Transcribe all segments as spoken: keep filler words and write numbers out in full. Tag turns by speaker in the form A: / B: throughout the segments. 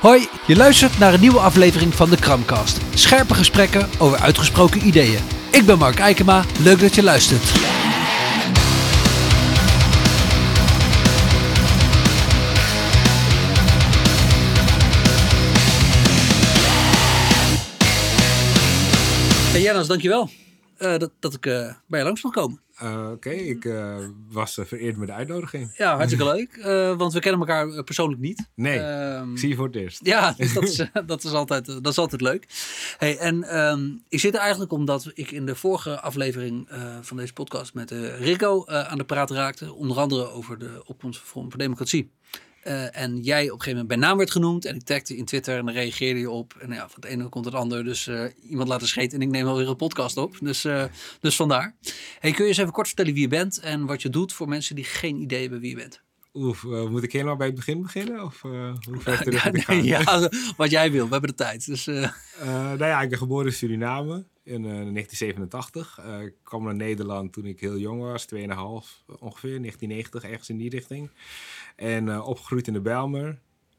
A: Hoi, je luistert naar een nieuwe aflevering van de Kramcast. Scherpe gesprekken over uitgesproken ideeën. Ik ben Mark Eikema, leuk dat je luistert. Hey Jannes, dankjewel uh, dat, dat ik uh, bij je langs mag komen.
B: Uh, Oké, okay. ik uh, was uh, vereerd met de uitnodiging.
A: Ja, hartstikke leuk. Uh, want we kennen elkaar uh, persoonlijk niet.
B: Nee, um, ik zie je voor het eerst.
A: Ja, dus dat, is, uh, dat, is altijd, uh, dat is altijd leuk. Hey, en um, ik zit er eigenlijk omdat ik in de vorige aflevering uh, van deze podcast met uh, Rico uh, aan de praat raakte. Onder andere over de opkomst van Forum voor Democratie. Uh, en jij op een gegeven moment bij naam werd genoemd. En ik tagde in Twitter en dan reageerde je op. En ja, van het ene komt het ander. Dus uh, iemand laat een scheet en ik neem alweer een podcast op. Dus, uh, dus vandaar. Hey, kun je eens even kort vertellen wie je bent en wat je doet voor mensen die geen idee hebben wie je bent?
B: Oef, uh, moet ik helemaal bij het begin beginnen? Of uh, hoe ver terug
A: ja,
B: moet ik gaan?
A: Ja, wat jij wil. We hebben de tijd. Dus, uh...
B: Uh, nou ja, ik ben geboren in Suriname in uh, negentien zevenentachtig. Uh, ik kwam naar Nederland toen ik heel jong was. twee komma vijf ongeveer. negentien negentig, ergens in die richting. En uh, opgegroeid in de Bijlmer.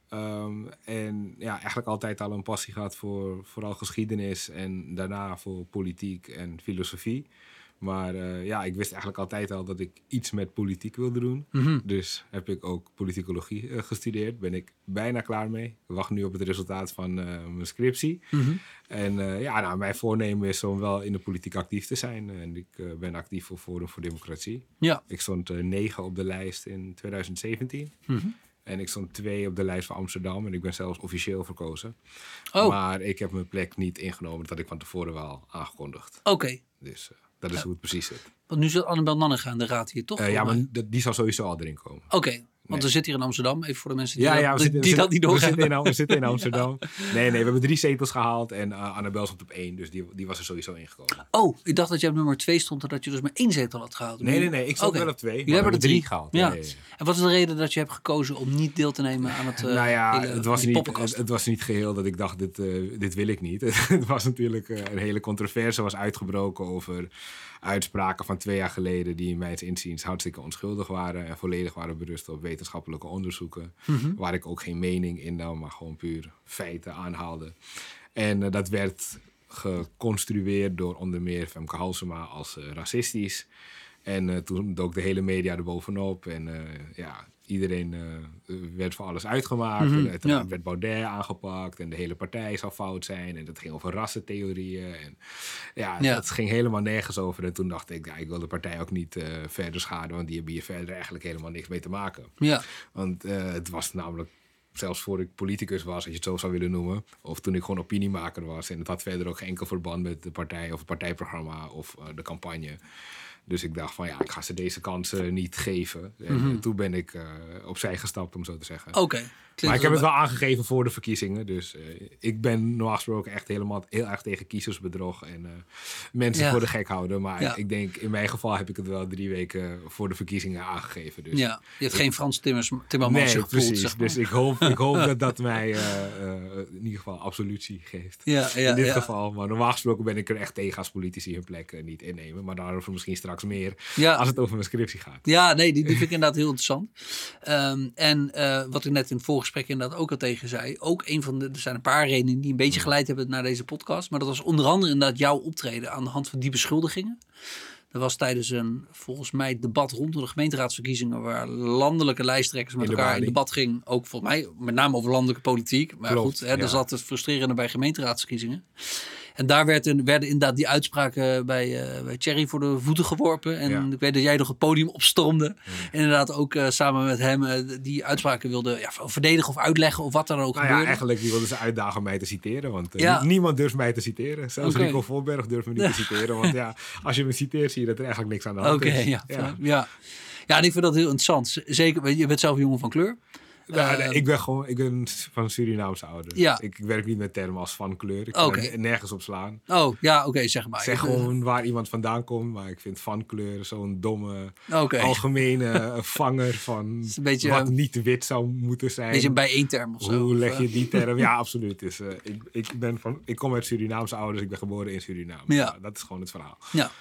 B: Um, en ja, eigenlijk altijd al een passie gehad voor vooral geschiedenis. En daarna voor politiek en filosofie. Maar uh, ja, ik wist eigenlijk altijd al dat ik iets met politiek wilde doen. Mm-hmm. Dus heb ik ook politicologie uh, gestudeerd. Ben ik bijna klaar mee. Ik wacht nu op het resultaat van uh, mijn scriptie. Mm-hmm. En uh, ja, nou, mijn voornemen is om wel in de politiek actief te zijn. En ik uh, ben actief voor Forum voor Democratie. Ja. Ik stond uh, negen op de lijst in twintig zeventien. Mm-hmm. En ik stond twee op de lijst van Amsterdam. En ik ben zelfs officieel verkozen. Oh. Maar ik heb mijn plek niet ingenomen. Dat had ik van tevoren wel aangekondigd.
A: Oké. Okay.
B: Dus uh, dat is ja. hoe het precies zit.
A: Want nu zit Annabel Nannega aan de raad hier, toch?
B: Uh, ja, maar die zal sowieso al erin komen.
A: Oké. Okay. Want nee. we zitten hier in Amsterdam, even voor de mensen die,
B: ja,
A: dat,
B: ja, we
A: die,
B: zitten,
A: die
B: we
A: dat niet doorhebben.
B: We zitten in, we zitten in Amsterdam. Ja. Nee, nee, we hebben drie zetels gehaald en uh, Annabel stond op één, dus die, die was er sowieso ingekomen.
A: Oh, ik dacht dat jij op nummer twee stond en dat je dus maar één zetel had gehaald.
B: Nee, nee, nee, ik stond okay. wel op twee, maar we hebben er drie, drie gehaald.
A: Ja.
B: Nee, nee.
A: En wat is de reden dat je hebt gekozen om niet deel te nemen aan het uh,
B: nou ja,
A: hele,
B: het was, niet, het, het was niet geheel dat ik dacht, dit, uh, dit wil ik niet. Het was natuurlijk uh, een hele controverse was uitgebroken over uitspraken van twee jaar geleden die mijns inziens hartstikke onschuldig waren en volledig waren berust op wetenschappelijke onderzoeken. Mm-hmm. Waar ik ook geen mening in nam, maar gewoon puur feiten aanhaalde. En uh, dat werd geconstrueerd door onder meer Femke Halsema als uh, racistisch. En uh, toen dook de hele media er bovenop. En uh, ja, iedereen uh, werd voor alles uitgemaakt. Mm-hmm. En ja. werd Baudet aangepakt. En de hele partij zou fout zijn. En dat ging over rassentheorieën. En ja, ja. dat ging helemaal nergens over. En toen dacht ik, ja, ik wil de partij ook niet uh, verder schaden. Want die hebben hier verder eigenlijk helemaal niks mee te maken. Ja. Want uh, het was namelijk, zelfs voor ik politicus was, als je het zo zou willen noemen. Of toen ik gewoon opiniemaker was. En het had verder ook geen enkel verband met de partij of het partijprogramma of uh, de campagne. Dus ik dacht van ja, ik ga ze deze kansen niet geven. En mm-hmm. toen ben ik uh, opzij gestapt, om zo te zeggen.
A: Oké. Okay.
B: Maar ik heb het wel aangegeven voor de verkiezingen. Dus uh, ik ben normaal gesproken echt helemaal heel erg tegen kiezersbedrog. En uh, mensen ja. voor de gek houden. Maar ja. ik denk, in mijn geval heb ik het wel drie weken voor de verkiezingen aangegeven. Dus
A: ja, je hebt ik, geen Frans Timmers, Timmermans
B: nee,
A: gevoeld,
B: precies.
A: zeg maar.
B: Dus ik hoop, ik hoop dat dat mij uh, uh, in ieder geval absolutie geeft. Ja, ja, in dit ja. geval. Maar normaal gesproken ben ik er echt tegen als politici hun plek uh, niet innemen. Maar daarover misschien straks meer ja. als het over mijn scriptie gaat.
A: Ja, nee, die, die vind ik inderdaad heel interessant. Um, en uh, wat ik net in het voorgesprek inderdaad ook al tegen zei. Ook een van de, er zijn een paar redenen die een beetje geleid hebben naar deze podcast. Maar dat was onder andere inderdaad jouw optreden aan de hand van die beschuldigingen. Dat was tijdens een, volgens mij, debat rondom de gemeenteraadsverkiezingen, waar landelijke lijsttrekkers met in elkaar in debat gingen. Ook volgens mij met name over landelijke politiek. Maar Klopt, goed, hè, ja. daar zat het frustrerende bij gemeenteraadsverkiezingen. En daar werd een, werden inderdaad die uitspraken bij, uh, bij Thierry voor de voeten geworpen. En ja. ik weet dat jij nog het podium opstormde. Ja. En inderdaad ook uh, samen met hem uh, die uitspraken wilde ja, verdedigen of uitleggen of wat dan ook
B: nou
A: gebeurde.
B: Ja, eigenlijk die wilden ze uitdagen om mij te citeren. Want uh, ja. niemand durft mij te citeren. Zelfs okay. Rico Voorberg durft me niet te citeren. Want ja, als je me citeert zie je dat er eigenlijk niks aan de hand
A: okay,
B: is.
A: Ja, ja. Ja. ja, en ik vind dat heel interessant. Zeker, je bent zelf een jongen van kleur.
B: Nou, nee, ik ben gewoon ik ben van Surinaamse ouders. Ja. Ik, ik werk niet met termen als van kleur. Ik kan okay. er nergens op slaan.
A: Oh, ja, oké, okay, zeg maar.
B: Zeg gewoon waar iemand vandaan komt. Maar ik vind van kleur zo'n domme, okay. algemene vanger van beetje, wat niet wit zou moeten zijn.
A: Een beetje een bijeenterm of zo.
B: Hoe leg je die term? Ja, absoluut. Dus, uh, ik, ik, ben van, ik kom uit Surinaamse ouders. Ik ben geboren in Suriname. Ja. Nou, dat is gewoon het verhaal.
A: Ja.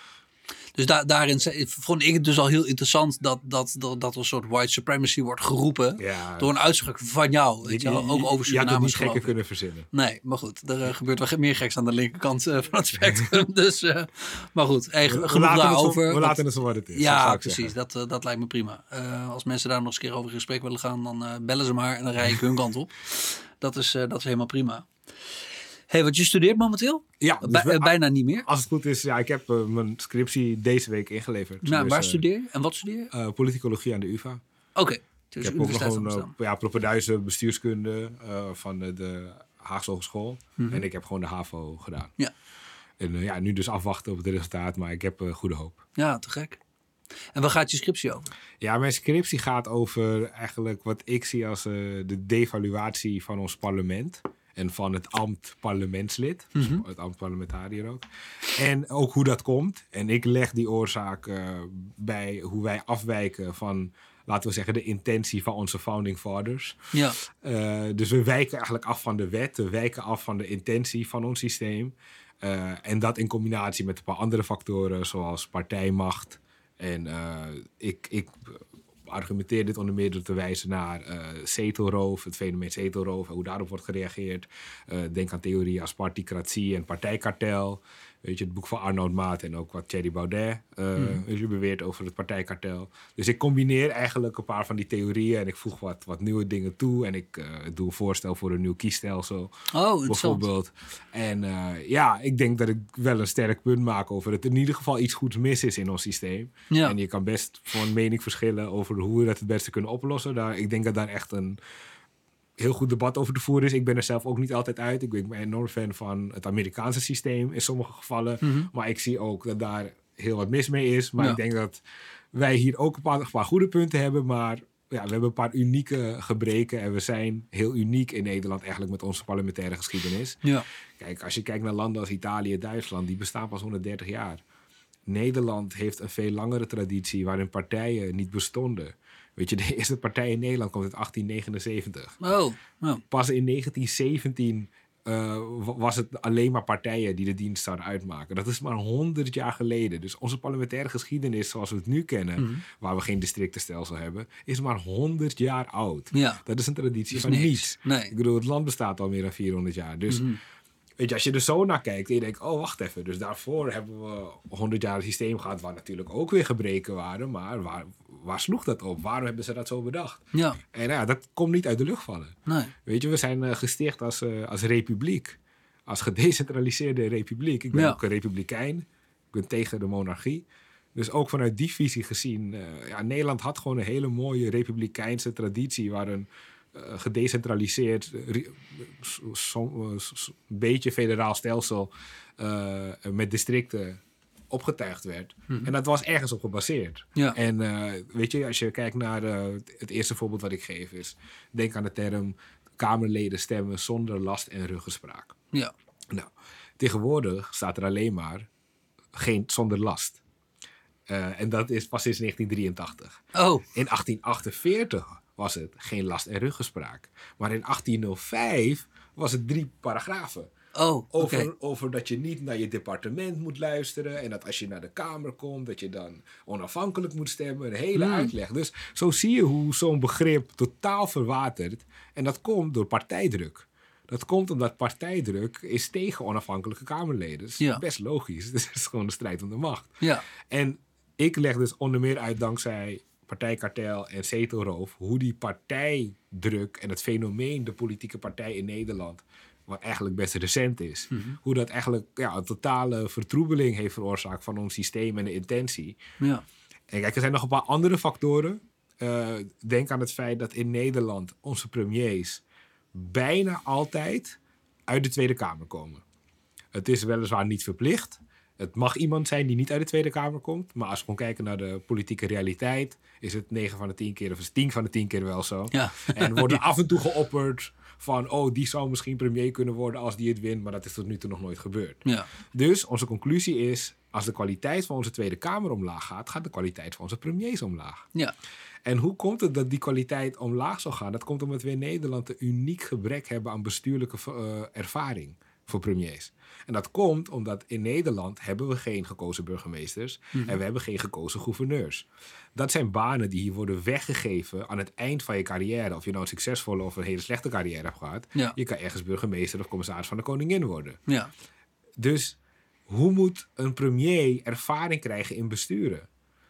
A: Dus da- daarin ze- vond ik het dus al heel interessant dat, dat, dat, dat er een soort white supremacy wordt geroepen
B: Ja.
A: door een uitspraak van jou. Weet je, wel, ook over
B: Je had het
A: Surinamers
B: niet
A: geloof
B: gekker
A: ik.
B: kunnen verzinnen.
A: Nee, maar goed, er uh, gebeurt wel meer geks aan de linkerkant uh, van het spectrum. dus, uh, maar goed, hey,
B: We, we
A: genoeg
B: laten
A: daarover.
B: het zo, we
A: dat,
B: laten het zo wat het is.
A: Ja, precies. Dat, uh, dat lijkt me prima. Uh, als mensen daar nog eens een keer over in gesprek willen gaan, dan uh, bellen ze maar en dan rij ik hun kant op. Dat is, uh, dat is helemaal prima. Hey, wat je studeert momenteel?
B: Ja, dus
A: Bij,
B: we,
A: bijna niet meer.
B: Als het goed is, ja, ik heb uh, mijn scriptie deze week ingeleverd.
A: Nou,
B: dus,
A: waar
B: uh,
A: studeer je? En wat studeer je?
B: Uh, politicologie aan de U vA.
A: Oké. Okay. Dus
B: ik heb ook nog gewoon uh, ja, propeduize bestuurskunde uh, van de, de Haagse Hogeschool. Mm-hmm. En ik heb gewoon de HAVO gedaan.
A: Ja.
B: En uh, ja, nu dus afwachten op het resultaat, maar ik heb uh, goede hoop.
A: Ja, te gek. En waar gaat je scriptie over?
B: Ja, mijn scriptie gaat over eigenlijk wat ik zie als uh, de devaluatie van ons parlement. En van het ambt parlementslid. Mm-hmm. Dus het ambt parlementariër ook. En ook hoe dat komt. En ik leg die oorzaak uh, bij hoe wij afwijken van, laten we zeggen, de intentie van onze founding fathers.
A: Ja.
B: Uh, dus we wijken eigenlijk af van de wet. We wijken af van de intentie van ons systeem. Uh, en dat in combinatie met een paar andere factoren zoals partijmacht. En uh, ik... ik argumenteer dit onder meer door te wijzen naar uh, zetelroof, het fenomeen zetelroof en hoe daarop wordt gereageerd. Uh, denk aan theorieën als particratie en partijkartel. Weet je, het boek van Arnoud Maat en ook wat Thierry Baudet uh, mm. je beweert over het partijkartel. Dus ik combineer eigenlijk een paar van die theorieën en ik voeg wat, wat nieuwe dingen toe. En ik uh, doe een voorstel voor een nieuw kiesstelsel.
A: Oh,
B: bijvoorbeeld. En uh, ja, ik denk dat ik wel een sterk punt maak over dat er in ieder geval iets goeds mis is in ons systeem. Ja. En je kan best van mening verschillen over hoe we dat het beste kunnen oplossen. Daar, ik denk dat daar echt een heel goed debat over te voeren is. Ik ben er zelf ook niet altijd uit. Ik ben enorm fan van het Amerikaanse systeem in sommige gevallen. Mm-hmm. Maar ik zie ook dat daar heel wat mis mee is. Maar ja. ik denk dat wij hier ook een paar, een paar goede punten hebben. Maar ja, we hebben een paar unieke gebreken. En we zijn heel uniek in Nederland eigenlijk met onze parlementaire geschiedenis.
A: Ja.
B: Kijk, als je kijkt naar landen als Italië, Duitsland, die bestaan pas honderddertig jaar. Nederland heeft een veel langere traditie waarin partijen niet bestonden. Weet je, de eerste partij in Nederland komt uit achttien negenenzeventig.
A: Oh, oh.
B: Pas in negentien zeventien uh, was het alleen maar partijen die de dienst zouden uitmaken. Dat is maar honderd jaar geleden. Dus onze parlementaire geschiedenis zoals we het nu kennen, mm-hmm. waar we geen districtenstelsel hebben, is maar honderd jaar oud.
A: Ja.
B: Dat is een traditie
A: is
B: van
A: niks.
B: niets.
A: Nee.
B: Ik bedoel, het land bestaat al meer dan vierhonderd jaar. Dus mm-hmm. weet je, als je er zo naar kijkt en je denkt, oh wacht even. Dus daarvoor hebben we honderd jaar een systeem gehad waar natuurlijk ook weer gebreken waren. Maar waar, waar sloeg dat op? Waarom hebben ze dat zo bedacht?
A: Ja.
B: En nou ja, dat komt niet uit de lucht vallen.
A: Nee.
B: Weet je, we zijn uh, gesticht als, uh, als republiek. Als gedecentraliseerde republiek. Ik ben
A: ja.
B: ook een republikein. Ik ben tegen de monarchie. Dus ook vanuit die visie gezien. Uh, ja, Nederland had gewoon een hele mooie republikeinse traditie. Waar een uh, gedecentraliseerd, uh, so, uh, so, een beetje federaal stelsel uh, met districten opgetuigd werd. Mm-hmm. En dat was ergens op gebaseerd.
A: Ja.
B: En uh, weet je, als je kijkt naar uh, het eerste voorbeeld wat ik geef is, denk aan de term Kamerleden stemmen zonder last en ruggespraak.
A: Ja.
B: Nou, tegenwoordig staat er alleen maar geen zonder last. Uh, en dat is pas sinds negentien drieëntachtig.
A: Oh.
B: In achttien achtenveertig was het geen last en ruggespraak. Maar in achttienhonderdvijf was het drie paragrafen.
A: Oh,
B: over,
A: okay.
B: over dat je niet naar je departement moet luisteren. En dat als je naar de Kamer komt, dat je dan onafhankelijk moet stemmen. Een hele mm. uitleg. Dus zo zie je hoe zo'n begrip totaal verwatert. En dat komt door partijdruk. Dat komt omdat partijdruk is tegen onafhankelijke Kamerleden. Dat is ja. best logisch. Het is gewoon een strijd om de macht.
A: Ja.
B: En ik leg dus onder meer uit dankzij partijkartel en zetelroof hoe die partijdruk en het fenomeen de politieke partij in Nederland, wat eigenlijk best recent is, mm-hmm. hoe dat eigenlijk ja, een totale vertroebeling heeft veroorzaakt van ons systeem en de intentie.
A: Ja.
B: En kijk, er zijn nog een paar andere factoren. Uh, denk aan het feit dat in Nederland onze premiers bijna altijd uit de Tweede Kamer komen. Het is weliswaar niet verplicht. Het mag iemand zijn die niet uit de Tweede Kamer komt. Maar als we gewoon kijken naar de politieke realiteit, is het negen van de tien keer, of is het tien van de tien keer wel zo.
A: Ja.
B: En wordt er af en toe geopperd van, oh, die zou misschien premier kunnen worden als die het wint. Maar dat is tot nu toe nog nooit gebeurd.
A: Ja.
B: Dus onze conclusie is, als de kwaliteit van onze Tweede Kamer omlaag gaat, gaat de kwaliteit van onze premiers omlaag.
A: Ja.
B: En hoe komt het dat die kwaliteit omlaag zal gaan? Dat komt omdat we in Nederland een uniek gebrek hebben aan bestuurlijke uh, ervaring. voor premiers. En dat komt omdat in Nederland hebben we geen gekozen burgemeesters mm-hmm. en we hebben geen gekozen gouverneurs. Dat zijn banen die hier worden weggegeven aan het eind van je carrière. Of je nou een succesvolle of een hele slechte carrière hebt gehad. Ja. Je kan ergens burgemeester of commissaris van de koningin worden. Ja. Dus hoe moet een premier ervaring krijgen in besturen?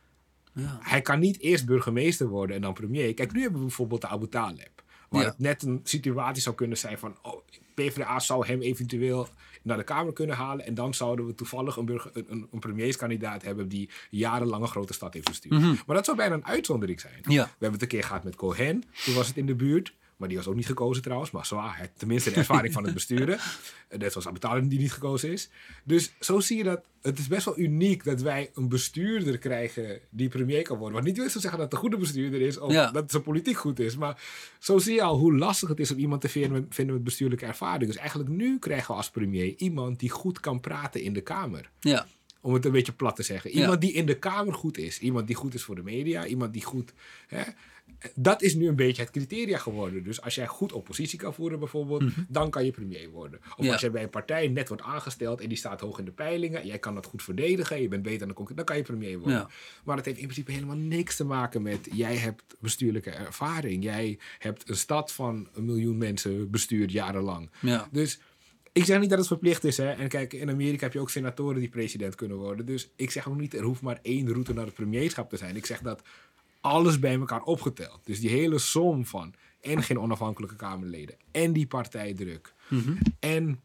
B: Ja. Hij kan niet eerst burgemeester worden en dan premier. Kijk, nu hebben we bijvoorbeeld de Abu Talib. Waar ja. het net een situatie zou kunnen zijn van... Oh, P v d A zou hem eventueel naar de Kamer kunnen halen. En dan zouden we toevallig een, burger, een, een premierskandidaat hebben... die jarenlang een grote stad heeft bestuurd. Mm-hmm. Maar dat zou bijna een uitzondering zijn. Ja. We hebben het een keer gehad met Cohen. Toen was het in de buurt. Maar die was ook niet gekozen trouwens. Maar zo, hij heeft tenminste de ervaring van het besturen. Net zoals Abu Talib die niet gekozen is. Dus zo zie je dat... Het is best wel uniek dat wij een bestuurder krijgen die premier kan worden. Wat niet wil zeggen dat het een goede bestuurder is. Of ja. dat zijn politiek goed is. Maar zo zie je al hoe lastig het is om iemand te vinden met, vinden met bestuurlijke ervaring. Dus eigenlijk nu krijgen we als premier iemand die goed kan praten in de Kamer. Ja. Om het een beetje plat te zeggen. Iemand ja. die in de Kamer goed is. Iemand die goed is voor de media. Iemand die goed... Hè, dat is nu een beetje het criteria geworden. Dus als jij goed oppositie kan voeren bijvoorbeeld... Mm-hmm. dan kan je premier worden. Of ja. als jij bij een partij net wordt aangesteld... en die staat hoog in de peilingen... en jij kan dat goed verdedigen... je bent beter dan de concurrentie... dan kan je premier worden. Ja. Maar dat heeft in principe helemaal niks te maken met... jij hebt bestuurlijke ervaring. Jij hebt een stad van een miljoen mensen bestuurd jarenlang. Ja. Dus... Ik zeg niet dat het verplicht is. Hè? En kijk, in Amerika heb je ook senatoren die president kunnen worden. Dus ik zeg ook niet, er hoeft maar één route naar het premierschap te zijn. Ik zeg dat alles bij elkaar opgeteld. Dus die hele som van en geen onafhankelijke Kamerleden. En die partijdruk. Mm-hmm. En,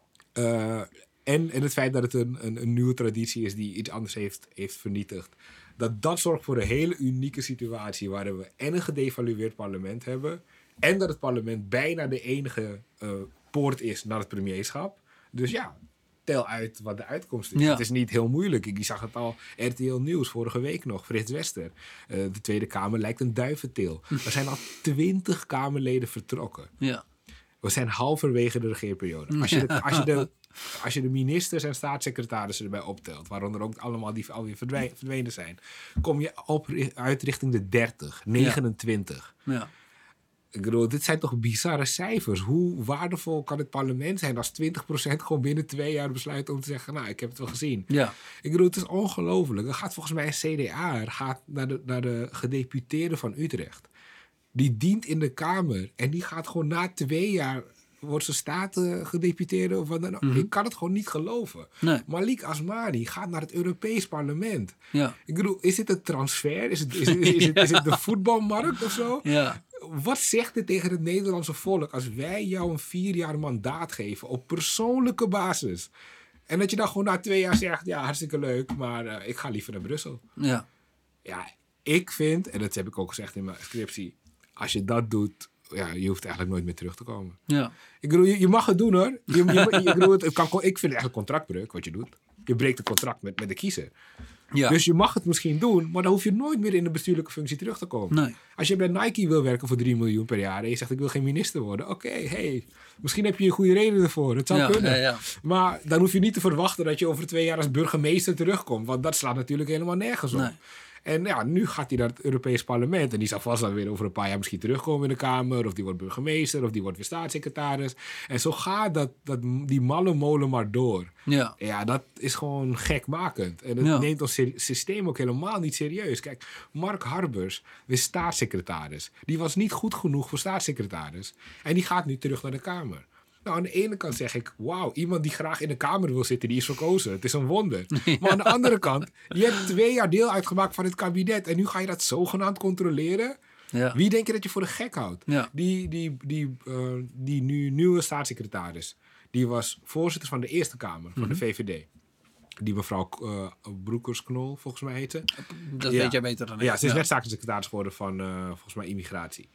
B: uh, en, en het feit dat het een, een, een nieuwe traditie is die iets anders heeft, heeft vernietigd. Dat dat zorgt voor een hele unieke situatie waarin we en een gedevalueerd parlement hebben. En dat het parlement bijna de enige... Uh, poort is naar het premierschap. Dus ja, tel uit wat de uitkomst is. Ja. Het is niet heel moeilijk. Ik zag het al R T L Nieuws vorige week nog. Frits Wester. Uh, de Tweede Kamer lijkt een duiventil. Er zijn al twintig Kamerleden vertrokken. Ja. We zijn halverwege de regeerperiode. Als je de, als je de, als je de ministers en staatssecretarissen erbij optelt, waaronder ook allemaal die alweer verdwij, verdwenen zijn, kom je op, uit richting de dertig, negenentwintig. Ja. Ja. Ik bedoel, dit zijn toch bizarre cijfers. Hoe waardevol kan het parlement zijn als twintig procent gewoon binnen twee jaar besluit om te zeggen, nou, ik heb het wel gezien. Ja. Ik bedoel, het is ongelooflijk. Er gaat volgens mij een C D A gaat naar de, naar de gedeputeerde van Utrecht. Die dient in de Kamer en die gaat gewoon na twee jaar, wordt ze statengedeputeerde of wat dan ook. Mm-hmm. Ik kan het gewoon niet geloven. Nee. Malik Asmani gaat naar het Europees Parlement. Ja. Ik bedoel, is dit een transfer? Is het, is, het, is, het, is, het, is het de voetbalmarkt of zo? Ja. Wat zegt dit tegen het Nederlandse volk als wij jou een vier jaar mandaat geven op persoonlijke basis? En dat je dan gewoon na twee jaar zegt, ja, hartstikke leuk, maar uh, ik ga liever naar Brussel. Ja. Ja, ik vind, en dat heb ik ook gezegd in mijn scriptie, als je dat doet, ja, je hoeft eigenlijk nooit meer terug te komen. Ja. Ik bedoel, je, je mag het doen hoor. Je, je, je, ik, bedoel, het kan, ik vind het eigenlijk contractbreuk wat je doet. Je breekt een contract met, met de kiezer. Ja. Dus je mag het misschien doen, maar dan hoef je nooit meer in de bestuurlijke functie terug te komen. Nee. Als je bij Nike wil werken voor drie miljoen per jaar en je zegt ik wil geen minister worden. Oké, okay, hey, misschien heb je een goede reden ervoor. Het zou ja, kunnen. Ja, ja. Maar dan hoef je niet te verwachten dat je over twee jaar als burgemeester terugkomt. Want dat slaat natuurlijk helemaal nergens op. Nee. En ja, nu gaat hij naar het Europees Parlement. En die zal vast dan weer over een paar jaar misschien terugkomen in de Kamer. Of die wordt burgemeester. Of die wordt weer staatssecretaris. En zo gaat dat, dat, die malle molen maar door. Ja. Ja, dat is gewoon gekmakend. En het ja. neemt ons systeem ook helemaal niet serieus. Kijk, Mark Harbers is staatssecretaris. Die was niet goed genoeg voor staatssecretaris. En die gaat nu terug naar de Kamer. Nou, aan de ene kant zeg ik, wauw, iemand die graag in de Kamer wil zitten, die is verkozen. Het is een wonder. Ja. Maar aan de andere kant, je hebt twee jaar deel uitgemaakt van het kabinet en nu ga je dat zogenaamd controleren. Ja. Wie denk je dat je voor de gek houdt? Ja. Die, die, die, uh, die nu nieuwe staatssecretaris, die was voorzitter van de Eerste Kamer, van mm-hmm. de V V D. Die mevrouw uh, Broekers-Knol, volgens mij heette.
A: Dat
B: ja.
A: weet jij beter dan ik.
B: Ja, ze is ja. net staatssecretaris geworden van, uh, volgens mij, immigratie.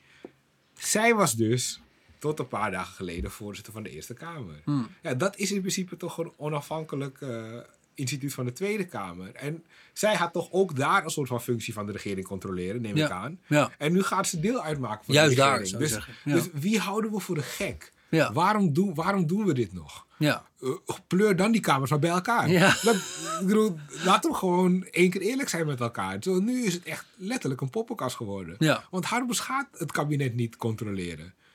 B: Zij was dus tot een paar dagen geleden voorzitter van de Eerste Kamer. Hmm. Ja, dat is in principe toch een onafhankelijk uh, instituut van de Tweede Kamer. En zij had toch ook daar een soort van functie van de regering controleren, neem ja. ik aan. Ja. En nu gaat ze deel uitmaken van
A: Juist
B: de regering.
A: Daar, zou
B: dus,
A: zeggen. Ja.
B: dus wie houden we voor de gek? Ja. Waarom, doen, waarom doen we dit nog? Ja. Uh, pleur dan die kamers maar bij elkaar. Ja. Dat, ik bedoel, laten we gewoon één keer eerlijk zijn met elkaar. Zo, nu is het echt letterlijk een poppenkast geworden. Ja. Want Harbers gaat het kabinet niet controleren.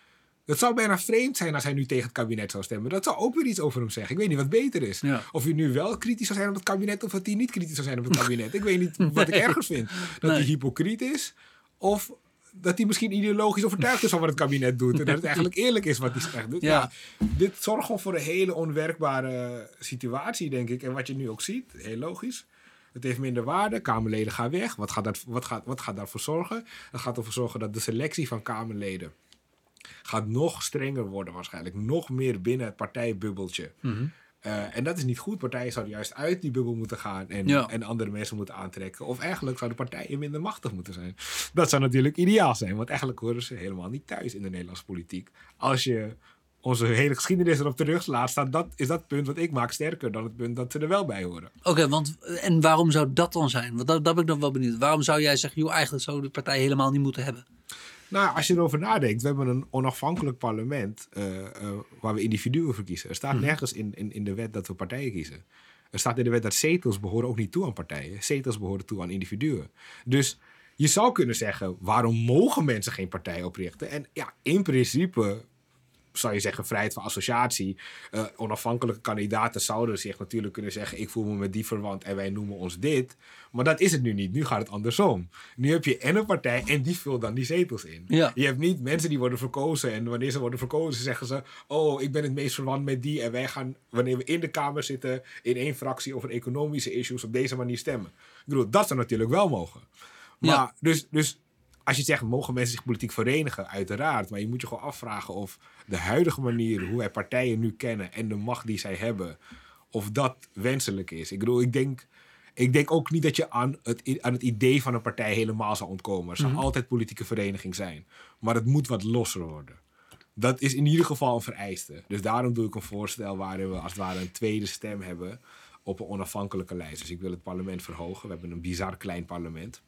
B: Het zou bijna vreemd zijn als hij nu tegen het kabinet zou stemmen. Dat zou ook weer iets over hem zeggen. Ik weet niet wat beter is. Ja. Of hij nu wel kritisch zou zijn op het kabinet of dat hij niet kritisch zou zijn op het kabinet. Ik weet niet wat nee. ik ergens vind. Dat nee. hij hypocriet is of dat hij misschien ideologisch overtuigd is van wat het kabinet doet. En dat het eigenlijk eerlijk is wat hij echt doet. Ja. Ja, dit zorgt gewoon voor een hele onwerkbare situatie, denk ik. En wat je nu ook ziet, heel logisch. Het heeft minder waarde. Kamerleden gaan weg. Wat gaat, dat, wat gaat, wat gaat daarvoor zorgen? Dat gaat ervoor zorgen dat de selectie van Kamerleden gaat nog strenger worden waarschijnlijk. Nog meer binnen het partijbubbeltje. Mm-hmm. Uh, en dat is niet goed. Partijen zouden juist uit die bubbel moeten gaan en, ja. en andere mensen moeten aantrekken. Of eigenlijk zouden partijen minder machtig moeten zijn. Dat zou natuurlijk ideaal zijn. Want eigenlijk horen ze helemaal niet thuis in de Nederlandse politiek. Als je onze hele geschiedenis erop terugslaat, staat dat, is dat punt wat ik maak sterker dan het punt dat ze er wel bij horen.
A: Oké, okay, want en waarom zou dat dan zijn? Want dat, dat ben ik nog wel benieuwd. Waarom zou jij zeggen, joh, eigenlijk zou de partij helemaal niet moeten hebben?
B: Nou, als je erover nadenkt, we hebben een onafhankelijk parlement uh, uh, waar we individuen verkiezen. Er staat hmm. nergens in, in, in de wet dat we partijen kiezen. Er staat in de wet dat zetels behoren ook niet toe aan partijen. Zetels behoren toe aan individuen. Dus je zou kunnen zeggen, waarom mogen mensen geen partij oprichten? En ja, in principe zou je zeggen, vrijheid van associatie. Uh, onafhankelijke kandidaten zouden zich natuurlijk kunnen zeggen, ik voel me met die verwant en wij noemen ons dit. Maar dat is het nu niet. Nu gaat het andersom. Nu heb je en een partij en die vult dan die zetels in. Ja. Je hebt niet mensen die worden verkozen en wanneer ze worden verkozen zeggen ze, oh, ik ben het meest verwant met die en wij gaan, wanneer we in de Kamer zitten, in één fractie over economische issues op deze manier stemmen. Ik bedoel, dat zou natuurlijk wel mogen. Maar ja. dus, dus als je zegt, mogen mensen zich politiek verenigen? Uiteraard. Maar je moet je gewoon afvragen of de huidige manier hoe wij partijen nu kennen en de macht die zij hebben, of dat wenselijk is. Ik bedoel, ik denk, ik denk ook niet dat je aan het, aan het idee van een partij helemaal zou ontkomen. Er zal mm-hmm. altijd politieke vereniging zijn. Maar het moet wat losser worden. Dat is in ieder geval een vereiste. Dus daarom doe ik een voorstel waarin we als het ware een tweede stem hebben op een onafhankelijke lijst. Dus ik wil het parlement verhogen. We hebben een bizar klein parlement.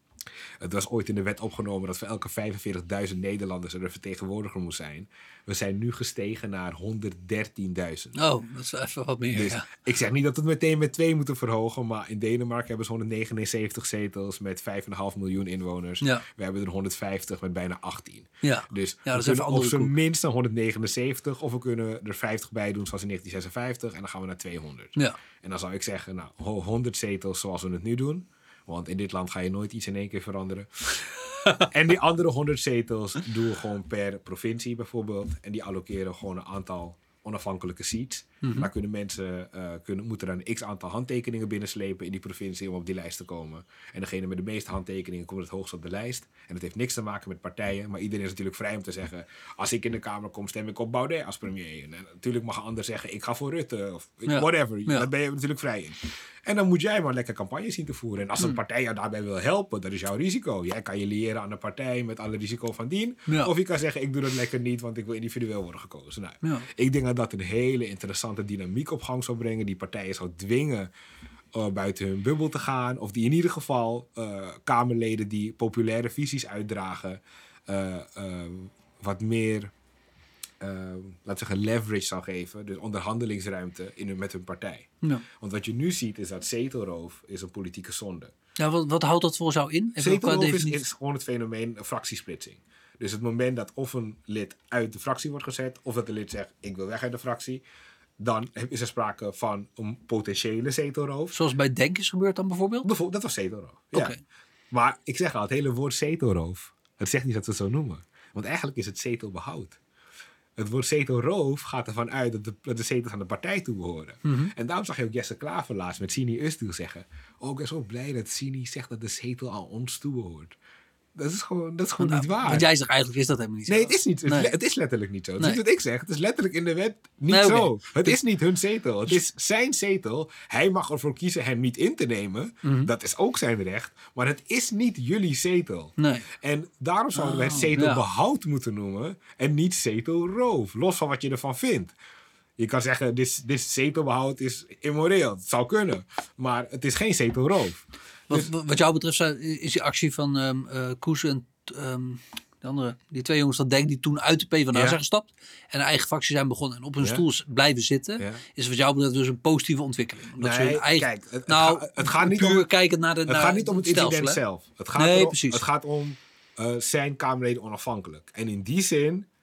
B: Het was ooit in de wet opgenomen dat voor elke vijfenveertigduizend Nederlanders er een vertegenwoordiger moest zijn. We zijn nu gestegen naar honderddertienduizend.
A: Oh, dat is even wat meer.
B: Dus
A: ja.
B: Ik zeg niet dat we het meteen met twee moeten verhogen. Maar in Denemarken hebben ze honderdnegenenzeventig zetels met vijf komma vijf miljoen inwoners. Ja. We hebben er honderdvijftig met bijna achttien. Ja. Dus ja, we kunnen op zijn minst honderdnegenenzeventig. Of we kunnen er vijftig bij doen zoals in negentien zesenvijftig. En dan gaan we naar tweehonderd. Ja. En dan zou ik zeggen, nou, honderd zetels zoals we het nu doen. Want in dit land ga je nooit iets in één keer veranderen. En die andere honderd zetels doen we gewoon per provincie bijvoorbeeld. En die allokeren gewoon een aantal onafhankelijke seats. Mm-hmm. Dan kunnen mensen uh, kunnen, moeten er een x-aantal handtekeningen binnenslepen in die provincie om op die lijst te komen. En degene met de meeste handtekeningen komt het hoogst op de lijst. En dat heeft niks te maken met partijen. Maar iedereen is natuurlijk vrij om te zeggen, als ik in de Kamer kom, stem ik op Baudet als premier. En natuurlijk mag een ander zeggen, ik ga voor Rutte. Of ja. whatever. Ja. Daar ben je natuurlijk vrij in. En dan moet jij maar lekker campagne zien te voeren. En als een partij jou daarbij wil helpen, dat is jouw risico. Jij kan je liëren aan een partij met alle risico van dien. Ja. Of je kan zeggen, ik doe dat lekker niet, want ik wil individueel worden gekozen. Nou, ja. Ik denk dat dat een hele interessante dynamiek op gang zou brengen. Die partijen zou dwingen uh, buiten hun bubbel te gaan. Of die in ieder geval uh, Kamerleden die populaire visies uitdragen, Uh, uh, wat meer Uh, laten we zeggen, leverage zou geven. Dus onderhandelingsruimte in hun, met hun partij. Ja. Want wat je nu ziet is dat zetelroof is een politieke zonde.
A: Ja, wat, wat houdt dat voor jou in?
B: Even zetelroof is, is gewoon het fenomeen fractiesplitsing. Dus het moment dat of een lid uit de fractie wordt gezet, of dat de lid zegt, ik wil weg uit de fractie, dan is er sprake van een potentiële zetelroof.
A: Zoals bij Denk is gebeurd dan bijvoorbeeld?
B: Bijvoorbeeld, dat was zetelroof. Ja. Okay. Maar ik zeg al, het hele woord zetelroof, het zegt niet dat we het zo noemen. Want eigenlijk is het zetelbehoud. Het woord zetelroof gaat ervan uit dat de, dat de zetels aan de partij toebehoren. Mm-hmm. En daarom zag je ook Jesse Klaver laatst met Sini Öztürk zeggen, oh, ik ben zo blij dat Sini zegt dat de zetel aan ons toebehoort. Dat is gewoon, dat is gewoon nou, niet waar.
A: Want jij zegt eigenlijk is dat helemaal niet zo.
B: Nee, het is niet zo. Nee. Het is letterlijk niet zo. Het is nee. niet wat ik zeg. Het is letterlijk in de wet niet nee, okay. zo. Het is niet hun zetel. Het is zijn zetel. Hij mag ervoor kiezen hem niet in te nemen. Mm-hmm. Dat is ook zijn recht. Maar het is niet jullie zetel. Nee. En daarom zouden we het zetelbehoud ja. moeten noemen. En niet zetelroof. Los van wat je ervan vindt. Je kan zeggen, dit, dit zetelbehoud is immoreel. Het zou kunnen. Maar het is geen zetelroof.
A: Wat, dus, wat jou betreft is die actie van um, uh, Koes en um, de andere, die twee jongens dat denk die toen uit de PvdA ja. zijn gestapt en een eigen fractie zijn begonnen en op hun ja. stoel blijven zitten, ja. is wat jou betreft dus een positieve ontwikkeling. Omdat
B: nee,
A: ze hun eigen,
B: kijk, het,
A: nou,
B: het, het gaat niet om
A: kijken naar de
B: Het
A: naar
B: gaat niet om het, het incident
A: stelsel,
B: zelf. Het gaat,
A: nee,
B: erom,
A: precies.
B: het gaat om uh, zijn Kamerleden onafhankelijk. En in die zin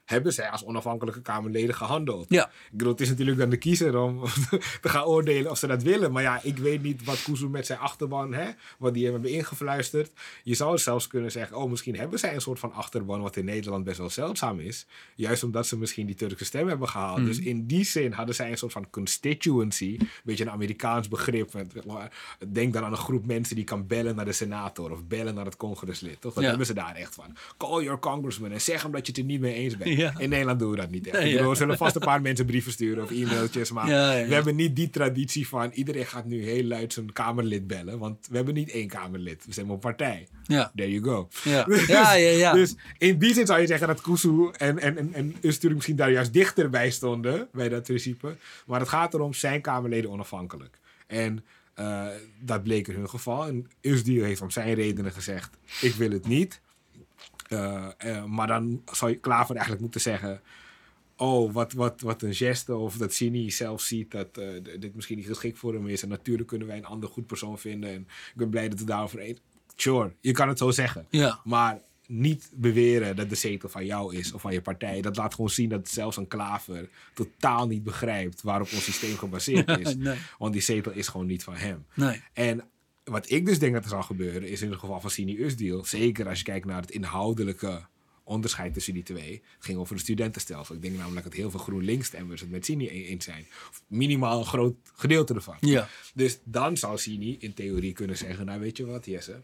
B: hebben zij als onafhankelijke Kamerleden gehandeld.
A: Ja.
B: Ik bedoel, het is natuurlijk dan de kiezer om te gaan oordelen of ze dat willen. Maar ja, ik weet niet wat Kuzu met zijn achterban, hè, wat die hem hebben ingefluisterd. Je zou zelfs kunnen zeggen, oh, misschien hebben zij een soort van achterban, wat in Nederland best wel zeldzaam is. Juist omdat ze misschien die Turkse stem hebben gehaald. Mm. Dus in die zin hadden zij een soort van constituency. Een beetje een Amerikaans begrip. Denk dan aan een groep mensen die kan bellen naar de senator of bellen naar het congreslid. Toch? Dat ja. hebben ze daar echt van. Call your congressman en zeg hem dat je het er niet mee eens bent. Ja. In Nederland doen we dat niet echt. Nee, ik bedoel, ja. we zullen vast een paar mensen brieven sturen of e-mailtjes. Maar ja, ja, ja. we hebben niet die traditie van iedereen gaat nu heel luid zijn Kamerlid bellen. Want we hebben niet één Kamerlid. We zijn een partij. Ja. There you go.
A: Ja. Dus, ja, ja, ja.
B: dus in die zin zou je zeggen dat Kuzu en, en, en, en Öztürk misschien daar juist dichterbij stonden. Bij dat principe. Maar het gaat erom, zijn Kamerleden onafhankelijk. En uh, dat bleek in hun geval. En Öztürk heeft om zijn redenen gezegd, ik wil het niet. Uh, uh, maar dan zou je Klaver eigenlijk moeten zeggen, oh, wat, wat, wat een geste, of dat Sini zelf ziet dat uh, dit misschien niet geschikt voor hem is. En natuurlijk kunnen wij een ander goed persoon vinden. En ik ben blij dat we daarover eens. Sure, je kan het zo zeggen. Ja. Maar niet beweren dat de zetel van jou is of van je partij. Dat laat gewoon zien dat zelfs een Klaver totaal niet begrijpt waarop ons systeem gebaseerd is. Nee. Want die zetel is gewoon niet van hem. Nee. En wat ik dus denk dat er zal gebeuren, is in het geval van Sini Öztürk, zeker als je kijkt naar het inhoudelijke onderscheid tussen die twee. Het ging over het studentenstelsel. Ik denk namelijk dat heel veel GroenLinks-stemmers het met Sini eens zijn. Of minimaal een groot gedeelte ervan. Ja. Dus dan zou Sini in theorie kunnen zeggen, nou weet je wat Jesse,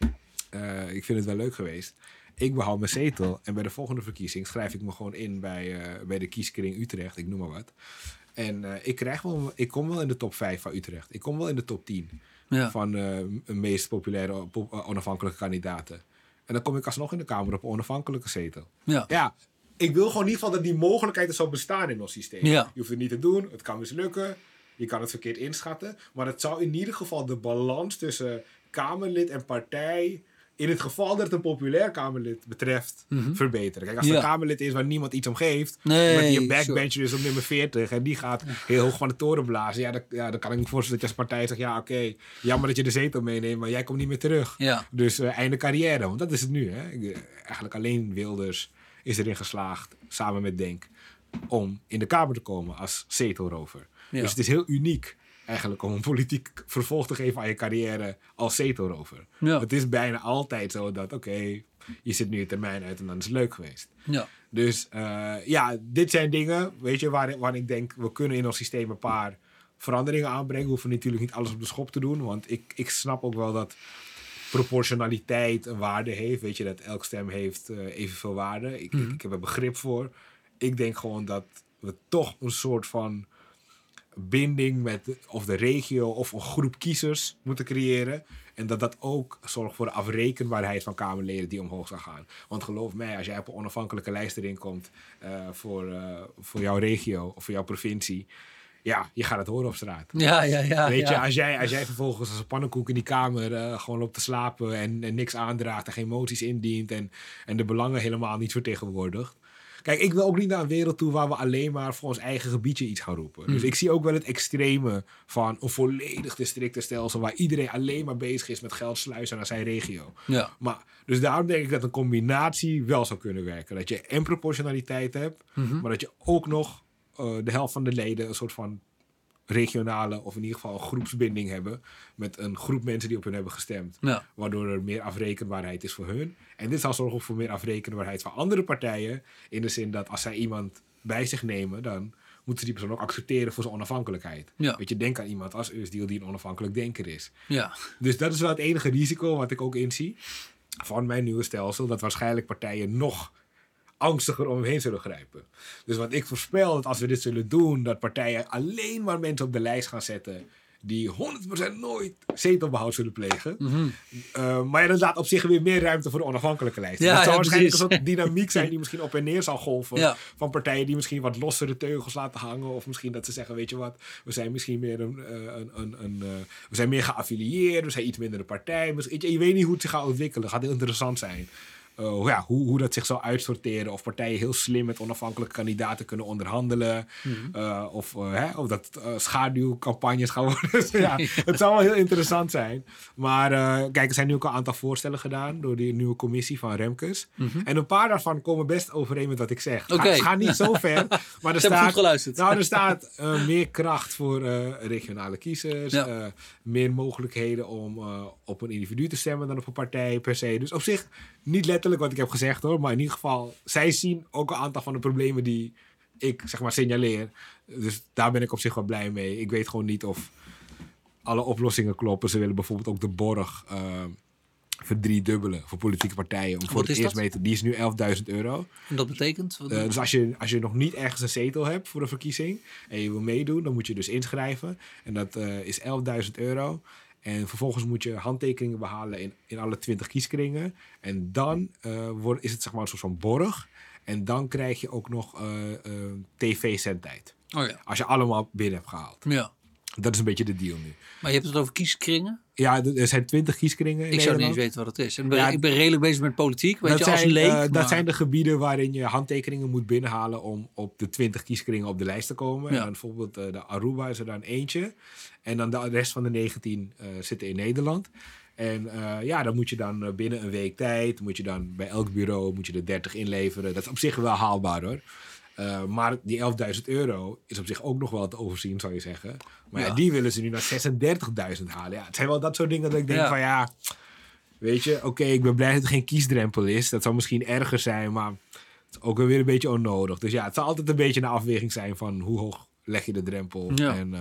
B: uh, ik vind het wel leuk geweest. Ik behoud mijn zetel en bij de volgende verkiezing schrijf ik me gewoon in bij, uh, bij de kieskring Utrecht, ik noem maar wat. En uh, ik, krijg wel, ik kom wel in de top vijf van Utrecht. Ik kom wel in de top tien ja. van uh, de meest populaire onafhankelijke kandidaten. En dan kom ik alsnog in de Kamer op een onafhankelijke zetel. Ja. ja, ik wil gewoon in ieder geval dat die mogelijkheid er zou bestaan in ons systeem. Ja. Je hoeft het niet te doen, het kan mislukken. Je kan het verkeerd inschatten. Maar het zou in ieder geval de balans tussen Kamerlid en partij, in het geval dat het een populair Kamerlid betreft, mm-hmm. verbeteren. Kijk, als het ja. een Kamerlid is waar niemand iets om geeft, nee, omdat hij een backbencher is op nummer veertig en die gaat heel hoog van de toren blazen, ja, dan, ja, dan kan ik me voorstellen dat je als partij zegt, ja, oké, okay, jammer dat je de zetel meeneemt, maar jij komt niet meer terug. Ja. Dus uh, einde carrière, want dat is het nu. Hè? Eigenlijk alleen Wilders is erin geslaagd, samen met Denk, om in de Kamer te komen als zetelrover. Ja. Dus het is heel uniek eigenlijk om een politiek vervolg te geven aan je carrière als zetelrover. Ja. Het is bijna altijd zo dat, oké, okay, je zit nu je termijn uit en dan is het leuk geweest. Ja. Dus uh, ja, dit zijn dingen, weet je, waar, waar ik denk, we kunnen in ons systeem een paar veranderingen aanbrengen. We hoeven natuurlijk niet alles op de schop te doen, want ik, ik snap ook wel dat proportionaliteit een waarde heeft. Weet je, dat elk stem heeft uh, evenveel waarde. Ik, mm-hmm. ik, ik heb er begrip voor. Ik denk gewoon dat we toch een soort van binding met de, of de regio of een groep kiezers moeten creëren. En dat dat ook zorgt voor de afrekenbaarheid van Kamerleden die omhoog zal gaan. Want geloof mij, als jij op een onafhankelijke lijst erin komt uh, voor, uh, voor jouw regio of voor jouw provincie, ja, je gaat het horen op straat.
A: Ja, ja, ja.
B: Weet je,
A: ja.
B: als jij, als jij vervolgens als een pannenkoek in die kamer uh, gewoon loopt te slapen en, en niks aandraagt en geen moties indient en, en de belangen helemaal niet vertegenwoordigt. Kijk, ik wil ook niet naar een wereld toe waar we alleen maar voor ons eigen gebiedje iets gaan roepen. Mm. Dus ik zie ook wel het extreme van een volledig districte stelsel waar iedereen alleen maar bezig is met geld sluizen naar zijn regio. Ja. Maar, dus daarom denk ik dat een combinatie wel zou kunnen werken. Dat je en proportionaliteit hebt, mm-hmm. maar dat je ook nog uh, de helft van de leden een soort van regionale of in ieder geval een groepsbinding hebben met een groep mensen die op hun hebben gestemd. Ja. Waardoor er meer afrekenbaarheid is voor hun. En dit zal zorgen voor meer afrekenbaarheid van andere partijen. In de zin dat als zij iemand bij zich nemen, dan moeten die persoon ook accepteren voor zijn onafhankelijkheid. Ja. Weet je, denk aan iemand als Öztürk die een onafhankelijk denker is. Ja. Dus dat is wel het enige risico wat ik ook inzie van mijn nieuwe stelsel. Dat waarschijnlijk partijen nog angstiger om hem heen zullen grijpen. Dus wat ik voorspel, dat als we dit zullen doen, dat partijen alleen maar mensen op de lijst gaan zetten die honderd procent nooit zetelbehoud zullen plegen. Mm-hmm. Uh, maar ja, dat laat op zich weer meer ruimte voor de onafhankelijke lijst. Ja, dat zou ja, waarschijnlijk een soort dynamiek zijn die misschien op en neer zal golven. Ja. Van partijen die misschien wat lossere teugels laten hangen. Of misschien dat ze zeggen, weet je wat, we zijn misschien meer een, een, een, een uh, we zijn meer geaffilieerd, we zijn iets minder een partij. Je weet niet hoe het zich gaat ontwikkelen. Het gaat heel interessant zijn. Uh, ja, hoe, hoe dat zich zal uitsorteren. Of partijen heel slim met onafhankelijke kandidaten kunnen onderhandelen. Mm-hmm. Uh, of, uh, hè, of dat uh, schaduwcampagnes gaan worden. Dus, ja, het zal wel heel interessant zijn. Maar uh, kijk, er zijn nu ook al een aantal voorstellen gedaan door die nieuwe commissie van Remkes. Mm-hmm. En een paar daarvan komen best overeen met wat ik zeg.
A: Okay.
B: Het gaat niet zo ver. Maar er
A: Ze
B: staat,
A: goed geluisterd.
B: Nou, er staat uh, meer kracht voor uh, regionale kiezers. Ja. Uh, meer mogelijkheden om uh, op een individu te stemmen dan op een partij per se. Dus op zich niet letterlijk wat ik heb gezegd hoor. Maar in ieder geval, zij zien ook een aantal van de problemen die ik zeg maar signaleer. Dus daar ben ik op zich wel blij mee. Ik weet gewoon niet of alle oplossingen kloppen. Ze willen bijvoorbeeld ook de borg uh, verdriedubbelen voor politieke partijen. Om voor
A: wat
B: het
A: is
B: eerst
A: dat?
B: mee te, die is nu elfduizend euro.
A: En dat betekent?
B: Uh, dus als je, als je nog niet ergens een zetel hebt voor een verkiezing en je wil meedoen, dan moet je dus inschrijven. En dat uh, is elfduizend euro. En vervolgens moet je handtekeningen behalen in, in alle twintig kieskringen. En dan uh, wordt, is het zeg maar een soort van borg. En dan krijg je ook nog uh, uh, tv-zendtijd.
A: Oh ja.
B: Als je allemaal binnen hebt gehaald.
A: Ja.
B: Dat is een beetje de deal nu.
A: Maar je hebt het over kieskringen?
B: Ja, er zijn twintig kieskringen in
A: Ik zou
B: Nederland.
A: niet eens weten wat het is. Ik ben,
B: Ja,
A: ik ben redelijk bezig met politiek. Weet
B: dat
A: je,
B: zijn,
A: als leek.
B: uh,
A: maar...
B: dat zijn de gebieden waarin je handtekeningen moet binnenhalen om op de twintig kieskringen op de lijst te komen. Ja. En dan bijvoorbeeld uh, de Aruba is er dan eentje. En dan de rest van de negentien uh, zitten in Nederland. En uh, ja, dan moet je dan uh, binnen een week tijd, moet je dan bij elk bureau moet je de dertig inleveren. Dat is op zich wel haalbaar hoor. Uh, maar die elfduizend euro is op zich ook nog wel te overzien, zou je zeggen. Maar ja. Ja, die willen ze nu naar zesendertigduizend halen. Ja, het zijn wel dat soort dingen dat ik denk ja. van ja, weet je, oké, okay, ik ben blij dat er geen kiesdrempel is. Dat zou misschien erger zijn, maar het is ook weer een beetje onnodig. Dus ja, het zal altijd een beetje een afweging zijn van hoe hoog leg je de drempel.
A: Ja.
B: En, uh,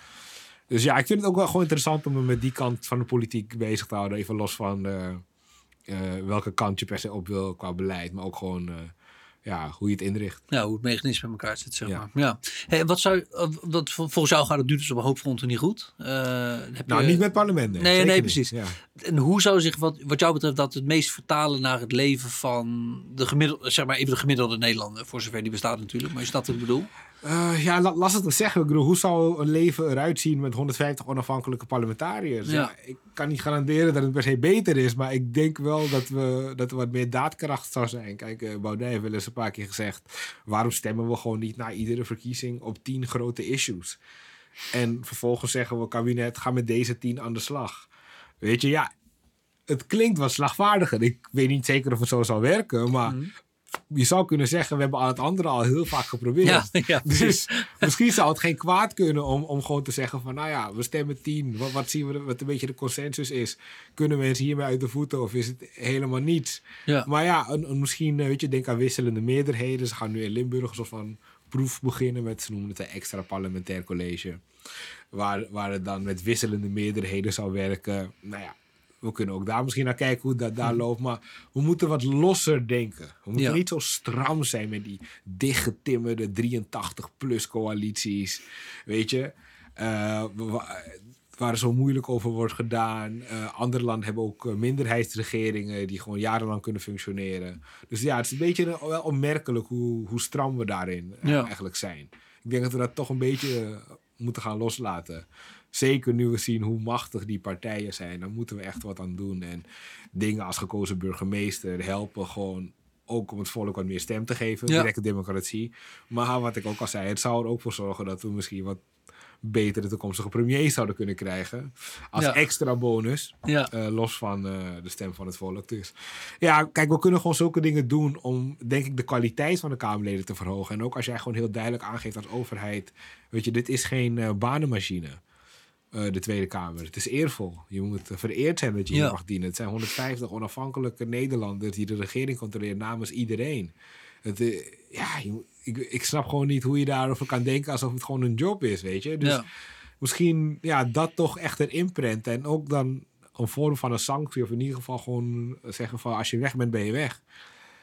B: dus ja, ik vind het ook wel gewoon interessant om me met die kant van de politiek bezig te houden. Even los van uh, uh, welke kant je per se op wil qua beleid, maar ook gewoon... Uh, Ja, hoe je het inricht.
A: Ja, hoe het mechanisme in elkaar zit, zeg
B: ja.
A: maar. Ja. Hey, wat zou, wat, volgens jou gaat het nu dus op een hoop fronten niet goed. Uh, heb
B: nou,
A: je...
B: niet met parlementen.
A: Nee, nee, nee precies.
B: Ja.
A: En hoe zou zich, wat, wat jou betreft, dat het meest vertalen naar het leven van de gemiddelde, zeg maar even de gemiddelde Nederlander, voor zover die bestaat natuurlijk. Maar is dat wat ik bedoel?
B: Uh, ja, la, lastig te zeggen. Ik bedoel, hoe zou een leven eruit zien met honderdvijftig onafhankelijke parlementariërs? Ja. Ja, ik kan niet garanderen dat het per se beter is, maar ik denk wel dat, we, dat er wat meer daadkracht zou zijn. Kijk, uh, Baudet heeft wel eens een paar keer gezegd, waarom stemmen we gewoon niet na iedere verkiezing op tien grote issues? En vervolgens zeggen we, kabinet, ga met deze tien aan de slag. Weet je, ja, het klinkt wat slagvaardiger. Ik weet niet zeker of het zo zal werken, maar... Mm. Je zou kunnen zeggen, we hebben al het andere al heel vaak geprobeerd.
A: Ja, ja,
B: dus misschien zou het geen kwaad kunnen om, om gewoon te zeggen van... nou ja, we stemmen tien. Wat, wat zien we, wat een beetje de consensus is. Kunnen mensen hiermee uit de voeten of is het helemaal niets? Ja. Maar ja, een, een, misschien, weet je, denk aan wisselende meerderheden. Ze gaan nu in Limburg een soort van proef beginnen met... ze noemen het een extra parlementair college. Waar, waar het dan met wisselende meerderheden zou werken. Nou ja. We kunnen ook daar misschien naar kijken hoe dat daar loopt. Maar we moeten wat losser denken. We moeten ja. niet zo stram zijn met die dichtgetimmerde drieëntachtig plus coalities. Weet je? Uh, waar er zo moeilijk over wordt gedaan. Uh, andere landen hebben ook uh, minderheidsregeringen die gewoon jarenlang kunnen functioneren. Dus ja, het is een beetje uh, wel opmerkelijk hoe, hoe stram we daarin uh, ja. eigenlijk zijn. Ik denk dat we dat toch een beetje uh, moeten gaan loslaten. Zeker nu we zien hoe machtig die partijen zijn. Dan moeten we echt wat aan doen. En dingen als gekozen burgemeester helpen gewoon ook om het volk wat meer stem te geven. Ja. Directe democratie. Maar wat ik ook al zei, het zou er ook voor zorgen dat we misschien wat betere toekomstige premiers zouden kunnen krijgen. Als ja. extra bonus. Ja. Uh, los van uh, de stem van het volk. Dus ja, kijk, we kunnen gewoon zulke dingen doen om, denk ik, de kwaliteit van de Kamerleden te verhogen. En ook als jij gewoon heel duidelijk aangeeft als overheid, weet je, dit is geen uh, banenmachine. Uh, de Tweede Kamer. Het is eervol. Je moet uh, vereerd zijn dat je hier ja. mag dienen. Het zijn honderdvijftig onafhankelijke Nederlanders die de regering controleren namens iedereen. Het, uh, ja, je, ik, ik snap gewoon niet hoe je daarover kan denken alsof het gewoon een job is, weet je. Dus ja. misschien ja, dat toch echt erin prenten. En ook dan een vorm van een sanctie of in ieder geval gewoon zeggen van als je weg bent, ben je weg.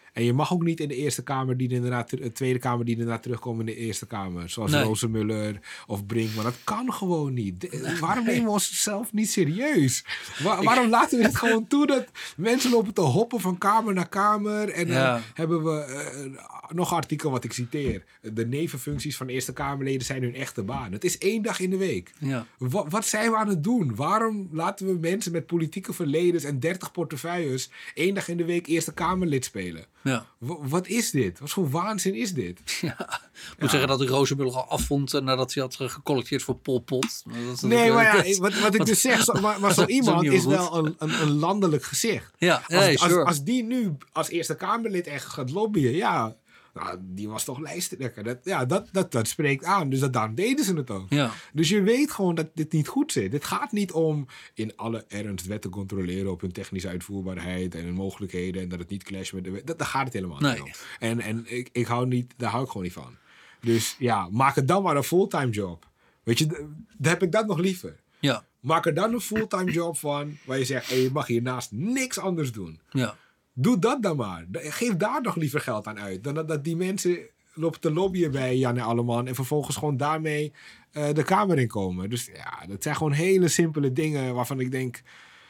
B: En je mag ook niet in de Eerste Kamer, die inderdaad, de Tweede Kamer, die inderdaad terugkomen in de Eerste Kamer. Zoals
A: Nee.
B: Rozenmuller of Brinkman. Dat kan gewoon niet. De, waarom nemen we onszelf niet serieus? Wa- waarom laten we het gewoon toe dat mensen lopen te hoppen van kamer naar kamer? En dan
A: Ja.
B: hebben we uh, nog een artikel wat ik citeer. De nevenfuncties van Eerste Kamerleden zijn hun echte baan. Het is één dag in de week.
A: Ja.
B: Wat, wat zijn we aan het doen? Waarom laten we mensen met politieke verledens en dertig portefeuilles één dag in de week Eerste Kamerlid spelen?
A: Ja.
B: W- wat is dit? Wat voor waanzin is dit?
A: Ja. Ik moet zeggen dat ik Rozenmuller al afvond uh, nadat hij had uh, gecollecteerd voor Pol Pot. Dat is
B: Nee,
A: natuurlijk,
B: maar
A: uh,
B: ja, wat, wat ik dus zeg, zo, maar, maar zo
A: dat is ook
B: iemand
A: niet
B: is
A: heel
B: wel een, een, een landelijk gezicht.
A: Ja,
B: Als,
A: nee,
B: als,
A: sure.
B: als die nu als Eerste Kamerlid echt gaat lobbyen, ja, nou, die was toch lijsttrekker. Dat, ja, dat, dat, dat spreekt aan. Dus dat, daarom deden ze het ook.
A: Ja.
B: Dus je weet gewoon dat dit niet goed zit. Dit gaat niet om in alle ernst wetten controleren op hun technische uitvoerbaarheid en hun mogelijkheden en dat het niet clasht met de wet. Dat, daar gaat het helemaal
A: Nee.
B: niet om. En, en ik, ik hou niet, daar hou ik gewoon niet van. Dus ja, maak het dan maar een fulltime job. Weet je, d- daar heb ik dat nog liever.
A: Ja.
B: Maak er dan een fulltime job van waar je zegt, hey, je mag hiernaast niks anders doen.
A: Ja.
B: Doe dat dan maar. Geef daar nog liever geld aan uit. Dan dat, dat die mensen lopen te lobbyen bij Janne Alleman en vervolgens gewoon daarmee uh, de Kamer in komen. Dus ja, dat zijn gewoon hele simpele dingen waarvan ik denk,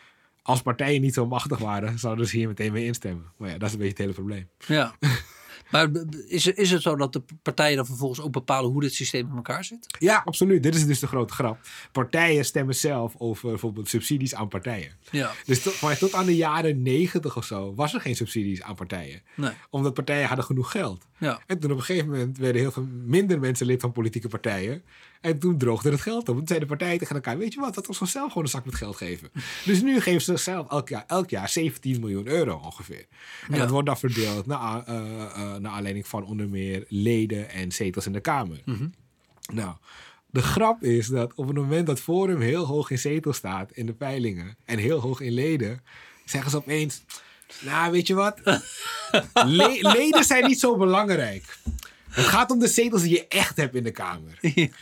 B: als partijen niet zo machtig waren, zouden ze hier meteen mee instemmen. Maar ja, dat is een beetje het hele probleem.
A: Ja. Maar is, is het zo dat de partijen dan vervolgens ook bepalen hoe dit systeem in elkaar zit?
B: Ja, absoluut. Dit is dus de grote grap. Partijen stemmen zelf over bijvoorbeeld subsidies aan partijen.
A: Ja.
B: Dus tot, maar tot aan de jaren negentig of zo was er geen subsidies aan partijen.
A: Nee.
B: Omdat partijen hadden genoeg geld.
A: Ja.
B: En toen op een gegeven moment werden heel veel minder mensen lid van politieke partijen. En toen droogde het geld op. Toen zeiden de partijen tegen elkaar, weet je wat, dat we ons zelf gewoon een zak met geld geven. Dus nu geven ze zelf elk jaar, elk jaar zeventien miljoen euro ongeveer. En
A: Ja.
B: dat wordt dan verdeeld naar, uh, uh, naar aanleiding van onder meer leden en zetels in de Kamer.
A: Mm-hmm.
B: Nou, de grap is dat op het moment dat Forum heel hoog in zetels staat in de peilingen en heel hoog in leden, zeggen ze opeens, nou weet je wat, Le- leden zijn niet zo belangrijk. Het gaat om de zetels die je echt hebt in de Kamer.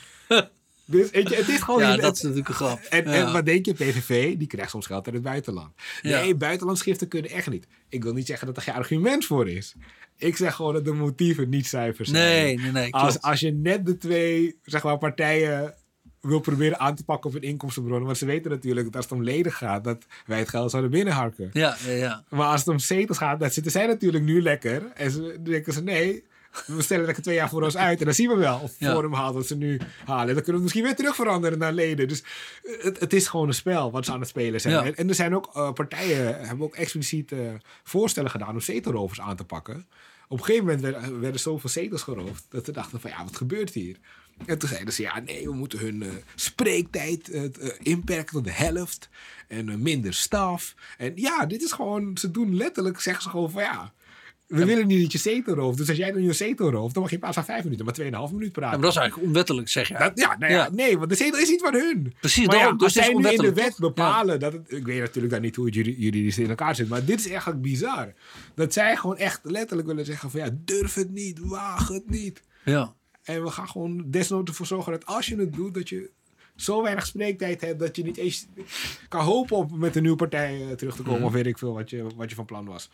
B: Dus weet je, het is gewoon...
A: Ja,
B: het-
A: dat is natuurlijk een grap.
B: En,
A: Ja.
B: en wat denk je? P V V, die krijgt soms geld uit het buitenland.
A: Ja.
B: Nee, buitenlandschriften kunnen echt niet. Ik wil niet zeggen dat er geen argument voor is. Ik zeg gewoon dat de motieven niet zuiver zijn.
A: Nee, nee, nee. Klopt.
B: Als, als je net de twee zeg maar, partijen wil proberen aan te pakken op hun inkomstenbronnen. Want ze weten natuurlijk dat als het om leden gaat, dat wij het geld zouden binnenharken.
A: Ja, ja, ja.
B: Maar als het om zetels gaat, dan zitten zij natuurlijk nu lekker. En ze dan denken ze, nee, we stellen lekker twee jaar voor ons uit. En dan zien we wel of
A: Ja.
B: Forum haalt wat ze nu halen. Dan kunnen we het misschien weer terug veranderen naar leden. Dus het, het is gewoon een spel wat ze aan het spelen zijn.
A: Ja.
B: En, en er zijn ook uh, partijen, hebben ook expliciet uh, voorstellen gedaan om zetelrovers aan te pakken. Op een gegeven moment werden, werden zoveel zetels geroofd dat ze dachten van ja, wat gebeurt hier? En toen zeiden ze, ja nee, we moeten hun uh, spreektijd uh, uh, inperken tot de helft. En uh, minder staf. En ja, dit is gewoon, ze doen letterlijk, zeggen ze gewoon van ja, we
A: Ja.
B: willen niet dat je zetel rooft. Dus als jij dan je zetel rooft, dan mag je in plaats van vijf minuten maar tweeënhalf minuut praten.
A: Ja, maar dat is eigenlijk onwettelijk, zeg je.
B: Dat- ja, nou ja,
A: Ja.
B: nee, want de zetel is niet van hun.
A: Precies,
B: maar ja,
A: daarom. Dus
B: als
A: het is
B: zij nu in de
A: onwettelijk,
B: wet
A: toch?
B: bepalen dat het... Ik weet natuurlijk dan niet hoe het juri- juridisch in elkaar zit, maar dit is eigenlijk bizar. Dat zij gewoon echt letterlijk willen zeggen van ja, durf het niet, waag het niet.
A: Ja.
B: En we gaan gewoon desnoods ervoor zorgen dat als je het doet, dat je zo weinig spreektijd hebt dat je niet eens kan hopen op met een nieuwe partij uh, terug te komen.
A: Mhm.
B: Of weet ik veel wat je, wat je van plan was.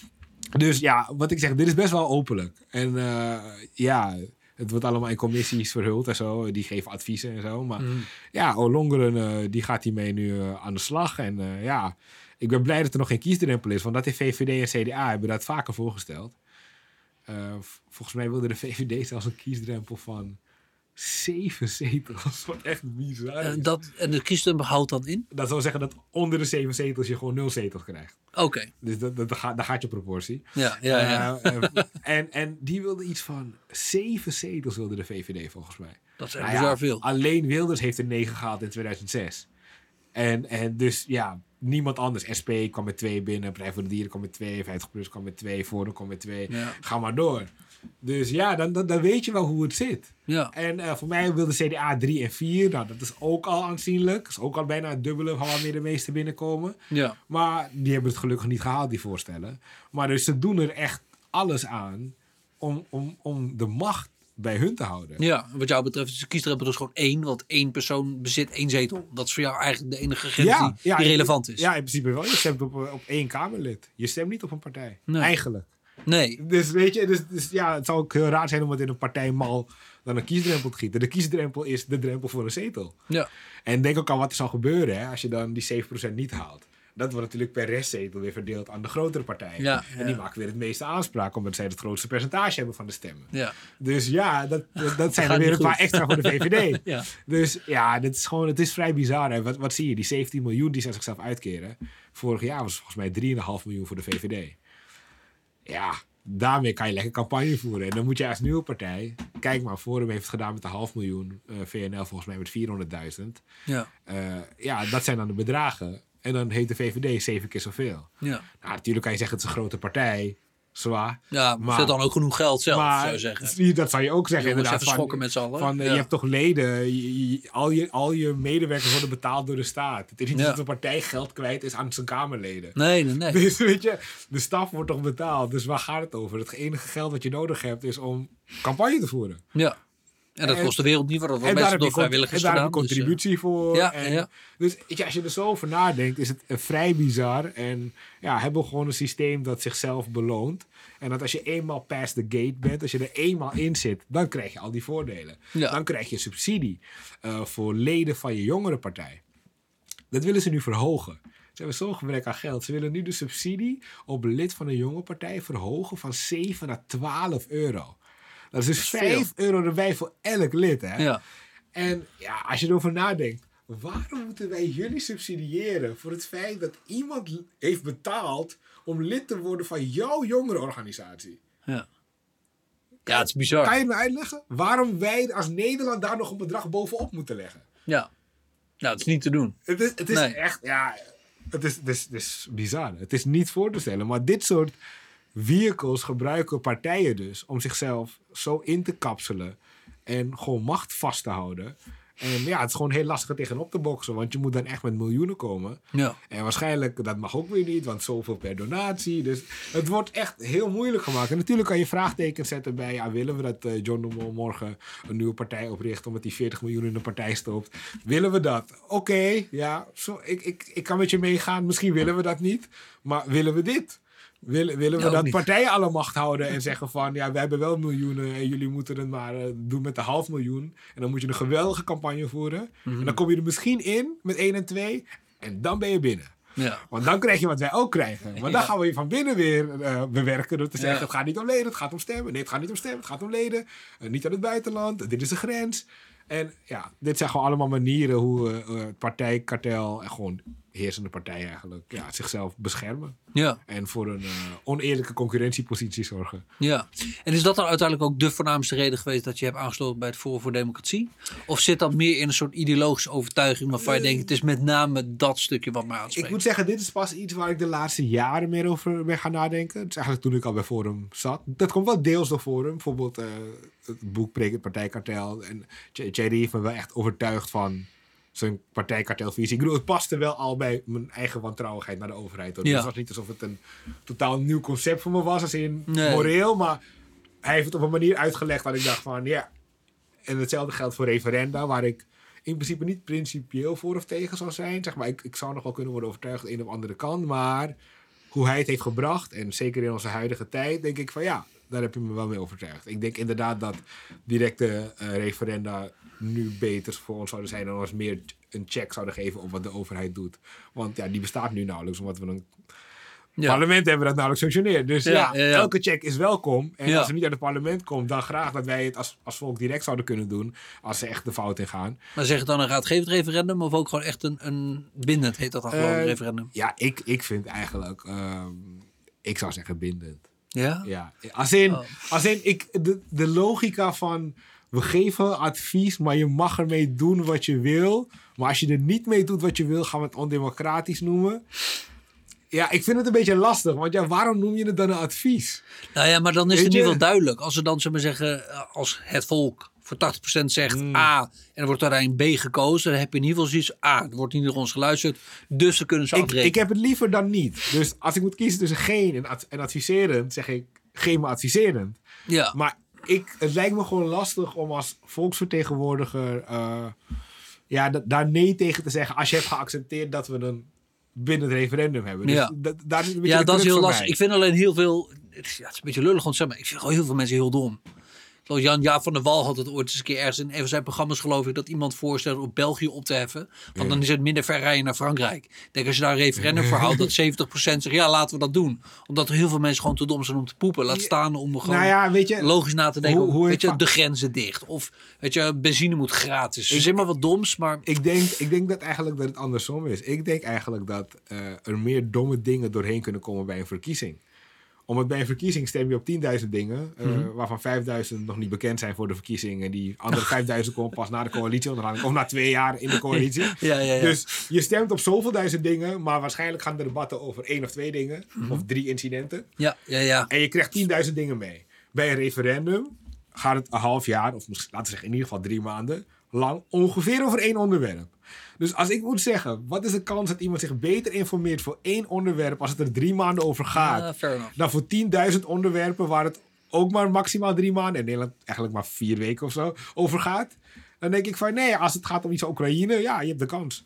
B: Dus ja, wat ik zeg, dit is best wel openlijk. En uh, ja, het wordt allemaal in commissies verhuld en zo. Die geven adviezen en zo. Maar
A: Mhm.
B: ja, Ollongren, uh, die gaat hiermee nu uh, aan de slag. En uh, ja, ik ben blij dat er nog geen kiesdrempel is. Want dat heeft V V D en C D A hebben dat vaker voorgesteld. Uh, v- volgens mij wilde de V V D zelfs een kiesdrempel van zeven zetels. Wat echt bizar is.
A: En, dat, en de kiesdrempel houdt dan in?
B: Dat wil zeggen dat onder de zeven zetels je gewoon nul zetels krijgt.
A: Oké.
B: Dus dat, dat, dat gaat, daar gaat je proportie.
A: Ja, ja, ja.
B: Uh, uh, en, en die wilde iets van zeven zetels wilde de V V D volgens mij.
A: Dat is echt
B: Nou ja,
A: bizar veel.
B: Alleen Wilders heeft er negen gehaald in tweeduizend zes. En, en dus ja, niemand anders. S P kwam met twee binnen, Partij voor de Dieren kwam met twee, vijftig plus kwam met twee, Forum kwam met twee.
A: Ja.
B: Ga maar door. Dus ja, dan, dan, dan weet je wel hoe het zit.
A: Ja.
B: En uh, voor mij wilde C D A drie en vier. Nou, dat is ook al aanzienlijk. Dat is ook al bijna het dubbele van waarmee de meeste binnenkomen.
A: Ja.
B: Maar die hebben het gelukkig niet gehaald, die voorstellen. Maar dus ze doen er echt alles aan om, om, om de macht bij hun te houden.
A: Ja, wat jou betreft is de kiesdrempel dus gewoon één, want één persoon bezit één zetel. Dat is voor jou eigenlijk de enige grens die, die
B: in-
A: relevant is.
B: Ja, in principe wel. Je stemt op, eh, op één Kamerlid. Je stemt niet op een partij.
A: Nee.
B: Eigenlijk.
A: Nee, Nee.
B: Dus weet je, dus, dus ja, het zou ook heel raar zijn om het in een partijmal dan een kiesdrempel te gieten. De kiesdrempel is de drempel voor een zetel.
A: Ja.
B: En denk ook aan wat er zal gebeuren hè, als je dan die zeven procent niet haalt. Dat wordt natuurlijk per restzetel weer verdeeld aan de grotere partijen.
A: Ja,
B: en die
A: ja.
B: maken weer het meeste aanspraak, omdat zij het grootste percentage hebben van de stemmen.
A: Ja.
B: Dus ja, dat, dat, dat zijn
A: Gaat
B: er weer
A: niet
B: een paar
A: goed.
B: extra voor de V V D.
A: Ja.
B: Dus ja, dit is gewoon, het is vrij bizar. Hè. Wat, wat zie je? Die zeventien miljoen die ze aan zichzelf uitkeren. Vorig jaar was het volgens mij drie komma vijf miljoen voor de V V D. Ja, daarmee kan je lekker campagne voeren. En dan moet je als nieuwe partij... Kijk maar, Forum heeft het gedaan met een half miljoen. Uh, V N L volgens mij met vierhonderdduizend.
A: Ja.
B: Uh, ja, dat zijn dan de bedragen. En dan heeft de V V D zeven keer zoveel.
A: Ja.
B: Nou, natuurlijk kan je zeggen, het is een grote partij. Zwaar.
A: Ja, maar zet dan ook genoeg geld zelf,
B: maar,
A: zou je zeggen.
B: Dat zou je ook zeggen.
A: Jongens,
B: inderdaad,
A: even schokken met z'n allen.
B: Van, uh,
A: ja.
B: Je hebt toch leden, je, je, al, je, al je medewerkers worden betaald door de staat. Het is niet
A: Ja.
B: dat de partij geld kwijt is aan zijn Kamerleden.
A: Nee, nee, nee.
B: Dus weet je, de staf wordt toch betaald. Dus waar gaat het over? Het enige geld wat je nodig hebt is om campagne te voeren.
A: Ja. En dat
B: En-
A: kost de wereld niet, want dat wordt
B: En daar
A: meestal
B: heb
A: door
B: je, con- en
A: vrijwilligers
B: daar heb je
A: gedaan. dus,
B: contributie voor.
A: Ja,
B: en,
A: ja.
B: Dus weet je, als je er zo over nadenkt, is het uh, vrij bizar. En ja, hebben we gewoon een systeem dat zichzelf beloont. En dat als je eenmaal past the gate bent, als je er eenmaal in zit, dan krijg je al die voordelen.
A: Ja.
B: Dan krijg je subsidie uh, voor leden van je jongere partij. Dat willen ze nu verhogen. Ze hebben zo'n gebrek aan geld. Ze willen nu de subsidie op lid van een jonge partij verhogen van zeven naar twaalf euro. Dat is dus
A: veel.
B: vijf euro erbij voor elk lid. Hè?
A: Ja.
B: En ja, als je erover nadenkt, waarom moeten wij jullie subsidiëren voor het feit dat iemand l- heeft betaald om lid te worden van jouw jongerenorganisatie?
A: Ja. Ja, het is bizar.
B: Kan je me uitleggen? Waarom wij als Nederland daar nog een bedrag bovenop moeten leggen?
A: Ja. Nou, het is niet te doen.
B: Het is, het is
A: Nee.
B: echt, ja, het is, het, is, het is bizar. Het is niet voor te stellen, maar dit soort vehicles gebruiken partijen dus om zichzelf zo in te kapselen en gewoon macht vast te houden. En ja, het is gewoon heel lastig er tegenop te boksen, want je moet dan echt met miljoenen komen.
A: Ja.
B: En waarschijnlijk, dat mag ook weer niet, want zoveel per donatie. Dus het wordt echt heel moeilijk gemaakt. En natuurlijk kan je vraagtekens zetten bij, ja, willen we dat uh, John de Mol morgen een nieuwe partij opricht, omdat hij veertig miljoen in de partij stopt? Willen we dat? Oké, okay, ja, zo, ik, ik, ik kan met je meegaan. Misschien willen we dat niet, maar willen we dit? Willen, willen we
A: Ja, ook
B: dat
A: niet.
B: partijen alle macht houden en zeggen van, ja, wij hebben wel miljoenen en jullie moeten het maar uh, doen met een half miljoen. En dan moet je een geweldige campagne voeren.
A: Mhm.
B: En dan kom je er misschien in met één en twee en dan ben je binnen.
A: Ja.
B: Want dan krijg je wat wij ook krijgen. Maar dan
A: Ja.
B: gaan we je van binnen weer uh, bewerken door te zeggen,
A: Ja.
B: het gaat niet om leden, het gaat om stemmen. Nee, het gaat niet om stemmen, het gaat om leden. Uh, niet aan het buitenland, dit is de grens. En ja, dit zijn gewoon allemaal manieren hoe uh, uh, het partijkartel en gewoon heersende partijen eigenlijk ja, zichzelf beschermen.
A: Ja.
B: En voor een uh, oneerlijke concurrentiepositie zorgen.
A: Ja. En is dat dan uiteindelijk ook de voornaamste reden geweest dat je hebt aangesloten bij het Forum voor Democratie? Of zit dat meer in een soort ideologische overtuiging waarvan je denkt, het is met name dat stukje wat mij aanspreekt?
B: Ik moet zeggen, dit is pas iets waar ik de laatste jaren meer over ben gaan nadenken. Het is eigenlijk toen ik al bij Forum zat. Dat komt wel deels door Forum. Bijvoorbeeld uh, het boek Preek het Partijkartel. En Thierry heeft me wel echt overtuigd van zijn partijkartelvisie. Ik bedoel, het paste wel al bij mijn eigen wantrouwigheid naar de overheid. Hoor.
A: Ja.
B: Dus het was niet alsof het een totaal nieuw concept voor me was, als in
A: Nee.
B: moreel. Maar hij heeft het op een manier uitgelegd dat ik dacht van, ja. En hetzelfde geldt voor referenda, waar ik in principe niet principieel voor of tegen zou zijn. Zeg maar, ik, ik zou nog wel kunnen worden overtuigd aan de een of andere kant. Maar hoe hij het heeft gebracht, en zeker in onze huidige tijd, denk ik van ja, daar heb je me wel mee overtuigd. Ik denk inderdaad dat directe uh, referenda nu beter voor ons zouden zijn dan als we meer een check zouden geven op wat de overheid doet. Want ja, die bestaat nu nauwelijks, omdat we een
A: Ja.
B: parlement hebben dat nauwelijks functioneert. Dus ja,
A: Ja, ja, ja.
B: elke check is welkom. En
A: Ja.
B: als het niet uit het parlement komt, dan graag dat wij het als, als volk direct zouden kunnen doen, als ze echt de fout in gaan.
A: Maar zeg het dan een raadgevend referendum of ook gewoon echt een, een bindend, heet dat dan gewoon,
B: Uh,
A: een referendum?
B: Ja, ik, ik vind eigenlijk, ehm, ik zou zeggen bindend.
A: Ja?
B: Ja, als in,
A: Oh.
B: als in ik, de, de logica van, we geven advies, maar je mag ermee doen wat je wil. Maar als je er niet mee doet wat je wil, gaan we het ondemocratisch noemen. Ja, ik vind het een beetje lastig, want ja, waarom noem je het dan een advies?
A: Nou ja, maar dan is
B: Weet
A: het in ieder
B: je-
A: geval duidelijk. Als ze dan, zullen we zeggen, als het volk voor tachtig procent zegt
B: Hmm.
A: A en er wordt uiteindelijk B gekozen, dan heb je in ieder geval zoiets A. Er wordt niet naar ons geluisterd, dus ze kunnen ze
B: Ik,
A: afrekenen.
B: ik heb het liever dan niet. Dus als ik moet kiezen tussen geen en, ad- en adviserend, zeg ik geen maar adviserend.
A: Ja,
B: Maar ik, het lijkt me gewoon lastig om als volksvertegenwoordiger uh, ja, da- daar nee tegen te zeggen als je hebt geaccepteerd dat we een binnen het referendum hebben. Dus
A: Ja.
B: da- daar is een beetje
A: ja
B: de
A: dat is
B: crux
A: heel
B: voor
A: lastig.
B: mij.
A: Ik vind alleen heel veel het is, ja, het is een beetje lullig om te zeggen, maar ik vind gewoon heel veel mensen heel dom. Jan Jaap van der Wal had het ooit eens een keer ergens in een van zijn programma's, geloof ik, dat iemand voorstelde op België op te heffen. Want dan is het minder ver rijden naar Frankrijk. Ik denk, als je daar een referendum voor houdt, dat zeventig procent zegt, ja, laten we dat doen. Omdat er heel veel mensen gewoon te dom zijn om te poepen. Laat staan om gewoon
B: nou ja, weet je,
A: logisch na te denken.
B: Hoe, hoe
A: weet je,
B: va-
A: de grenzen dicht. Of, weet je, benzine moet gratis. Het is maar wat doms, maar...
B: Ik denk, ik denk dat eigenlijk dat het andersom is. Ik denk eigenlijk dat uh, er meer domme dingen doorheen kunnen komen bij een verkiezing. Omdat bij een verkiezing stem je op tienduizend dingen, uh, mm-hmm. waarvan vijfduizend nog niet bekend zijn voor de verkiezing. En die andere vijfduizend komen pas na de coalitieonderhandeling of na twee jaar in de coalitie.
A: Ja, ja, ja.
B: Dus je stemt op zoveel duizend dingen, maar waarschijnlijk gaan de debatten over één of twee dingen. Mm-hmm. Of drie incidenten.
A: Ja, ja, ja.
B: En je krijgt tienduizend dingen mee. Bij een referendum gaat het een half jaar, of misschien, laten we zeggen in ieder geval drie maanden, lang ongeveer over één onderwerp. Dus als ik moet zeggen, wat is de kans dat iemand zich beter informeert voor één onderwerp als het er drie maanden over gaat,
A: uh,
B: dan voor tienduizend onderwerpen waar het ook maar maximaal drie maanden, in Nederland eigenlijk maar vier weken of zo, over gaat? Dan denk ik van nee, als het gaat om iets Oekraïne, ja, je hebt de kans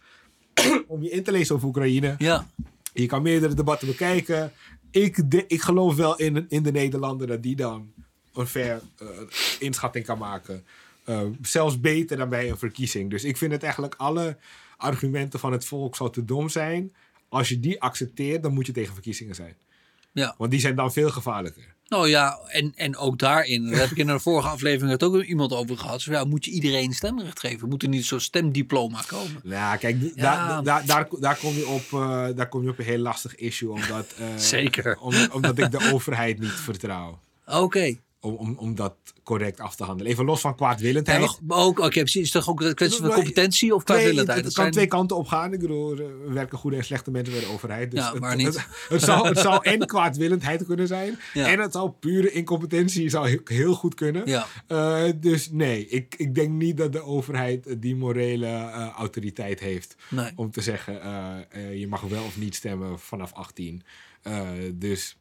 B: om je in te lezen over Oekraïne.
A: Ja.
B: Je kan meerdere debatten bekijken. Ik, de, ik geloof wel in, in de Nederlander dat die dan een fair uh, inschatting kan maken. Uh, zelfs beter dan bij een verkiezing. Dus ik vind het eigenlijk alle argumenten van het volk zou te dom zijn. Als je die accepteert, dan moet je tegen verkiezingen zijn.
A: Ja.
B: Want die zijn dan veel gevaarlijker.
A: Nou ja, en, en ook daarin, daar heb ik in de vorige aflevering het ook iemand over gehad. Dus ja, moet je iedereen stemrecht geven? Moet er niet zo'n stemdiploma komen?
B: Nou, kijk, ja. daar, daar, daar, daar, kom je op, uh, daar kom je op een heel lastig issue. Omdat, uh,
A: Zeker.
B: Om, omdat ik de overheid niet vertrouw.
A: Oké. Okay.
B: Om, om, om dat correct af te handelen. Even los van kwaadwillendheid.
A: Ja, maar ook, oké, precies. Is het toch ook een kwestie van competentie of kwaadwillendheid?
B: Het, het kan zijn... twee kanten op gaan. Ik bedoel, er werken goede en slechte mensen bij de overheid. Dus
A: ja,
B: het,
A: maar niet.
B: Het, het, het, zou, het zou en kwaadwillendheid kunnen zijn. Ja. En het zou pure incompetentie zou heel, heel goed kunnen.
A: Ja.
B: Uh, dus nee, ik, ik denk niet dat de overheid die morele uh, autoriteit heeft.
A: Nee.
B: Om te zeggen, uh, uh, je mag wel of niet stemmen vanaf achttien. Uh, dus...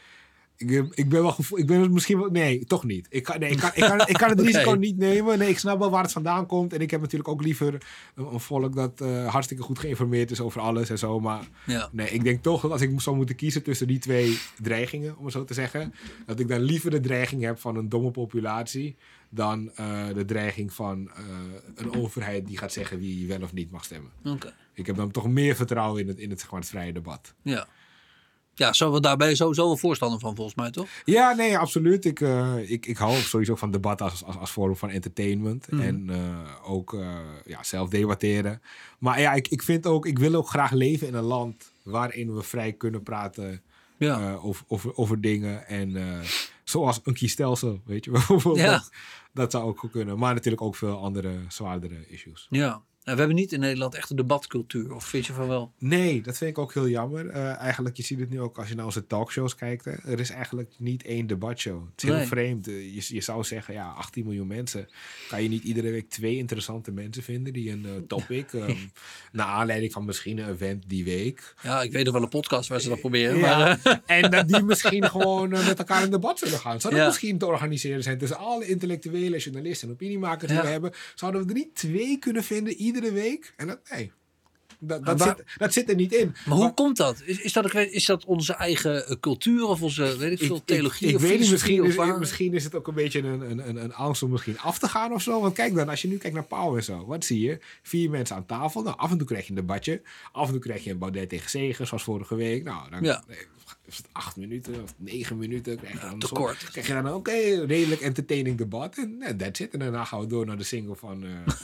B: Ik, ik ben wel gevoel, ik ben misschien wel, nee, toch niet. Ik kan, nee, ik kan, ik kan, ik kan het risico okay. niet nemen. Nee, ik snap wel waar het vandaan komt. En ik heb natuurlijk ook liever een, een volk dat uh, hartstikke goed geïnformeerd is over alles en zo. Maar
A: ja.
B: nee, ik denk toch dat als ik zou moeten kiezen tussen die twee dreigingen, om het zo te zeggen, dat ik dan liever de dreiging heb van een domme populatie dan uh, de dreiging van uh, een overheid die gaat zeggen wie wel of niet mag stemmen.
A: Okay.
B: Ik heb dan toch meer vertrouwen in het, in het, zeg maar, het vrije debat.
A: Ja. Ja, zo we daarbij sowieso wel voorstander van, volgens mij, toch?
B: Ja, nee, absoluut. Ik, uh, ik, ik hou sowieso van debat als, als, als vorm van entertainment. Mm. En uh, ook uh, ja, zelf debatteren. Maar ja, ik, ik vind ook, ik wil ook graag leven in een land waarin we vrij kunnen praten ja. uh, over, over, over dingen. En uh, zoals een kiesstelsel, weet je bijvoorbeeld. Ja. Dat, dat zou ook goed kunnen. Maar natuurlijk ook veel andere, zwaardere issues.
A: Ja. We hebben niet in Nederland echt een debatcultuur, of vind je van wel?
B: Nee, dat vind ik ook heel jammer. Uh, eigenlijk, je ziet het nu ook als je naar onze talkshows kijkt. Hè. Er is eigenlijk niet één debatshow. Het is heel nee. vreemd. Uh, je, je zou zeggen, ja, achttien miljoen mensen. Kan je niet iedere week twee interessante mensen vinden die een uh, topic, um, naar aanleiding van misschien een event die week.
A: Ja, ik weet nog wel een podcast waar ze dat proberen.
B: Ja,
A: maar, uh.
B: En dat die misschien gewoon uh, met elkaar in debat zullen gaan. Zou dat ja. misschien te organiseren zijn tussen alle intellectuele journalisten en opiniemakers die ja. we hebben. Zouden we er niet twee kunnen vinden iedere week? En dat, nee. Dat, dat,
A: maar,
B: zit, dat zit er niet in.
A: Maar, maar hoe komt dat? Is, is, dat is dat onze eigen cultuur of onze, weet ik veel, ik, theologie?
B: Ik, ik
A: of
B: weet niet, misschien is,
A: waar?
B: misschien is het ook een beetje een, een, een, een angst om misschien af te gaan of zo. Want kijk dan, als je nu kijkt naar Pauw en zo. Wat zie je? Vier mensen aan tafel. Nou, af en toe krijg je een debatje. Af en toe krijg je een Baudet tegen Segers, zoals vorige week. Nou, dan ja. is het acht minuten of negen minuten. Krijg je dan
A: ja, te kort.
B: Krijg je dan een oké, okay, redelijk entertaining debat. En yeah, that's it. En daarna gaan we door naar de single van... Uh,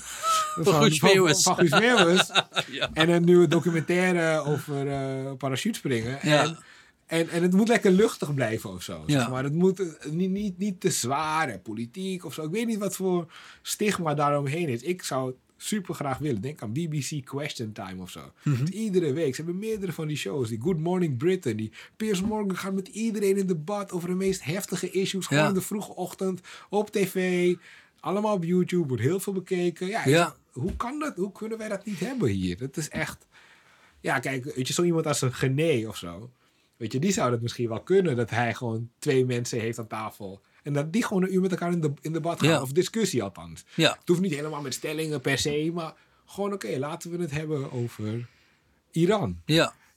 A: Van Guus Meeuwis.
B: Van Guus Meeuwis. Ja. En een nieuwe documentaire over uh, parachutespringen.
A: Ja.
B: En, en, en het moet lekker luchtig blijven of zo.
A: Ja.
B: Zeg maar het moet uh, niet, niet, niet te zwaar en politiek of zo. Ik weet niet wat voor stigma daaromheen is. Ik zou het super graag willen. Denk aan B B C Question Time of zo.
A: Mm-hmm.
B: Dus iedere week. Ze hebben meerdere van die shows. Die Good Morning Britain. Die Piers Morgan gaat met iedereen in debat over de meest heftige issues. Gewoon ja. in de vroege ochtend. Op tv. Allemaal op YouTube. Wordt heel veel bekeken. Ja,
A: ja.
B: Hoe kan dat? Hoe kunnen wij dat niet hebben hier? Dat is echt... Ja, kijk, weet je, zo iemand als een Gené of zo. Weet je, die zou dat misschien wel kunnen. Dat hij gewoon twee mensen heeft aan tafel. En dat die gewoon een uur met elkaar in, de, in debat gaan. Ja. Of discussie althans.
A: Ja.
B: Het hoeft niet helemaal met stellingen per se. Maar gewoon oké, okay, laten we het hebben over Iran.
A: Ja.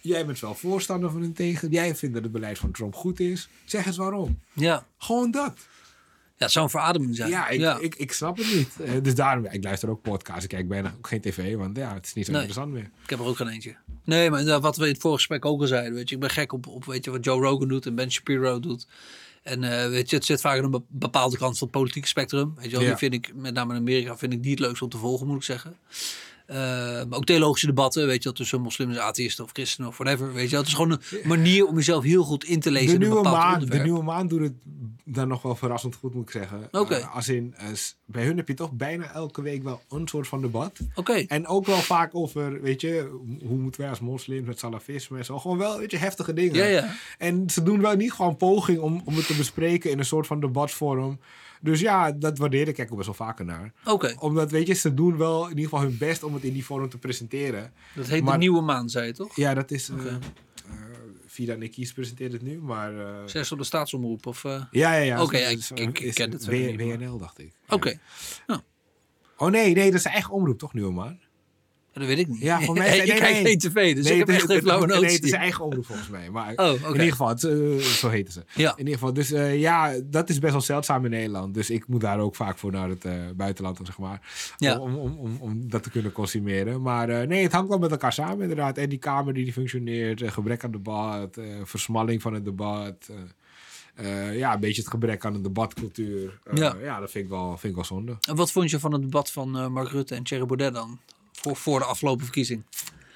B: jij bent wel voorstander van een tegen. Jij vindt dat het beleid van Trump goed is. Zeg eens waarom.
A: Ja.
B: Gewoon dat.
A: Ja, het zou een verademing zijn.
B: Ja, ik,
A: ja.
B: Ik, ik snap het niet. Uh, dus daarom, ik luister ook podcasts. Ik kijk bijna ook geen tv, want ja, het is niet zo nee, interessant meer.
A: Ik heb er ook geen eentje. Nee, maar uh, wat we in het vorige gesprek ook al zeiden. Weet je, ik ben gek op, op weet je, wat Joe Rogan doet en Ben Shapiro doet. En uh, weet je, het zit vaak aan een bepaalde kant van het politieke spectrum. Weet je wel, ja. Die vind ik, met name in Amerika, vind ik die het leukst om te volgen, moet ik zeggen. Uh, maar ook theologische debatten, weet je wel, tussen moslims, atheïsten of christenen of whatever. Weet je wel, het is gewoon een manier om jezelf heel goed in te lezen
B: de
A: in een
B: nieuwe
A: bepaald
B: maan,
A: onderwerp.
B: De nieuwe maan doet het dan nog wel verrassend goed, moet ik zeggen.
A: Oké. Okay.
B: Uh, als in, uh, bij hun heb je toch bijna elke week wel een soort van debat.
A: Oké. Okay.
B: En ook wel vaak over, weet je, hoe moeten wij als moslims met salafisme en zo. Gewoon wel, weet je, heftige dingen.
A: Ja, ja.
B: En ze doen wel niet gewoon poging om, om het te bespreken in een soort van debatvorm. Dus ja, dat waardeer ik ook best wel vaker naar.
A: Oké. Okay.
B: Omdat, weet je, ze doen wel in ieder geval hun best om het in die vorm te presenteren.
A: Dat heet
B: maar,
A: de Nieuwe Maan, zei je toch?
B: Ja, dat is...
A: Okay.
B: Uh, uh, Vida Nikies presenteert het nu, maar... Uh,
A: Zes op de staatsomroep, of... Uh...
B: Ja, ja, ja.
A: Oké, okay, ik, ik, ik ken het
B: wel niet. W N L, dacht ik.
A: Oké. Okay.
B: Ja. Oh nee, nee, dat is zijn eigen omroep, toch, Nieuwe Maan?
A: Dat weet ik niet.
B: Ja, voor mij is,
A: nee,
B: nee,
A: ik
B: nee,
A: kijk geen tv, dus
B: nee,
A: ik heb echt geen flauwe notie.
B: Nee, het is zijn eigen omroep volgens mij. Maar
A: oh, okay.
B: in ieder geval, het, uh, zo heten ze.
A: Ja.
B: In ieder geval, dus uh, ja, dat is best wel zeldzaam in Nederland. Dus ik moet daar ook vaak voor naar het uh, buitenland, zeg maar.
A: Ja.
B: Om, om, om, om dat te kunnen consumeren. Maar uh, nee, het hangt wel met elkaar samen inderdaad. En die Kamer die, die functioneert, uh, gebrek aan debat, uh, versmalling van het debat... Uh, Uh, ja, een beetje het gebrek aan een debatcultuur. Uh, ja. ja, dat vind ik, wel, vind ik wel zonde.
A: En wat vond je van het debat van uh, Mark Rutte en Thierry Baudet dan? Voor, voor de afgelopen verkiezing?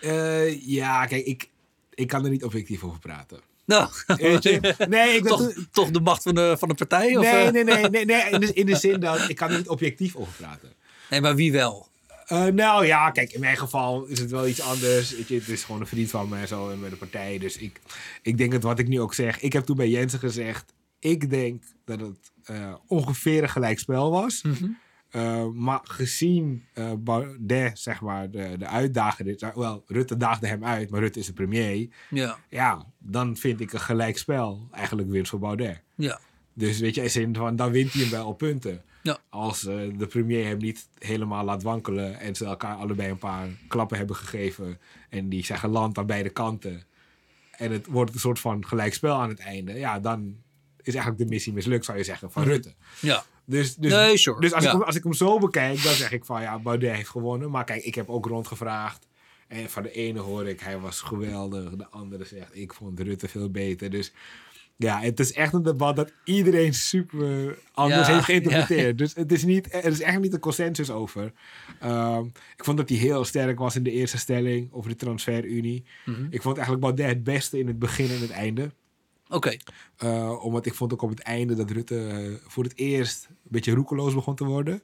B: Uh, ja, kijk, ik, ik kan er niet objectief over praten.
A: Nou,
B: weet je? Nee, ik
A: toch,
B: toen...
A: toch de macht van de, van de partij?
B: Nee,
A: of, uh?
B: nee, nee, nee, nee in, de, in de zin dat ik kan er niet objectief over praten.
A: Nee, maar wie wel?
B: Uh, nou ja, kijk, in mijn geval is het wel iets anders. Weet je, het is gewoon een vriend van mij en zo en met de partij. Dus ik, ik denk het wat ik nu ook zeg. Ik heb toen bij Jensen gezegd... Ik denk dat het uh, ongeveer een gelijkspel was.
A: Mm-hmm.
B: Uh, maar gezien uh, Baudet, zeg maar, de, de uitdager... Wel, Rutte daagde hem uit, maar Rutte is de premier.
A: Ja.
B: Ja, dan vind ik een gelijkspel eigenlijk winst voor Baudet.
A: Ja.
B: Dus weet je, in zin van, dan wint hij hem wel op punten.
A: Ja.
B: Als uh, de premier hem niet helemaal laat wankelen... en ze elkaar allebei een paar klappen hebben gegeven... en die zijn geland aan beide kanten... en het wordt een soort van gelijkspel aan het einde... ja, dan... is eigenlijk de missie mislukt, zou je zeggen, van Rutte.
A: Ja.
B: Dus, dus,
A: nee, sure.
B: dus als,
A: ja.
B: ik hem, als ik hem zo bekijk, dan zeg ik van ja, Baudet heeft gewonnen. Maar kijk, ik heb ook rondgevraagd. En van de ene hoor ik, hij was geweldig. De andere zegt, ik vond Rutte veel beter. Dus ja, het is echt een debat dat iedereen super anders ja, heeft geïnterpreteerd. Ja. Dus het is niet, er is echt niet een consensus over. Um, ik vond dat hij heel sterk was in de eerste stelling over de transferunie. Mm-hmm. Ik vond eigenlijk Baudet het beste in het begin en het einde.
A: Oké. Okay.
B: Uh, omdat ik vond ook op het einde dat Rutte uh, voor het eerst een beetje roekeloos begon te worden.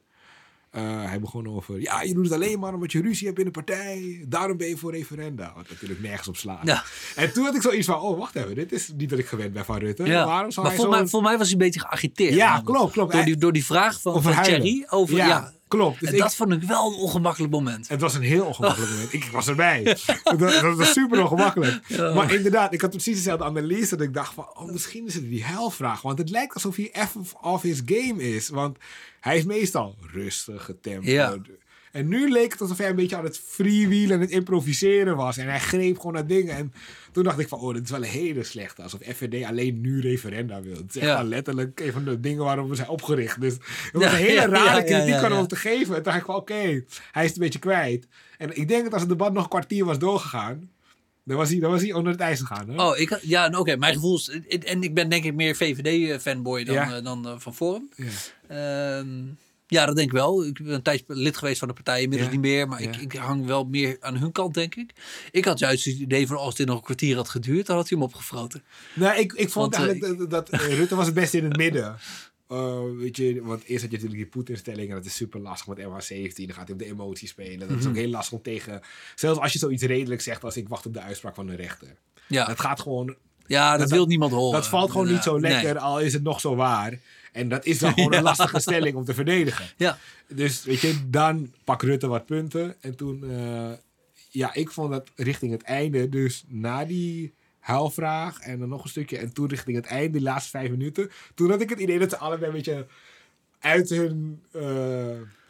B: Uh, hij begon over, ja, je doet het alleen maar omdat je ruzie hebt in de partij. Daarom ben je voor referenda. Wat natuurlijk nergens op slaat. Ja. En toen had ik zoiets van, oh, wacht even. Dit is niet wat ik gewend ben van Rutte.
A: Ja.
B: Waarom zou
A: maar
B: hij
A: volgens
B: zo...
A: mij, mij was hij een beetje geagiteerd.
B: Ja, klopt, klopt.
A: Door die, door die vraag van,
B: over
A: van Thierry. Over,
B: ja,
A: ja,
B: klopt. Dus
A: en
B: ik...
A: dat vond ik wel een ongemakkelijk moment.
B: Het was een heel ongemakkelijk oh. moment. Ik was erbij. dat, dat was super ongemakkelijk. Ja. Maar inderdaad, ik had precies dezelfde analyse. Dat ik dacht van, oh, misschien is het die helvraag. Want het lijkt alsof hij even off his game is. Want hij is meestal rustig, getemperd. Ja. En nu leek het alsof hij een beetje aan het freewheelen en het improviseren was. En hij greep gewoon naar dingen. En toen dacht ik van, oh, dit is wel een hele slechte. Alsof F V D alleen nu referenda wil. Het is echt ja. wel letterlijk een van de dingen waarom we zijn opgericht. Dus het was ja, een hele ja, rare kritiek ja, ja, ja, ja. om te geven. En toen dacht ik van, oké, okay, hij is het een beetje kwijt. En ik denk dat als het debat nog een kwartier was doorgegaan... Dan was hij, dan was hij onder het ijs gegaan. Hè?
A: Oh, ik, ja, oké. Okay, mijn gevoel is... En ik ben denk ik meer V V D-fanboy dan, ja. uh, dan uh, van Forum. Ja. Um, Ja, dat denk ik wel. Ik ben een tijdje lid geweest van de partij, inmiddels ja, niet meer. Maar ja. ik, ik hang wel meer aan hun kant, denk ik. Ik had juist het idee van als dit nog een kwartier had geduurd, dan had hij hem opgefroten.
B: Nou, ik, ik vond want, eigenlijk uh, dat, dat uh, Rutte was het beste in het midden. Uh, weet je, want eerst had je natuurlijk die Poetin-stelling en dat is super lastig met M H zeventien. Dan gaat hij op de emotie spelen. Dat mm-hmm. is ook heel lastig om tegen... Zelfs als je zoiets redelijk zegt als ik wacht op de uitspraak van de rechter.
A: Ja.
B: Het gaat gewoon...
A: Ja, dat, dat wil niemand horen.
B: Dat valt gewoon ja, niet zo lekker, nee. Al is het nog zo waar. En dat is dan gewoon ja. een lastige stelling om te verdedigen.
A: Ja.
B: Dus weet je, dan pak Rutte wat punten. En toen, uh, ja, ik vond dat richting het einde, dus na die huilvraag en dan nog een stukje. En toen richting het einde, die laatste vijf minuten. Toen had ik het idee dat ze allebei een beetje uit hun uh,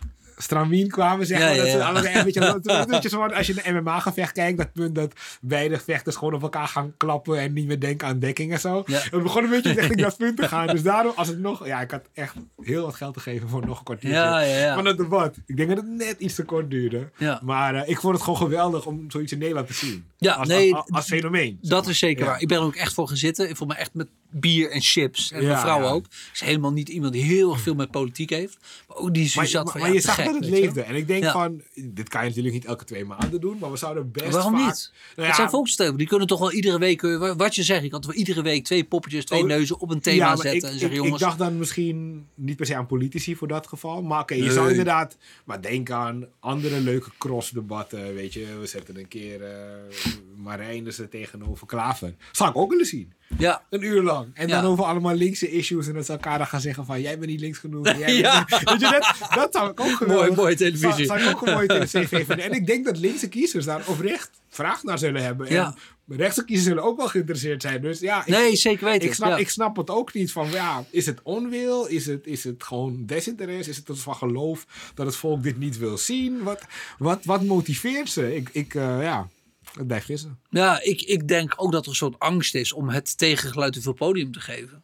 B: stramien kwamen, zeg
A: Ja,
B: maar.
A: ja,
B: Dat ze
A: ja.
B: allebei een beetje, een beetje zo van, als je een M M A-gevecht kijkt, dat punt dat beide vechters gewoon op elkaar gaan klappen en niet meer denken aan dekking en zo.
A: Ja.
B: Het begon een beetje richting dat punt te gaan. Dus daarom, als het nog... Ja, ik had echt heel wat geld te geven voor nog een kwartiertje
A: Ja, ja, ja.
B: van het debat. Ik denk dat het net iets te kort duurde.
A: Ja.
B: Maar uh, ik vond het gewoon geweldig om zoiets in Nederland te zien.
A: Ja,
B: als,
A: nee,
B: als, als fenomeen. zeg
A: Dat
B: maar.
A: is zeker
B: Ja.
A: waar. Ik ben er ook echt voor gaan zitten. Ik voel me echt met bier en chips. En
B: Ja,
A: mijn vrouw
B: ja.
A: ook. Ze is helemaal niet iemand die heel erg veel met politiek heeft. Maar ook die
B: Maar,
A: zat
B: maar,
A: van,
B: maar
A: ja,
B: je
A: te
B: zag
A: gek,
B: dat het
A: weet je wel.
B: leefde. En ik denk
A: Ja.
B: van, dit kan je natuurlijk niet elke twee maanden doen, maar we zouden best
A: Waarom
B: vaak...
A: niet?
B: Nou
A: Het zijn volkstemmen. Die kunnen toch wel iedere week, eh, wat je zegt, je kan toch wel iedere week twee poppetjes, twee
B: Oh,
A: neuzen op een thema
B: ja, maar
A: zetten.
B: ik,
A: en zeggen,
B: ik,
A: jongens,
B: ik dacht dan misschien niet per se aan politici voor dat geval. Maar oké, je
A: Nee.
B: zou inderdaad... Maar denk aan andere leuke crossdebatten, weet je. We zetten een keer uh, Marijnissen tegenover Klaver. Zou ik ook willen zien.
A: ja,
B: Een uur lang. En
A: Ja.
B: dan over allemaal linkse issues. En dat ze elkaar dan gaan zeggen van... Jij bent niet links genoeg. Jij bent
A: Ja.
B: niet- Weet je, dat, dat zou ik ook geweldig...
A: Mooi, mooie televisie.
B: Zou, zou ik ook een mooie televisie vinden. En ik denk dat linkse kiezers daar oprecht vraag naar zullen hebben.
A: Ja.
B: En rechtse kiezers zullen ook wel geïnteresseerd zijn. Dus ja... Ik,
A: nee, zeker weten.
B: ik snap,
A: ja.
B: ik snap het ook niet van, ja, is het onwil? Is het, is het gewoon desinteresse? Is het dus van geloof dat het volk dit niet wil zien? Wat, wat, wat motiveert ze? Ik, ik uh, ja, het blijft gissen.
A: Ja, ik, ik denk ook dat er een soort angst is om het tegengeluid te veel podium te geven.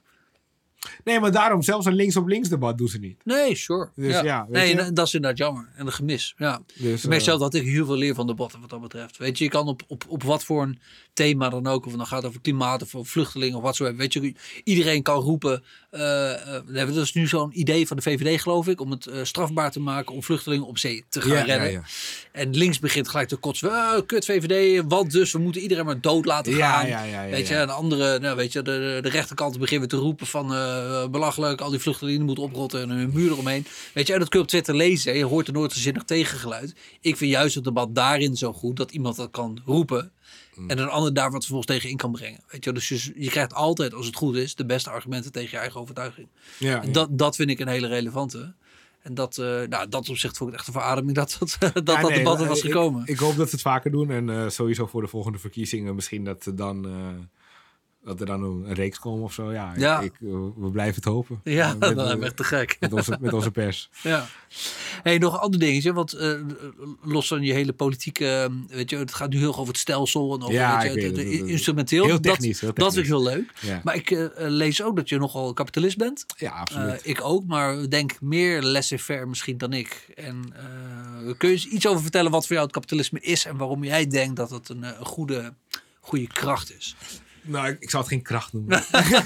B: Nee, maar daarom, zelfs een links-op-links debat doen ze niet.
A: Nee, sure.
B: Dus
A: ja.
B: ja, weet
A: nee,
B: je?
A: en dat is inderdaad jammer. En een gemis. Ja.
B: Dus,
A: ik merk
B: uh,
A: zelf dat ik heel veel leer van debatten wat dat betreft. Weet je, je kan op, op, op wat voor een thema dan ook, of het dan gaat over klimaat of over vluchtelingen of wat zo. Weet je, iedereen kan roepen. Uh, uh, dat is nu zo'n idee van de V V D, geloof ik, om het uh, strafbaar te maken om vluchtelingen op zee te gaan
B: ja,
A: redden.
B: Ja, ja.
A: En links begint gelijk te kotsen. Uh, kut V V D, want dus we moeten iedereen maar dood laten gaan.
B: Ja, ja, ja, ja,
A: weet je,
B: ja.
A: en de andere, nou, weet je, de, de rechterkant beginnen te roepen van uh, belachelijk, al die vluchtelingen moeten oprotten en een muur eromheen. Weet je, en dat kun je op Twitter lezen. Je hoort er nooit een zinnig tegengeluid. Ik vind juist het debat daarin zo goed dat iemand dat kan roepen. En een ander daar wat vervolgens tegen in kan brengen. Weet je, dus je, je krijgt altijd, als het goed is, de beste argumenten tegen je eigen overtuiging.
B: Ja,
A: En
B: ja.
A: dat, dat vind ik een hele relevante. En dat, uh, nou, dat opzicht vond ik echt een verademing dat dat, dat,
B: Ja,
A: dat
B: nee,
A: debat er
B: maar
A: was
B: ik,
A: gekomen.
B: Ik hoop dat ze het vaker doen. En uh, sowieso voor de volgende verkiezingen misschien dat er dan... Uh, dat er dan een reeks komt of zo. Ja,
A: Ja.
B: Ik, ik, uh, we blijven het hopen.
A: Ja,
B: Uh,
A: dat
B: met,
A: is
B: uh,
A: echt te gek.
B: Met onze, met onze pers.
A: Ja. Hey, nog een ander dingetje, want uh, los van je hele politieke, uh, weet je, het gaat nu heel erg over het stelsel en over
B: Ja,
A: weet je,
B: ik weet
A: het,
B: het,
A: het,
B: het, het,
A: instrumenteel.
B: heel
A: dat,
B: technisch, heel
A: dat vind ik heel leuk.
B: Ja,
A: Maar ik uh, lees ook dat je nogal kapitalist bent.
B: ja absoluut.
A: Uh, ik ook, maar ik denk meer laissez-faire misschien dan ik. En uh, kun je eens iets over vertellen wat voor jou het kapitalisme is en waarom jij denkt dat het een, een goede, goede kracht is?
B: Nou, ik, ik zou het geen kracht noemen.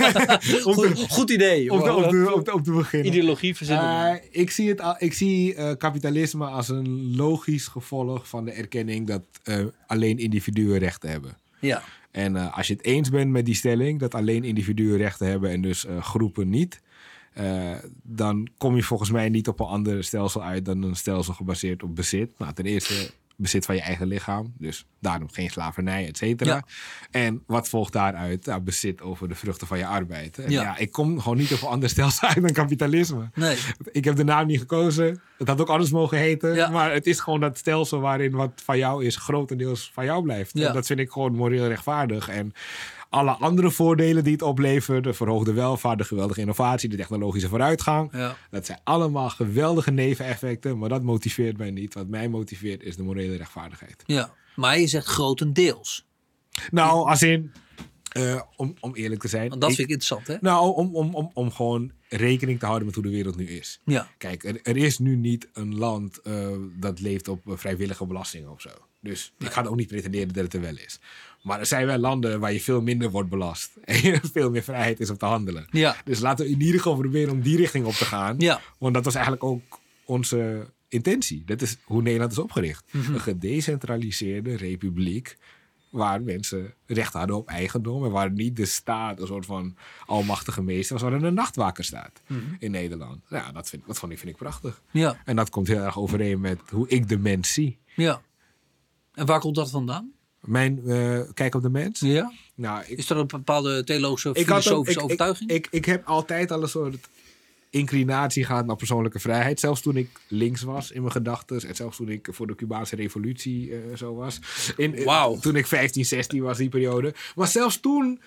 A: goed, goed idee.
B: Om te, om te, om te, om te beginnen.
A: Ideologie verzinnen.
B: Uh, ik zie, het, al- ik zie uh, kapitalisme als een logisch gevolg van de erkenning dat uh, alleen individuen rechten hebben.
A: Ja.
B: En uh, als je het eens bent met die stelling dat alleen individuen rechten hebben en dus uh, groepen niet, uh, dan kom je volgens mij niet op een ander stelsel uit dan een stelsel gebaseerd op bezit. Nou, ten eerste bezit van je eigen lichaam, dus daarom geen slavernij, et cetera.
A: Ja.
B: En wat volgt daaruit? Nou, bezit over de vruchten van je arbeid. En
A: Ja.
B: ja, ik kom gewoon niet op een ander stelsel uit dan kapitalisme.
A: Nee.
B: Ik heb de naam niet gekozen. Het had ook anders mogen heten.
A: Ja.
B: Maar het is gewoon dat stelsel waarin wat van jou is, grotendeels van jou blijft.
A: Ja.
B: En dat vind ik gewoon moreel rechtvaardig. En alle andere voordelen die het oplevert, de verhoogde welvaart, de geweldige innovatie, de technologische vooruitgang.
A: Ja.
B: Dat zijn allemaal geweldige neveneffecten. Maar dat motiveert mij niet. Wat mij motiveert is de morele rechtvaardigheid.
A: Ja. Maar je zegt grotendeels.
B: Nou, als in, uh, om, om eerlijk te zijn.
A: Want dat
B: ik-
A: vind ik interessant, hè?
B: Nou, om, om, om, om gewoon rekening te houden met hoe de wereld nu is.
A: Ja.
B: Kijk, er, er is nu niet een land uh, dat leeft op uh, vrijwillige belastingen of zo. Dus ik ga ook niet pretenderen dat het er wel is. Maar er zijn wel landen waar je veel minder wordt belast. En je veel meer vrijheid is om te handelen.
A: Ja.
B: Dus laten we in ieder geval proberen om die richting op te gaan.
A: Ja.
B: Want dat was eigenlijk ook onze intentie. Dat is hoe Nederland is opgericht.
A: Mhm.
B: Een gedecentraliseerde republiek waar mensen recht hadden op eigendom en waar niet de staat een soort van almachtige meester was, waar er een nachtwaker staat
A: Mhm.
B: in Nederland. Ja, dat, vind, dat vond ik, vind ik prachtig.
A: Ja.
B: En dat komt heel erg overeen met hoe ik de mens zie.
A: Ja. En waar komt dat vandaan?
B: Mijn uh, kijk op de mens.
A: Ja.
B: Nou, ik,
A: Is er een bepaalde theologische of
B: ik had een-
A: filosofische
B: ik-
A: overtuiging?
B: Ik, ik, ik heb altijd al een soort inclinatie gehad naar persoonlijke vrijheid. Zelfs toen ik links was in mijn gedachten. En zelfs toen ik voor de Cubaanse revolutie uh, zo was. In, in-
A: Wauw.
B: Toen ik vijftien, zestien was, die periode. Maar zelfs toen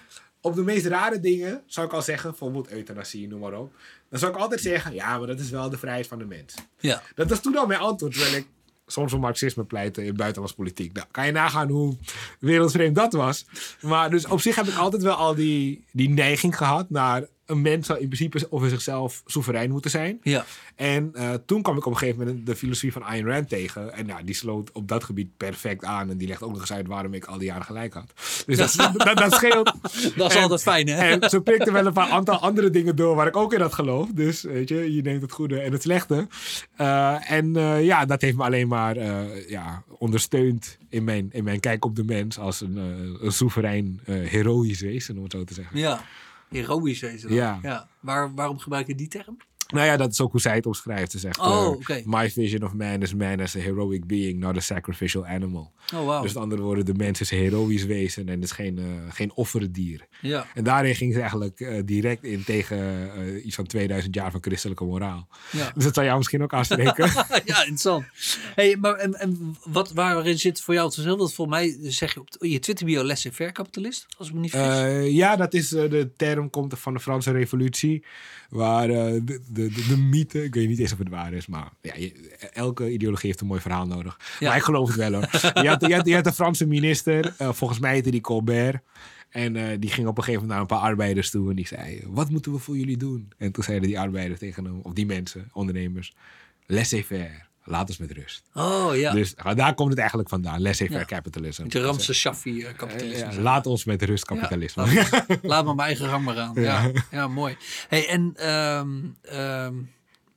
B: op de meest rare dingen zou ik al zeggen, bijvoorbeeld euthanasie, noem maar op. Dan zou ik altijd zeggen, ja, maar dat is wel de vrijheid van de mens.
A: Ja.
B: Dat was toen al mijn antwoord, terwijl ik soms voor marxisme pleitte in buitenlandse politiek. Nou, kan je nagaan hoe wereldvreemd dat was. Maar dus op zich heb ik altijd wel al die, die neiging gehad naar een mens zou in principe over zichzelf soeverein moeten zijn.
A: Ja.
B: En uh, toen kwam ik op een gegeven moment de filosofie van Ayn Rand tegen. En ja, die sloot op dat gebied perfect aan. En die legt ook nog eens uit waarom ik al die jaren gelijk had. Dus dat, dat, dat scheelt.
A: Dat is
B: en,
A: altijd fijn, hè?
B: En zo prikte wel een paar aantal andere dingen door waar ik ook in had geloofd. Dus weet je, je neemt het goede en het slechte. Uh, en uh, ja, dat heeft me alleen maar uh, ja, ondersteund in mijn, in mijn kijk op de mens als een, uh, een soeverein, uh, heroïsch wezen, om het zo te zeggen.
A: Ja. Heroïsch wezen.
B: Ja.
A: ja. Waar, waarom gebruik je die term?
B: Nou ja, dat is ook hoe zij het omschrijft. Ze zegt,
A: oh,
B: uh,
A: okay.
B: my vision of man is man as a heroic being, not a sacrificial animal.
A: Oh, wow.
B: Dus met andere woorden, de mens is een heroïsch wezen en is geen, uh, geen offerdier.
A: Ja.
B: En daarin ging ze eigenlijk uh, direct in tegen uh, iets van tweeduizend jaar van christelijke moraal.
A: Ja.
B: Dus dat zou jou misschien ook aanspreken.
A: Ja, interessant. Hey, maar en, en wat, waarin zit voor jou het verschil? Want voor mij zeg je op je Twitter-bio laissez-faire kapitalist, als ik me niet vergis.
B: Uh, ja, dat is uh, de term komt van de Franse Revolutie. Waar uh, de, de, de, de mythe, ik weet niet eens of het waar is, maar ja, je, elke ideologie heeft een mooi verhaal nodig. Ja. Maar ik geloof het wel hoor. Je had, je had, je had de Franse minister, uh, volgens mij heette die Colbert. En uh, die ging op een gegeven moment naar een paar arbeiders toe en die zei, wat moeten we voor jullie doen? En toen zeiden die arbeiders tegen hem, of die mensen, ondernemers, laissez-faire. Laat ons met rust.
A: Oh ja.
B: Dus daar komt het eigenlijk vandaan. Laissez-faire
A: ja.
B: capitalism.
A: De Ramse Shaffi uh, kapitalisme.
B: Uh, ja, laat ons met rust kapitalisme.
A: Ja, laat, laat me mijn eigen gang maar aan. Ja, ja, ja mooi. Hey, en um, um,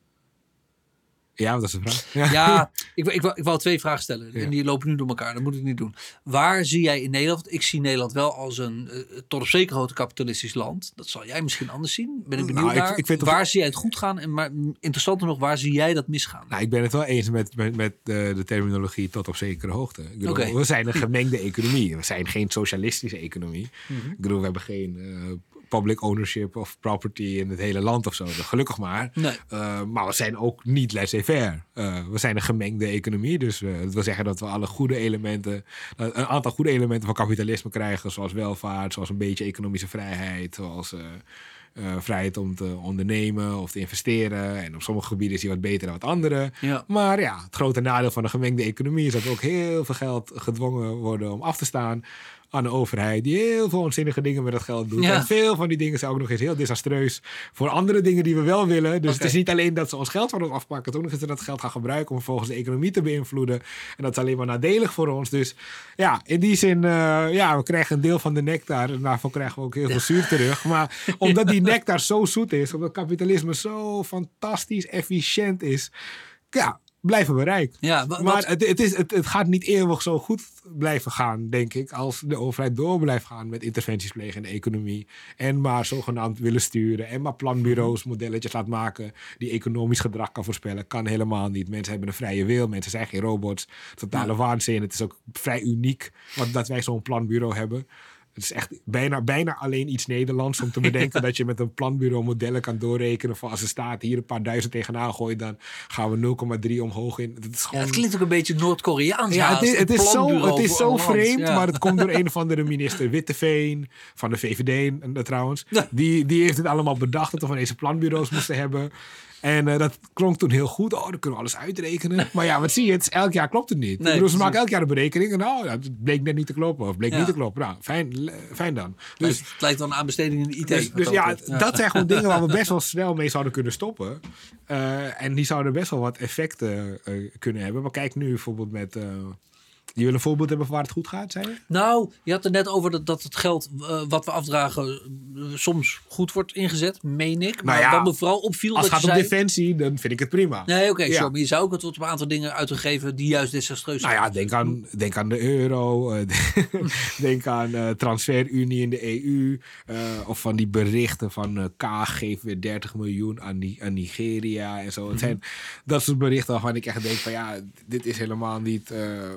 B: ja, dat is een vraag. Ja,
A: ja ik, ik, ik, ik wou twee vragen stellen.
B: Ja.
A: En die lopen nu door elkaar. Dat moet ik niet doen. Waar zie jij in Nederland... Ik zie Nederland wel als een uh, tot op zekere hoogte kapitalistisch land. Dat zal jij misschien anders zien. Ben ik benieuwd
B: nou,
A: naar.
B: Ik, ik vind
A: waar
B: toch...
A: zie jij het goed gaan? En maar interessanter nog, waar zie jij dat misgaan?
B: Nou, ik ben het wel eens met, met, met de, de terminologie tot op zekere hoogte. Ik bedoel,
A: okay.
B: We zijn een gemengde economie. We zijn geen socialistische economie. Mm-hmm. Ik bedoel, we hebben geen... Uh, public ownership of property in het hele land of zo. Gelukkig maar.
A: Nee.
B: Uh, maar we zijn ook niet laissez-faire. Uh, we zijn een gemengde economie. Dus uh, dat wil zeggen dat we alle goede elementen... Uh, een aantal goede elementen van kapitalisme krijgen. Zoals welvaart, zoals een beetje economische vrijheid. Zoals uh, uh, vrijheid om te ondernemen of te investeren. En op sommige gebieden is die wat beter dan wat andere.
A: Ja.
B: Maar ja, het grote nadeel van een gemengde economie... is dat we ook heel veel geld gedwongen worden om af te staan... aan de overheid, die heel veel onzinnige dingen met dat geld doet. Ja. En veel van die dingen zijn ook nog eens heel desastreus voor andere dingen die we wel willen. Dus okay. Het is niet alleen dat ze ons geld van ons afpakken, het is ook nog eens dat het geld gaan gebruiken om vervolgens de economie te beïnvloeden. En dat is alleen maar nadelig voor ons. Dus ja, in die zin, uh, ja, we krijgen een deel van de nectar en daarvan krijgen we ook heel veel zuur terug. Maar omdat die nectar zo zoet is, omdat kapitalisme zo fantastisch efficiënt is, ja, blijven we rijk.
A: Ja, wat,
B: maar het, het, is, het, het gaat niet eeuwig zo goed blijven gaan, denk ik, als de overheid door blijft gaan met interventies plegen in de economie. En maar zogenaamd willen sturen. En maar planbureaus, modelletjes laat maken die economisch gedrag kan voorspellen. Kan helemaal niet. Mensen hebben een vrije wil. Mensen zijn geen robots. Totale ja. waanzin. Het is ook vrij uniek wat, dat wij zo'n planbureau hebben. Het is echt bijna, bijna alleen iets Nederlands om te bedenken dat je met een planbureau modellen kan doorrekenen van als er staat hier een paar duizend tegenaan gooit, dan gaan we nul komma drie omhoog in. Het, is gewoon...
A: ja, het klinkt ook een beetje Noord-Koreaans.
B: Ja, het is, het is zo, het is zo vreemd,
A: ja.
B: maar het komt door een of andere minister Witteveen van de V V D uh, trouwens. Ja. Die, die heeft het allemaal bedacht dat we van deze planbureaus moesten hebben. En uh, dat klonk toen heel goed. Oh, dan kunnen we alles uitrekenen. Maar ja, wat zie je? Het is, elk jaar klopt het niet. Nee, bedoel, ze maken elk jaar een berekening. En nou, dat bleek net niet te kloppen. Of bleek ja. niet te kloppen. Nou, fijn, fijn dan. Dus,
A: het lijkt wel een aanbesteding in de I T.
B: Dus, dus ja, ja, dat zijn gewoon dingen waar we best wel snel mee zouden kunnen stoppen. Uh, en die zouden best wel wat effecten uh, kunnen hebben. Maar kijk nu bijvoorbeeld met... Uh, Je wil een voorbeeld hebben van waar het goed gaat, zei je?
A: Nou, je had het net over dat, dat het geld uh, wat we afdragen uh, soms goed wordt ingezet, meen ik. Maar nou ja, wat me vooral opviel...
B: Als het gaat
A: om
B: zei... defensie, dan vind ik het prima.
A: Nee, oké, okay,
B: ja.
A: sure. Maar je zou ook het tot een aantal dingen uitgeven die juist desastreus zijn.
B: Nou ja, denk aan, denk aan de euro. Uh, denk aan uh, transferunie in de E U. Uh, of van die berichten van uh, Kaag geeft weer dertig miljoen aan, die, aan Nigeria en zo. Mm-hmm. Het zijn dat soort berichten waarvan ik echt denk van ja, dit is helemaal niet... Uh,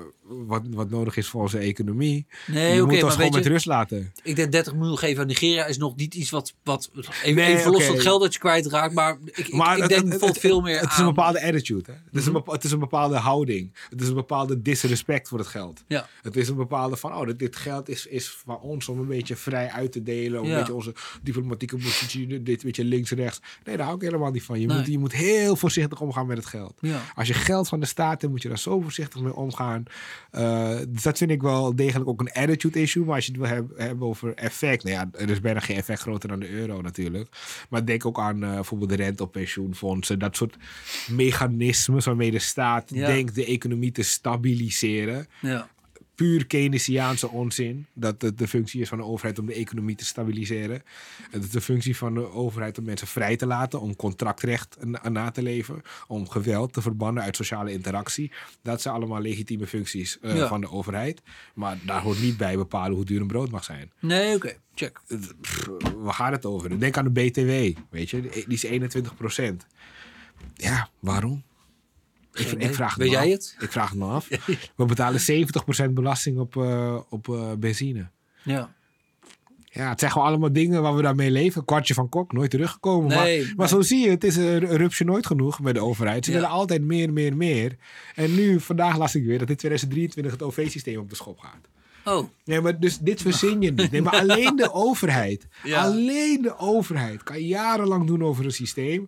B: wat, wat nodig is voor onze economie.
A: Nee,
B: je
A: oké,
B: moet
A: maar
B: ons gewoon
A: weet
B: met
A: je,
B: rust laten.
A: ik denk dertig miljoen geven aan Nigeria is nog niet iets wat... wat even,
B: Nee,
A: even los
B: oké.
A: van het geld dat je kwijtraakt. Maar ik, ik,
B: Maar
A: ik
B: het-
A: denk
B: het-
A: bijvoorbeeld
B: het-
A: veel meer
B: Het is
A: aan...
B: een bepaalde attitude. Hè? Het, is een
A: Mhm.
B: bepa- het is een bepaalde houding. Het is een bepaalde disrespect voor het geld.
A: Ja.
B: Het is een bepaalde van, oh, dit, dit geld is, is van ons om een beetje vrij uit te delen. Om
A: Ja.
B: een beetje onze diplomatieke positie, dit beetje links, rechts. Nee, daar hou ik helemaal niet van. Je,
A: Nee.
B: moet, je moet heel voorzichtig omgaan met het geld.
A: Ja.
B: Als je geld van de staat hebt, moet je daar zo voorzichtig mee omgaan. Uh, dus dat vind ik wel degelijk ook een attitude issue. Maar als je het wil hebben, hebben over effect. Nou ja, er is bijna geen effect groter dan de euro natuurlijk. Maar denk ook aan uh, bijvoorbeeld de rente op pensioenfondsen. Dat soort mechanismes waarmee de staat
A: Ja.
B: denkt de economie te stabiliseren.
A: Ja.
B: Puur Keynesiaanse onzin. Dat het de functie is van de overheid om de economie te stabiliseren. Het is de functie van de overheid om mensen vrij te laten. Om contractrecht na, na te leven. Om geweld te verbannen uit sociale interactie. Dat zijn allemaal legitieme functies uh,
A: Ja.
B: van de overheid. Maar daar hoort niet bij bepalen hoe duur een brood mag zijn.
A: Nee, oké. Okay. Check.
B: Pff, waar gaat het over? Denk aan de B T W. Weet je, die is eenentwintig procent. Ja, waarom? Ik, ik vraag het
A: Weet
B: me
A: jij
B: af.
A: het?
B: Ik vraag het me af. We betalen zeventig procent belasting op, uh, op uh, benzine.
A: Ja.
B: Ja, het zijn gewoon allemaal dingen waar we daarmee leven. Een kwartje van kok, nooit teruggekomen.
A: Nee,
B: maar, maar
A: nee.
B: zo zie je, het is een rupsje nooit genoeg met de overheid. Ze
A: Ja.
B: willen altijd meer, meer, meer. En nu, vandaag las ik weer dat in tweeduizend drieëntwintig het O V-systeem op de schop gaat.
A: Oh.
B: Nee, maar dus dit verzin je niet. Nee, maar alleen de overheid.
A: Ja.
B: Alleen de overheid kan jarenlang doen over een systeem.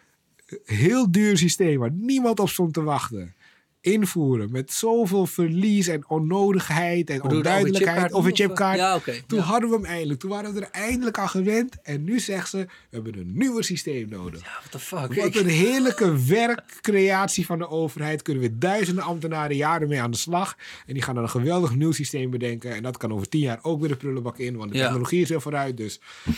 B: Heel duur systeem waar niemand op stond te wachten. Invoeren met zoveel verlies en onnodigheid en
A: Bedoel je
B: onduidelijkheid.
A: over
B: Of een chipkaart.
A: Ja, oké. Okay.
B: Toen
A: Ja.
B: hadden we hem eindelijk. Toen waren we er eindelijk aan gewend. En nu zegt ze, we hebben een nieuw systeem nodig.
A: Ja, what the fuck.
B: Wat een heerlijke werkcreatie van de overheid. Kunnen we duizenden ambtenaren jaren mee aan de slag. En die gaan dan een geweldig nieuw systeem bedenken. En dat kan over tien jaar ook weer de prullenbak in. Want de
A: Ja.
B: technologie is er vooruit. Dus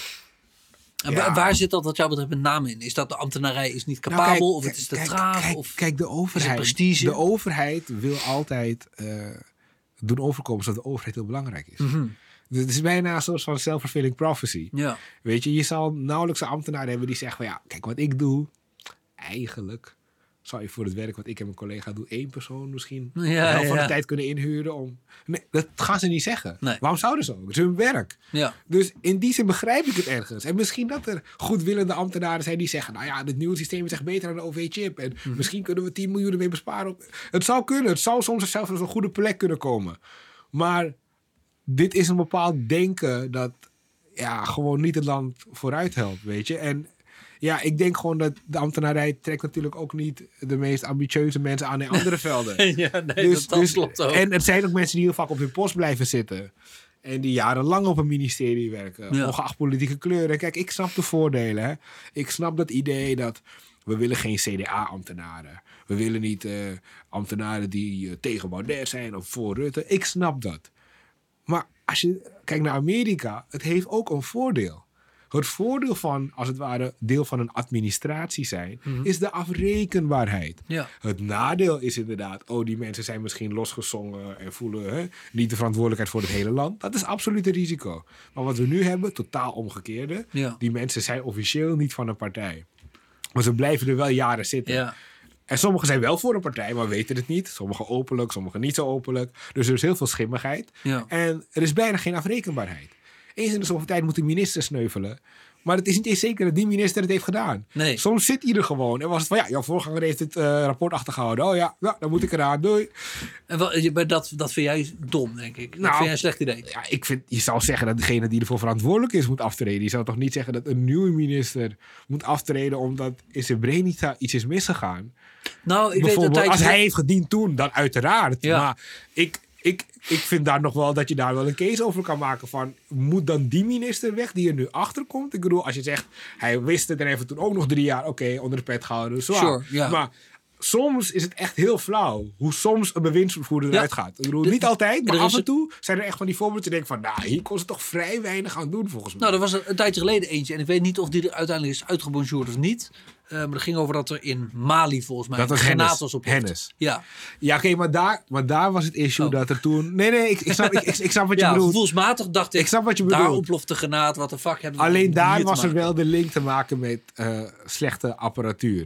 A: En
B: ja.
A: waar zit dat wat jou betreft met name in? Is dat de ambtenarij is niet
B: Nou,
A: capabel?
B: kijk,
A: of het is te
B: kijk,
A: traag?
B: Kijk,
A: of
B: kijk, de overheid.
A: prestige?
B: De overheid wil altijd uh, doen overkomen zodat de overheid heel belangrijk is.
A: Mm-hmm.
B: Dus het is bijna een soort van self-fulfilling prophecy.
A: Ja.
B: Weet je, je zal nauwelijks een ambtenaar hebben die zegt van ja, kijk wat ik doe. Eigenlijk zou je voor het werk wat ik en mijn collega doen één persoon misschien
A: Ja,
B: de helft
A: ja,
B: van de
A: ja.
B: tijd kunnen inhuren om. Nee, dat gaan ze niet zeggen.
A: Nee.
B: Waarom zouden ze ook? Het is hun werk.
A: Ja.
B: Dus in die zin begrijp ik het ergens. En misschien dat er goedwillende ambtenaren zijn die zeggen, nou ja, dit nieuwe systeem is echt beter dan de O V-chip. En
A: Mhm.
B: misschien kunnen we tien miljoen ermee besparen. Op... Het zou kunnen. Het zou soms zelfs op een goede plek kunnen komen. Maar dit is een bepaald denken dat ja, gewoon niet het land vooruit helpt, weet je. En ja, ik denk gewoon dat de ambtenarij trekt natuurlijk ook niet de meest ambitieuze mensen aan in andere velden.
A: Ja, nee, dat, dat klopt ook.
B: En het zijn ook mensen die heel vaak op hun post blijven zitten. En die jarenlang op een ministerie werken.
A: Ja.
B: Ongeacht politieke kleuren. Kijk, ik snap de voordelen. Hè. Ik snap dat idee dat we willen geen C D A-ambtenaren. We willen niet uh, ambtenaren die uh, tegen Baudet zijn of voor Rutte. Ik snap dat. Maar als je kijkt naar Amerika, het heeft ook een voordeel. Het voordeel van, als het ware, deel van een administratie zijn, mm-hmm. is de afrekenbaarheid.
A: Ja.
B: Het nadeel is inderdaad, oh, die mensen zijn misschien losgezongen en voelen hè, niet de verantwoordelijkheid voor het hele land. Dat is absoluut een risico. Maar wat we nu hebben, totaal omgekeerde.
A: Ja.
B: Die mensen zijn officieel niet van een partij. Maar ze blijven er wel jaren zitten.
A: Ja.
B: En sommigen zijn wel voor een partij, maar weten het niet. Sommigen openlijk, sommigen niet zo openlijk. Dus er is heel veel schimmigheid.
A: Ja.
B: En er is bijna geen afrekenbaarheid. Eens in de zoveel tijd moet de minister sneuvelen. Maar het is niet eens zeker dat die minister het heeft gedaan.
A: Nee.
B: Soms zit hij er gewoon. En was het van, ja, jouw voorganger heeft het uh, rapport achtergehouden. Oh ja, nou, dan moet ik eraan. Doei.
A: En wat, maar dat, dat vind jij dom, denk ik. Dat
B: Nou,
A: vind jij een slecht idee.
B: Ja, ik vind, je zou zeggen dat degene die ervoor verantwoordelijk is moet aftreden. Je zou toch niet zeggen dat een nieuwe minister moet aftreden omdat in Srebrenica iets is misgegaan.
A: Nou, ik weet dat
B: Bijvoorbeeld, als
A: tijd...
B: hij heeft gediend toen, dan uiteraard.
A: Ja.
B: Maar ik, ik, ik vind daar nog wel dat je daar wel een case over kan maken van, moet dan die minister weg die er nu achter komt? Ik bedoel, als je zegt, hij wist het en heeft het toen ook nog drie jaar, oké, okay, onder de pet gehouden, zwaar.
A: Sure, ja.
B: Maar soms is het echt heel flauw hoe soms een bewindsvoerder
A: Ja.
B: eruit gaat. Ik bedoel,
A: De-
B: niet altijd, maar
A: er
B: af
A: is
B: en
A: het-
B: toe zijn er echt van die voorbeelden dat je denkt van, nou, hier kon ze toch vrij weinig aan doen volgens mij.
A: Nou, er was een, een tijdje geleden eentje. En ik weet niet of die er uiteindelijk is uitgebonjourd of niet. Uh, maar het ging over dat er in Mali volgens mij
B: Dat was
A: een granaat
B: Hennis.
A: was op.
B: Hennis.
A: Ja,
B: Ja, oké, maar, daar, maar daar was het issue
A: Oh.
B: dat er toen... Nee, nee, ik, ik, snap, ik, ik, ik snap wat je
A: ja
B: bedoelt.
A: gevoelsmatig dacht ik,
B: Ik snap wat je
A: daar
B: bedoelt.
A: ontploft de granaat. Wat de fuck hebben we
B: Alleen
A: hier
B: daar
A: te
B: was er
A: maken?
B: wel de link te maken met uh, slechte apparatuur.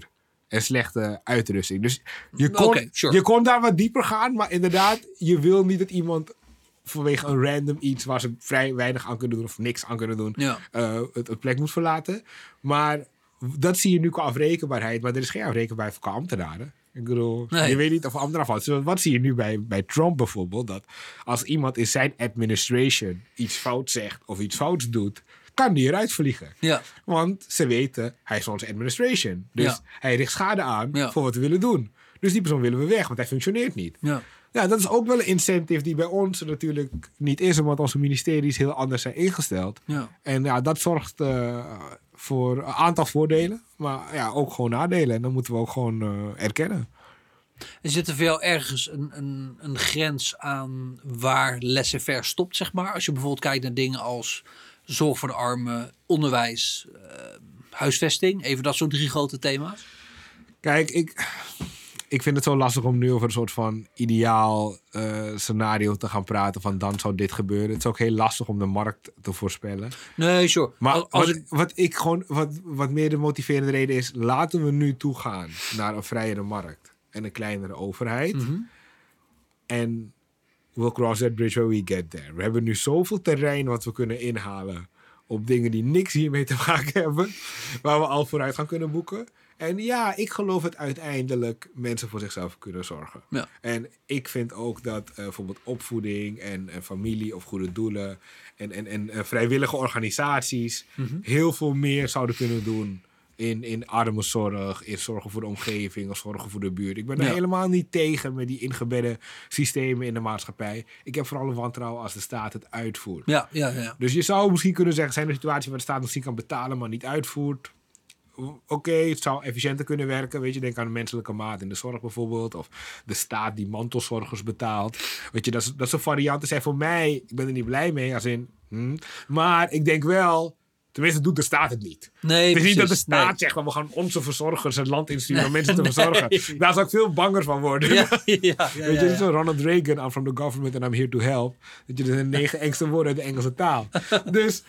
B: en slechte uitrusting. Dus je kon,
A: okay, sure.
B: je kon daar wat dieper gaan, maar inderdaad, je wil niet dat iemand vanwege een random iets waar ze vrij weinig aan kunnen doen of niks aan kunnen doen,
A: ja.
B: uh, het, het plek moet verlaten. Maar dat zie je nu qua afrekenbaarheid, maar er is geen afrekenbaarheid voor ambtenaren. Ik bedoel,
A: nee.
B: je weet niet of ambtenaren valt. Dus wat zie je nu bij, bij Trump bijvoorbeeld? Dat als iemand in zijn administration iets fout zegt of iets fouts doet, kan die eruit vliegen.
A: Ja.
B: Want ze weten, hij is onze administration. Dus
A: ja.
B: hij richt schade aan
A: ja.
B: voor wat we willen doen. Dus die persoon willen we weg, want hij functioneert niet.
A: Ja.
B: Ja, dat is ook wel een incentive die bij ons natuurlijk niet is, omdat onze ministeries heel anders zijn ingesteld.
A: Ja.
B: En ja, dat zorgt uh, voor een aantal voordelen, maar ja, ook gewoon nadelen. En dat moeten we ook gewoon uh, erkennen.
A: Er zit er veel ergens een, een, een grens aan waar laissez-faire stopt, zeg maar. Als je bijvoorbeeld kijkt naar dingen als zorg voor de armen, onderwijs, uh, huisvesting. Even dat soort drie grote thema's.
B: Kijk, ik, ik vind het zo lastig om nu over een soort van ideaal uh, scenario te gaan praten. Van dan zou dit gebeuren. Het is ook heel lastig om de markt te voorspellen.
A: Nee, sure.
B: Maar
A: als, als
B: wat,
A: ik...
B: wat ik gewoon, wat, wat meer de motiverende reden is, laten we nu toegaan naar een vrijere markt en een kleinere overheid.
A: Mm-hmm.
B: En we'll cross that bridge when we get there. We hebben nu zoveel terrein wat we kunnen inhalen op dingen die niks hiermee te maken hebben, waar we al vooruit gaan kunnen boeken. En ja, ik geloof het uiteindelijk mensen voor zichzelf kunnen zorgen.
A: Ja.
B: En ik vind ook dat uh, bijvoorbeeld opvoeding en, en familie of goede doelen en, en, en uh, vrijwillige organisaties mm-hmm. heel veel meer zouden kunnen doen in, in armenzorg, in zorgen voor de omgeving of zorgen voor de buurt. Ik ben er ja. helemaal niet tegen met die ingebedde systemen in de maatschappij. Ik heb vooral een wantrouwen als de staat het uitvoert.
A: Ja, ja, ja.
B: Dus je zou misschien kunnen zeggen, zijn er situaties waar de staat misschien kan betalen, maar niet uitvoert. Oké, okay, het zou efficiënter kunnen werken. Weet je, denk aan de menselijke maat in de zorg bijvoorbeeld. Of de staat die mantelzorgers betaalt. Weet je, dat, dat soort varianten zijn voor mij, ik ben er niet blij mee, als in, hmm, maar ik denk wel, tenminste doet de staat het niet.
A: Nee,
B: het is
A: precies,
B: niet dat de staat
A: nee.
B: zegt, we gaan onze verzorgers het land insturen om mensen te nee. verzorgen. Daar zou ik veel banger van worden.
A: Ja, ja, ja,
B: weet je, ja, ja. zo Ronald Reagan, I'm from the government and I'm here to help. Weet je, dat zijn de negen engste woorden uit de Engelse taal. Dus,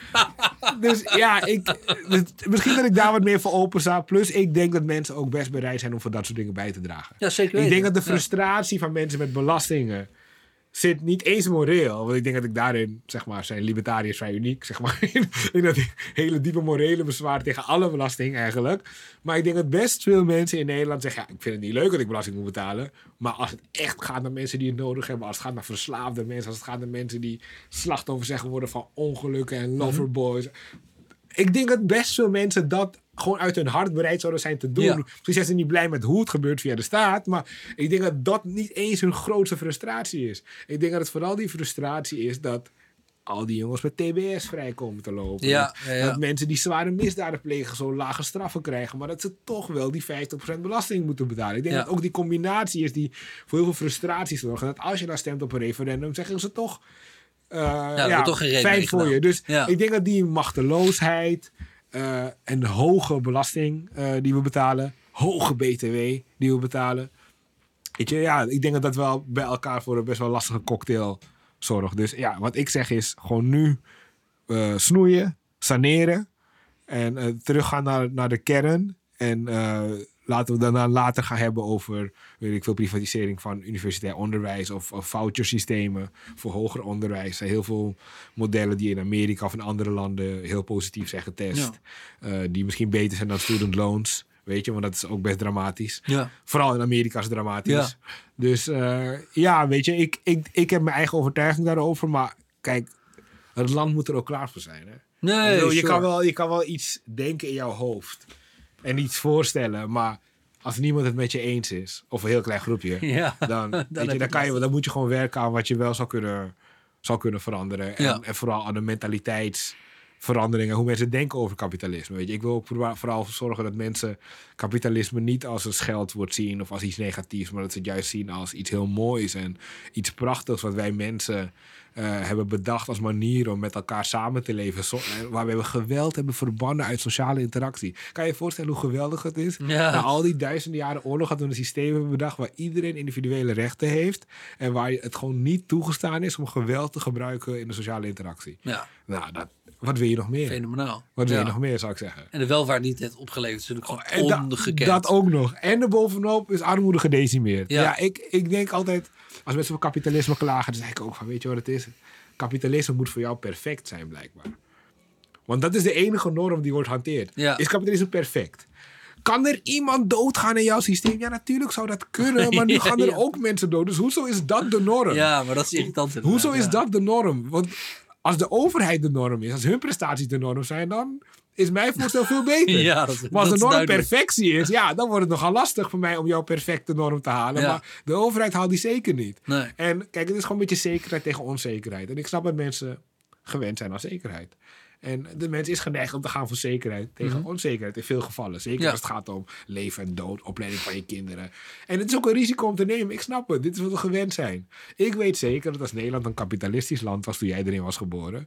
B: dus ja, ik, misschien dat ik daar wat meer voor open sta. Plus ik denk dat mensen ook best bereid zijn om voor dat soort dingen bij te dragen.
A: Ja, zeker
B: ik
A: weten.
B: denk dat de frustratie ja. van mensen met belastingen zit niet eens moreel. Want ik denk dat ik daarin, zeg maar, zijn libertariërs vrij uniek. Zeg maar, in, in dat hele diepe morele bezwaar tegen alle belasting eigenlijk. Maar ik denk dat best veel mensen in Nederland zeggen, ja, ik vind het niet leuk dat ik belasting moet betalen. Maar als het echt gaat naar mensen die het nodig hebben, als het gaat naar verslaafde mensen, als het gaat naar mensen die slachtoffer zijn geworden van ongelukken en loverboys. Mm-hmm. Ik denk dat best veel mensen dat gewoon uit hun hart bereid zouden zijn te doen. Ja. Misschien zijn ze niet blij met hoe het gebeurt via de staat. Maar ik denk dat dat niet eens hun grootste frustratie is. Ik denk dat het vooral die frustratie is dat al die jongens met T B S vrij komen te lopen.
A: Ja, ja, ja.
B: Dat mensen die zware misdaden plegen zo lage straffen krijgen. Maar dat ze toch wel die vijftig procent belasting moeten betalen. Ik denk ja. dat ook die combinatie is die voor heel veel frustratie zorgt. En dat als je dan stemt op een referendum, zeggen ze toch Uh, ja,
A: ja, toch geen
B: fijn voor je. Dus
A: ja.
B: ik denk dat die machteloosheid uh, en de hoge belasting uh, die we betalen, hoge B T W die we betalen, weet je, ja, ik denk dat dat wel bij elkaar voor een best wel lastige cocktail zorgt. Dus ja, wat ik zeg is gewoon nu uh, snoeien, saneren en uh, teruggaan naar, naar de kern en uh, laten we daarna later gaan hebben over, weet ik veel, privatisering van universitair onderwijs of, of vouchersystemen voor hoger onderwijs. Er zijn heel veel modellen die in Amerika of in andere landen heel positief zijn getest. Ja. Uh, die misschien beter zijn dan student loans. Weet je, want dat is ook best dramatisch. Ja. Vooral in Amerika is het dramatisch. Ja. Dus uh, ja, weet je, ik, ik, ik heb mijn eigen overtuiging daarover. Maar kijk, het land moet er ook klaar voor zijn. Hè?
A: Nee,
B: bedoel, je,
A: sure.
B: kan wel, je kan wel iets denken in jouw hoofd. En iets voorstellen, maar als niemand het met je eens is, of een heel klein groepje, ja, dan, dan, weet je, dan, kan je, dan moet je gewoon werken aan wat je wel zou kunnen, zou kunnen veranderen. En, ja. en vooral aan de mentaliteitsveranderingen, hoe mensen denken over kapitalisme. Weet je. Ik wil ook vooral zorgen dat mensen kapitalisme niet als een scheldwoord zien of als iets negatiefs, maar dat ze het juist zien als iets heel moois en iets prachtigs wat wij mensen Uh, hebben bedacht als manier om met elkaar samen te leven. Zo, uh, waar we hebben geweld hebben verbannen uit sociale interactie. Kan je je voorstellen hoe geweldig het is? Ja. Na al die duizenden jaren oorlog hadden we een systeem hebben bedacht waar iedereen individuele rechten heeft. En waar het gewoon niet toegestaan is om geweld te gebruiken in de sociale interactie. Ja. Nou, dat, wat wil je nog meer?
A: Fenomenaal.
B: Wat wil
A: ja.
B: je nog meer, zou ik zeggen.
A: En de welvaart die het heeft opgeleverd is natuurlijk
B: Oh,
A: gewoon
B: en
A: ongekend.
B: Da, dat ook nog. En erbovenop is armoede gedecimeerd.
A: Ja,
B: ja ik, ik denk altijd, als mensen over kapitalisme klagen, dan zeg ik ook van, weet je wat het is? Kapitalisme moet voor jou perfect zijn, blijkbaar. Want dat is de enige norm die wordt hanteerd.
A: Ja.
B: Is kapitalisme perfect? Kan er iemand doodgaan in jouw systeem? Ja, natuurlijk zou dat kunnen, maar nu gaan er
A: ja.
B: ook mensen dood. Dus hoezo is dat de norm?
A: Ja, maar dat is irritant.
B: Hoezo is
A: ja.
B: dat de norm? Want als de overheid de norm is, als hun prestaties de norm zijn, dan is mijn voorstel veel beter.
A: Ja, dat,
B: maar als
A: dat
B: de norm
A: duidelijk.
B: perfectie is, ja, dan wordt het nogal lastig voor mij om jouw perfecte norm te halen.
A: Ja.
B: Maar de overheid haalt die zeker niet.
A: Nee.
B: En kijk, het is gewoon een beetje zekerheid tegen onzekerheid. En ik snap dat mensen gewend zijn aan zekerheid. En de mens is geneigd om te gaan voor zekerheid tegen
A: Mhm.
B: onzekerheid in veel gevallen. Zeker
A: Ja.
B: als het gaat om leven en dood, opleiding van je kinderen. En het is ook een risico om te nemen. Ik snap het. Dit is wat we gewend zijn. Ik weet zeker dat als Nederland een kapitalistisch land was toen jij erin was geboren,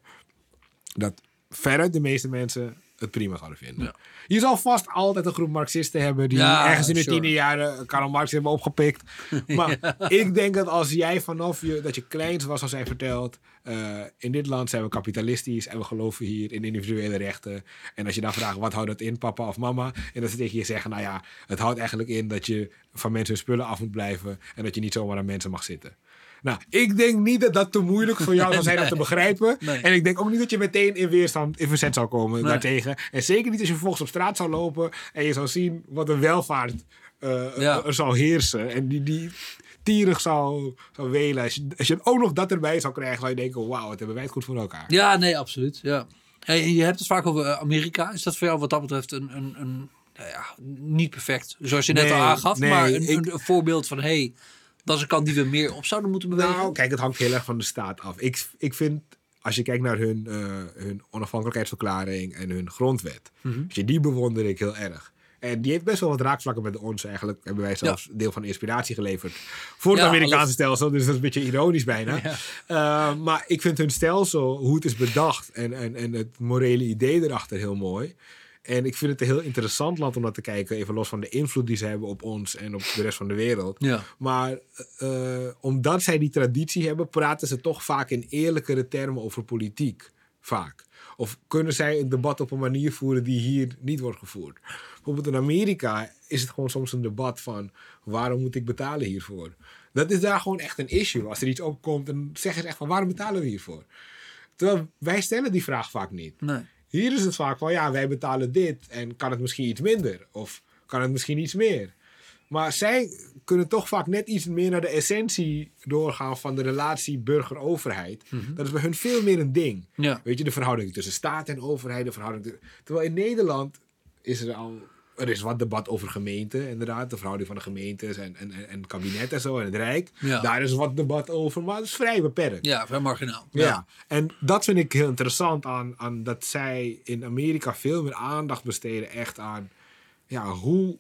B: dat veruit de meeste mensen het prima zouden vinden.
A: Ja.
B: Je zal vast altijd een groep Marxisten hebben die
A: Ja,
B: ergens in de
A: sure.
B: tienerjaren Karl Marx hebben opgepikt. Maar ja. ik denk dat als jij vanaf je, dat je kleins was als hij vertelt, uh, in dit land zijn we kapitalistisch en we geloven hier in individuele rechten. En als je dan vraagt, wat houdt dat in, papa of mama? En dat ze tegen je zeggen, nou ja, het houdt eigenlijk in dat je van mensen hun spullen af moet blijven en dat je niet zomaar aan mensen mag zitten. Nou, ik denk niet dat dat te moeilijk voor jou zou zijn om te begrijpen.
A: Nee.
B: En ik denk ook niet dat je meteen in weerstand, in verzet zou komen
A: Nee.
B: daartegen. En zeker niet als je vervolgens op straat zou lopen en je zou zien wat een welvaart uh,
A: Ja.
B: er zou heersen. En die, die tierig zou, zou welen. Als je, als je ook nog dat erbij zou krijgen, zou je denken, wauw, wat hebben wij het goed voor elkaar.
A: Ja, nee, absoluut. Ja. Hey, en je hebt het vaak over Amerika. Is dat voor jou wat dat betreft een, een, een nou ja, niet perfect, zoals je net
B: Nee,
A: al aangaf,
B: nee,
A: maar een,
B: ik-
A: een, een voorbeeld van, hey, dat is een kant die we meer op zouden moeten bewegen?
B: Nou, kijk, het hangt heel erg van de staat af. Ik, ik vind, als je kijkt naar hun, uh, hun onafhankelijkheidsverklaring en hun grondwet,
A: Mhm.
B: dus die bewonder ik heel erg. En die heeft best wel wat raakvlakken met de ons. Eigenlijk hebben wij zelfs deel van de inspiratie geleverd voor het
A: Ja,
B: Amerikaanse
A: alles-
B: stelsel. Dus dat is een beetje ironisch bijna.
A: Ja.
B: Uh, maar ik vind hun stelsel, hoe het is bedacht en, en, en het morele idee erachter heel mooi. En ik vind het een heel interessant land om naar te kijken. Even los van de invloed die ze hebben op ons en op de rest van de wereld.
A: Ja.
B: Maar uh, omdat zij die traditie hebben, praten ze toch vaak in eerlijkere termen over politiek. Vaak. Of kunnen zij een debat op een manier voeren die hier niet wordt gevoerd. Bijvoorbeeld in Amerika is het gewoon soms een debat van, waarom moet ik betalen hiervoor? Dat is daar gewoon echt een issue. Als er iets opkomt, dan zeggen ze echt van, waarom betalen we hiervoor? Terwijl wij stellen die vraag vaak niet.
A: Nee.
B: Hier is het vaak van, ja, wij betalen dit en kan het misschien iets minder? Of kan het misschien iets meer? Maar zij kunnen toch vaak net iets meer naar de essentie doorgaan van de relatie burger-overheid.
A: Mhm.
B: Dat is bij hun veel meer een ding.
A: Ja.
B: Weet je, de verhouding tussen staat en overheid, de verhouding tussen- Terwijl in Nederland is er al... Er is wat debat over gemeenten, inderdaad. De verhouding van de gemeentes en, en, en het kabinet en zo en het Rijk.
A: Ja.
B: Daar is wat debat over, maar het is vrij beperkt.
A: Ja, vrij marginaal.
B: Ja. En dat vind ik heel interessant aan, aan dat zij in Amerika veel meer aandacht besteden echt aan, ja, hoe,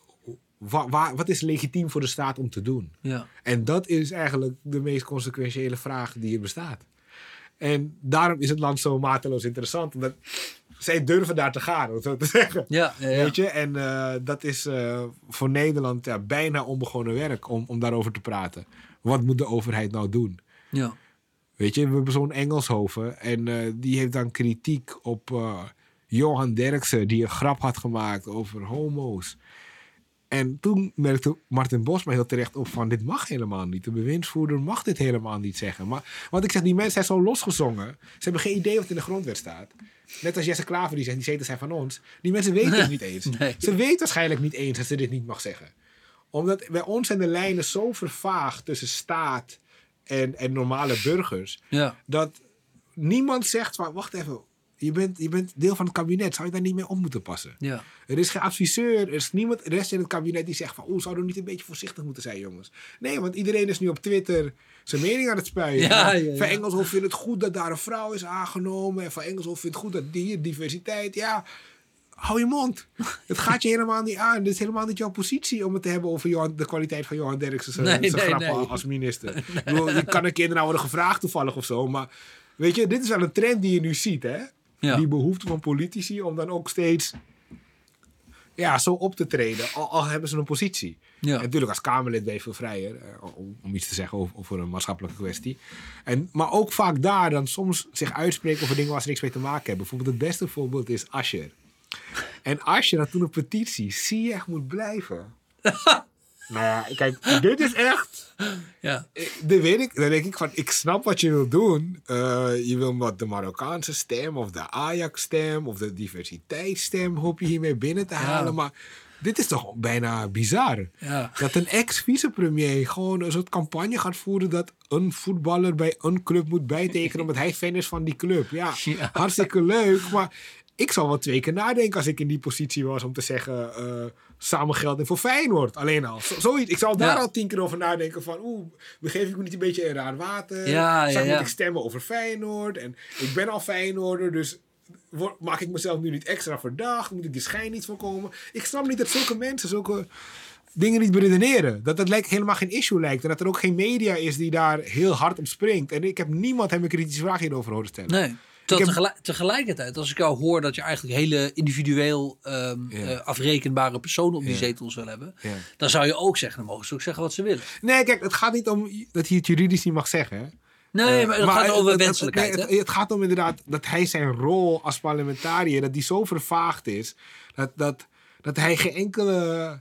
B: wa, wa- wat is legitiem voor de staat om te doen?
A: Ja.
B: En dat is eigenlijk de meest consequentiële vraag die er bestaat. En daarom is het land zo mateloos interessant, omdat zij durven daar te gaan, om het zo te zeggen.
A: Ja, ja, ja.
B: Weet je? En uh, dat is uh, voor Nederland ja, bijna onbegonnen werk om, om daarover te praten. Wat moet de overheid nou doen?
A: Ja.
B: Weet je, we hebben zo'n Engelshoven en uh, die heeft dan kritiek op uh, Johan Derksen, die een grap had gemaakt over homo's. En toen merkte Martin Bosma heel terecht op van, dit mag helemaal niet. De bewindsvoerder mag dit helemaal niet zeggen. Maar, want ik zeg, die mensen zijn zo losgezongen. Ze hebben geen idee wat in de grondwet staat. Net als Jesse Klaver die zegt, die zetels zijn van ons. Die mensen weten het niet eens.
A: Nee.
B: Ze weten waarschijnlijk niet eens dat ze dit niet mag zeggen. Omdat bij ons zijn de lijnen zo vervaagd tussen staat en, en normale burgers.
A: Ja.
B: Dat niemand zegt van, wacht even, je bent, je bent deel van het kabinet. Zou je daar niet mee op moeten passen?
A: Ja.
B: Er is geen adviseur, er is niemand de rest in het kabinet die zegt van, oeh, zouden we niet een beetje voorzichtig moeten zijn, jongens? Nee, want iedereen is nu op Twitter zijn mening aan het spuien.
A: Ja, ja, ja.
B: Van Engelshoff vindt het goed dat daar een vrouw is aangenomen. En Van Engelshoff vindt het goed dat die hier diversiteit. Ja, hou je mond. Het gaat je helemaal niet aan. Dit is helemaal niet jouw positie om het te hebben over Johan, de kwaliteit van Johan Derksen zijn
A: Nee, nee,
B: grappen
A: nee.
B: als minister. Nee. Ik bedoel, je kan een keer nou worden gevraagd toevallig of zo, maar weet je, dit is wel een trend die je nu ziet, hè?
A: Ja.
B: Die behoefte van politici om dan ook steeds ja, zo op te treden, al, al hebben ze een positie.
A: Ja.
B: En natuurlijk als Kamerlid ben je veel vrijer uh, om, om iets te zeggen over, over een maatschappelijke kwestie. En, maar ook vaak daar dan soms zich uitspreken over dingen waar ze niks mee te maken hebben. Bijvoorbeeld het beste voorbeeld is Asscher. En Asscher had toen een petitie, Ziyech moet blijven. Nou ja, kijk, dit is echt...
A: Ja.
B: Dan weet ik, dan denk ik van, ik snap wat je wil doen. Uh, je wil wat de Marokkaanse stem of de Ajax-stem of de diversiteitsstem hoop je hiermee binnen te halen. Ja. Maar dit is toch bijna bizar. Ja. Dat een ex-vicepremier gewoon een soort campagne gaat voeren dat een voetballer bij een club moet bijtekenen omdat hij fan is van die club. Ja, ja. Hartstikke leuk, maar... Ik zal wel twee keer nadenken als ik in die positie was om te zeggen... Uh, samen gelden voor Feyenoord. Alleen al. Zo, zoiets. Ik zal daar ja. al tien keer over nadenken van... Oeh, begeef ik me niet een beetje in raar water?
A: Ja,
B: Zal
A: ja, ja.
B: moet ik stemmen over Feyenoord? En ik ben al Feyenoorder, dus... Word, maak ik mezelf nu niet extra verdacht? Moet ik die schijn niet voorkomen? Ik snap niet dat zulke mensen zulke dingen niet beredeneren. Dat dat lijkt, helemaal geen issue lijkt. En dat er ook geen media is die daar heel hard op springt. En ik heb niemand hem een kritische vraag hierover horen stellen.
A: Nee. Terwijl heb... tegelijk, tegelijkertijd, als ik jou hoor dat je eigenlijk hele individueel um, ja. uh, afrekenbare personen op die ja. zetels wil hebben, ja. dan zou je ook zeggen, dan mogen ze ook zeggen wat ze willen.
B: Nee, kijk, het gaat niet om dat hij het juridisch niet mag zeggen. Hè?
A: Nee, uh, maar het maar gaat over het, wenselijkheid.
B: Het, nee, het, het gaat om inderdaad dat hij zijn rol als parlementariër, dat die zo vervaagd is, dat, dat, dat hij geen enkele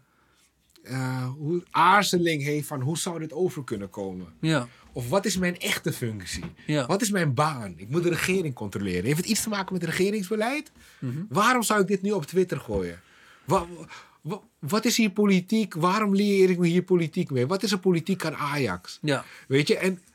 B: uh, hoe, aarzeling heeft van hoe zou dit over kunnen komen.
A: Ja.
B: Of wat is mijn echte functie?
A: Ja.
B: Wat is mijn baan? Ik moet de regering controleren. Heeft het iets te maken met regeringsbeleid? Mm-hmm. Waarom zou ik dit nu op Twitter gooien? Wat, wat, wat is hier politiek? Waarom leer ik me hier politiek mee? Wat is er politiek aan Ajax?
A: Ja.
B: Weet je? En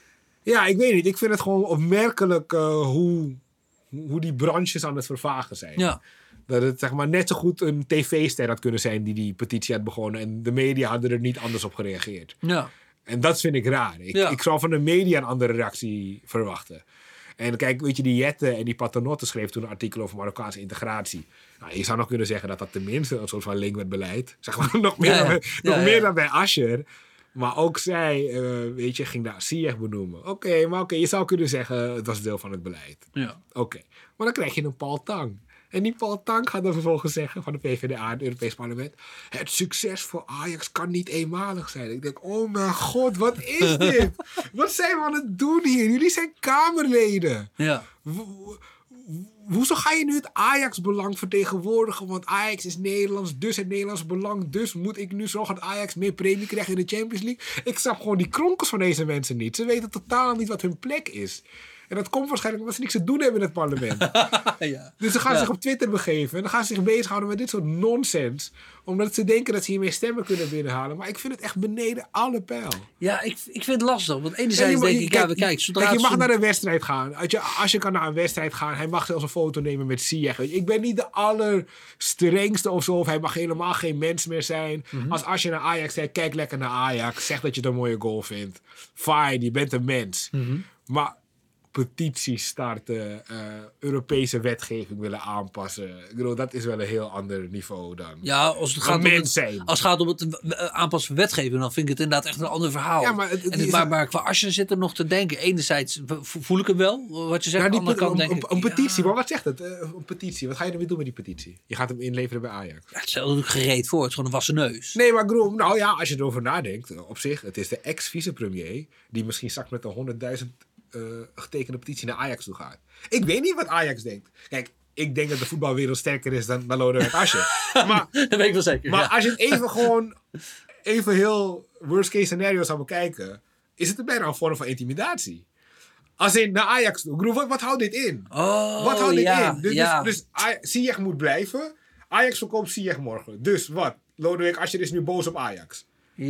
B: ja, ik weet niet. Ik vind het gewoon opmerkelijk uh, hoe, hoe die branches aan het vervagen zijn.
A: Ja.
B: Dat het zeg maar, net zo goed een tv-ster had kunnen zijn die die petitie had begonnen. En de media hadden er niet anders op gereageerd.
A: Ja.
B: En dat vind ik raar. Ik, ja. ik zou van de media een andere reactie verwachten. En kijk, weet je, die Jette en die Paternotte schreef toen een artikel over Marokkaanse integratie. Nou, je zou nog kunnen zeggen dat dat tenminste een soort van link met beleid. Zeg maar, nog meer, ja, ja. dan, bij, ja, nog ja. meer dan bij Asscher. Maar ook zij, uh, weet je, ging daar Ziyech benoemen. Oké, okay, maar oké, okay, je zou kunnen zeggen het was deel van het beleid.
A: Ja.
B: Oké, okay. Maar dan krijg je een Paul Tang. En die Paul Tang gaat dan vervolgens zeggen van de P v d A, het Europees Parlement. Het succes voor Ajax kan niet eenmalig zijn. Ik denk, oh mijn god, wat is dit? Wat zijn we aan het doen hier? Jullie zijn Kamerleden.
A: Ja.
B: Wo- Hoezo ga je nu het Ajax-belang vertegenwoordigen? Want Ajax is Nederlands, dus het Nederlands belang. Dus moet ik nu zorgen dat Ajax meer premie krijgt in de Champions League? Ik snap gewoon die kronkels van deze mensen niet. Ze weten totaal niet wat hun plek is. En dat komt waarschijnlijk omdat ze niks te doen hebben in het parlement.
A: Ja.
B: Dus ze gaan
A: ja.
B: zich op Twitter begeven. En dan gaan ze zich bezighouden met dit soort nonsens. Omdat ze denken dat ze hiermee stemmen kunnen binnenhalen. Maar ik vind het echt beneden alle pijl.
A: Ja, ik, ik vind het lastig. Want enerzijds denk ik, ja, we kijken.
B: Kijk, je mag naar een wedstrijd gaan. Als je, als je kan naar een wedstrijd gaan. Hij mag zelfs een foto nemen met Ziyech. Ik ben niet de allerstrengste of zo. Of hij mag helemaal geen mens meer zijn. Mm-hmm. Als, als je naar Ajax zegt, kijk lekker naar Ajax. Zeg dat je het een mooie goal vindt. Fine, je bent een mens.
A: Mm-hmm.
B: Maar petities starten, uh, Europese wetgeving willen aanpassen. Ik bedoel, dat is wel een heel ander niveau dan.
A: Ja, als het gaat om het,
B: zijn.
A: als het gaat om het uh, aanpassen van wetgeving, dan vind ik het inderdaad echt een ander verhaal.
B: Ja, maar, het, het
A: en het, maar, maar qua Asscher zit er nog te denken. Enerzijds voel ik hem wel, wat je zegt.
B: Nou,
A: aan de andere kant
B: een,
A: denk
B: een,
A: ik,
B: een petitie,
A: ja.
B: maar wat zegt het? Uh, een petitie, wat ga je ermee doen met die petitie? Je gaat hem inleveren bij Ajax.
A: Ja, het is natuurlijk gereed voor, het is gewoon een wassen neus.
B: Nee, maar Groen, nou ja, als je erover nadenkt, op zich, het is de ex-vicepremier die misschien straks met een honderdduizend Uh, getekende petitie naar Ajax toe gaat. Ik weet niet wat Ajax denkt. Kijk, ik denk dat de voetbalwereld sterker is dan, dan Lodewijk Asscher. Maar,
A: dat weet ik wel zeker.
B: Maar
A: ja.
B: als je het even gewoon even heel worst case scenario zou bekijken, is het bijna een vorm van intimidatie. Als in naar Ajax toe. Groen, wat, wat houdt dit in?
A: Oh,
B: wat houdt dit
A: ja,
B: in? Dus,
A: ja.
B: dus, dus Ziyech moet blijven. Ajax verkoopt Ziyech morgen. Dus wat? Lodewijk Asscher is nu boos op Ajax.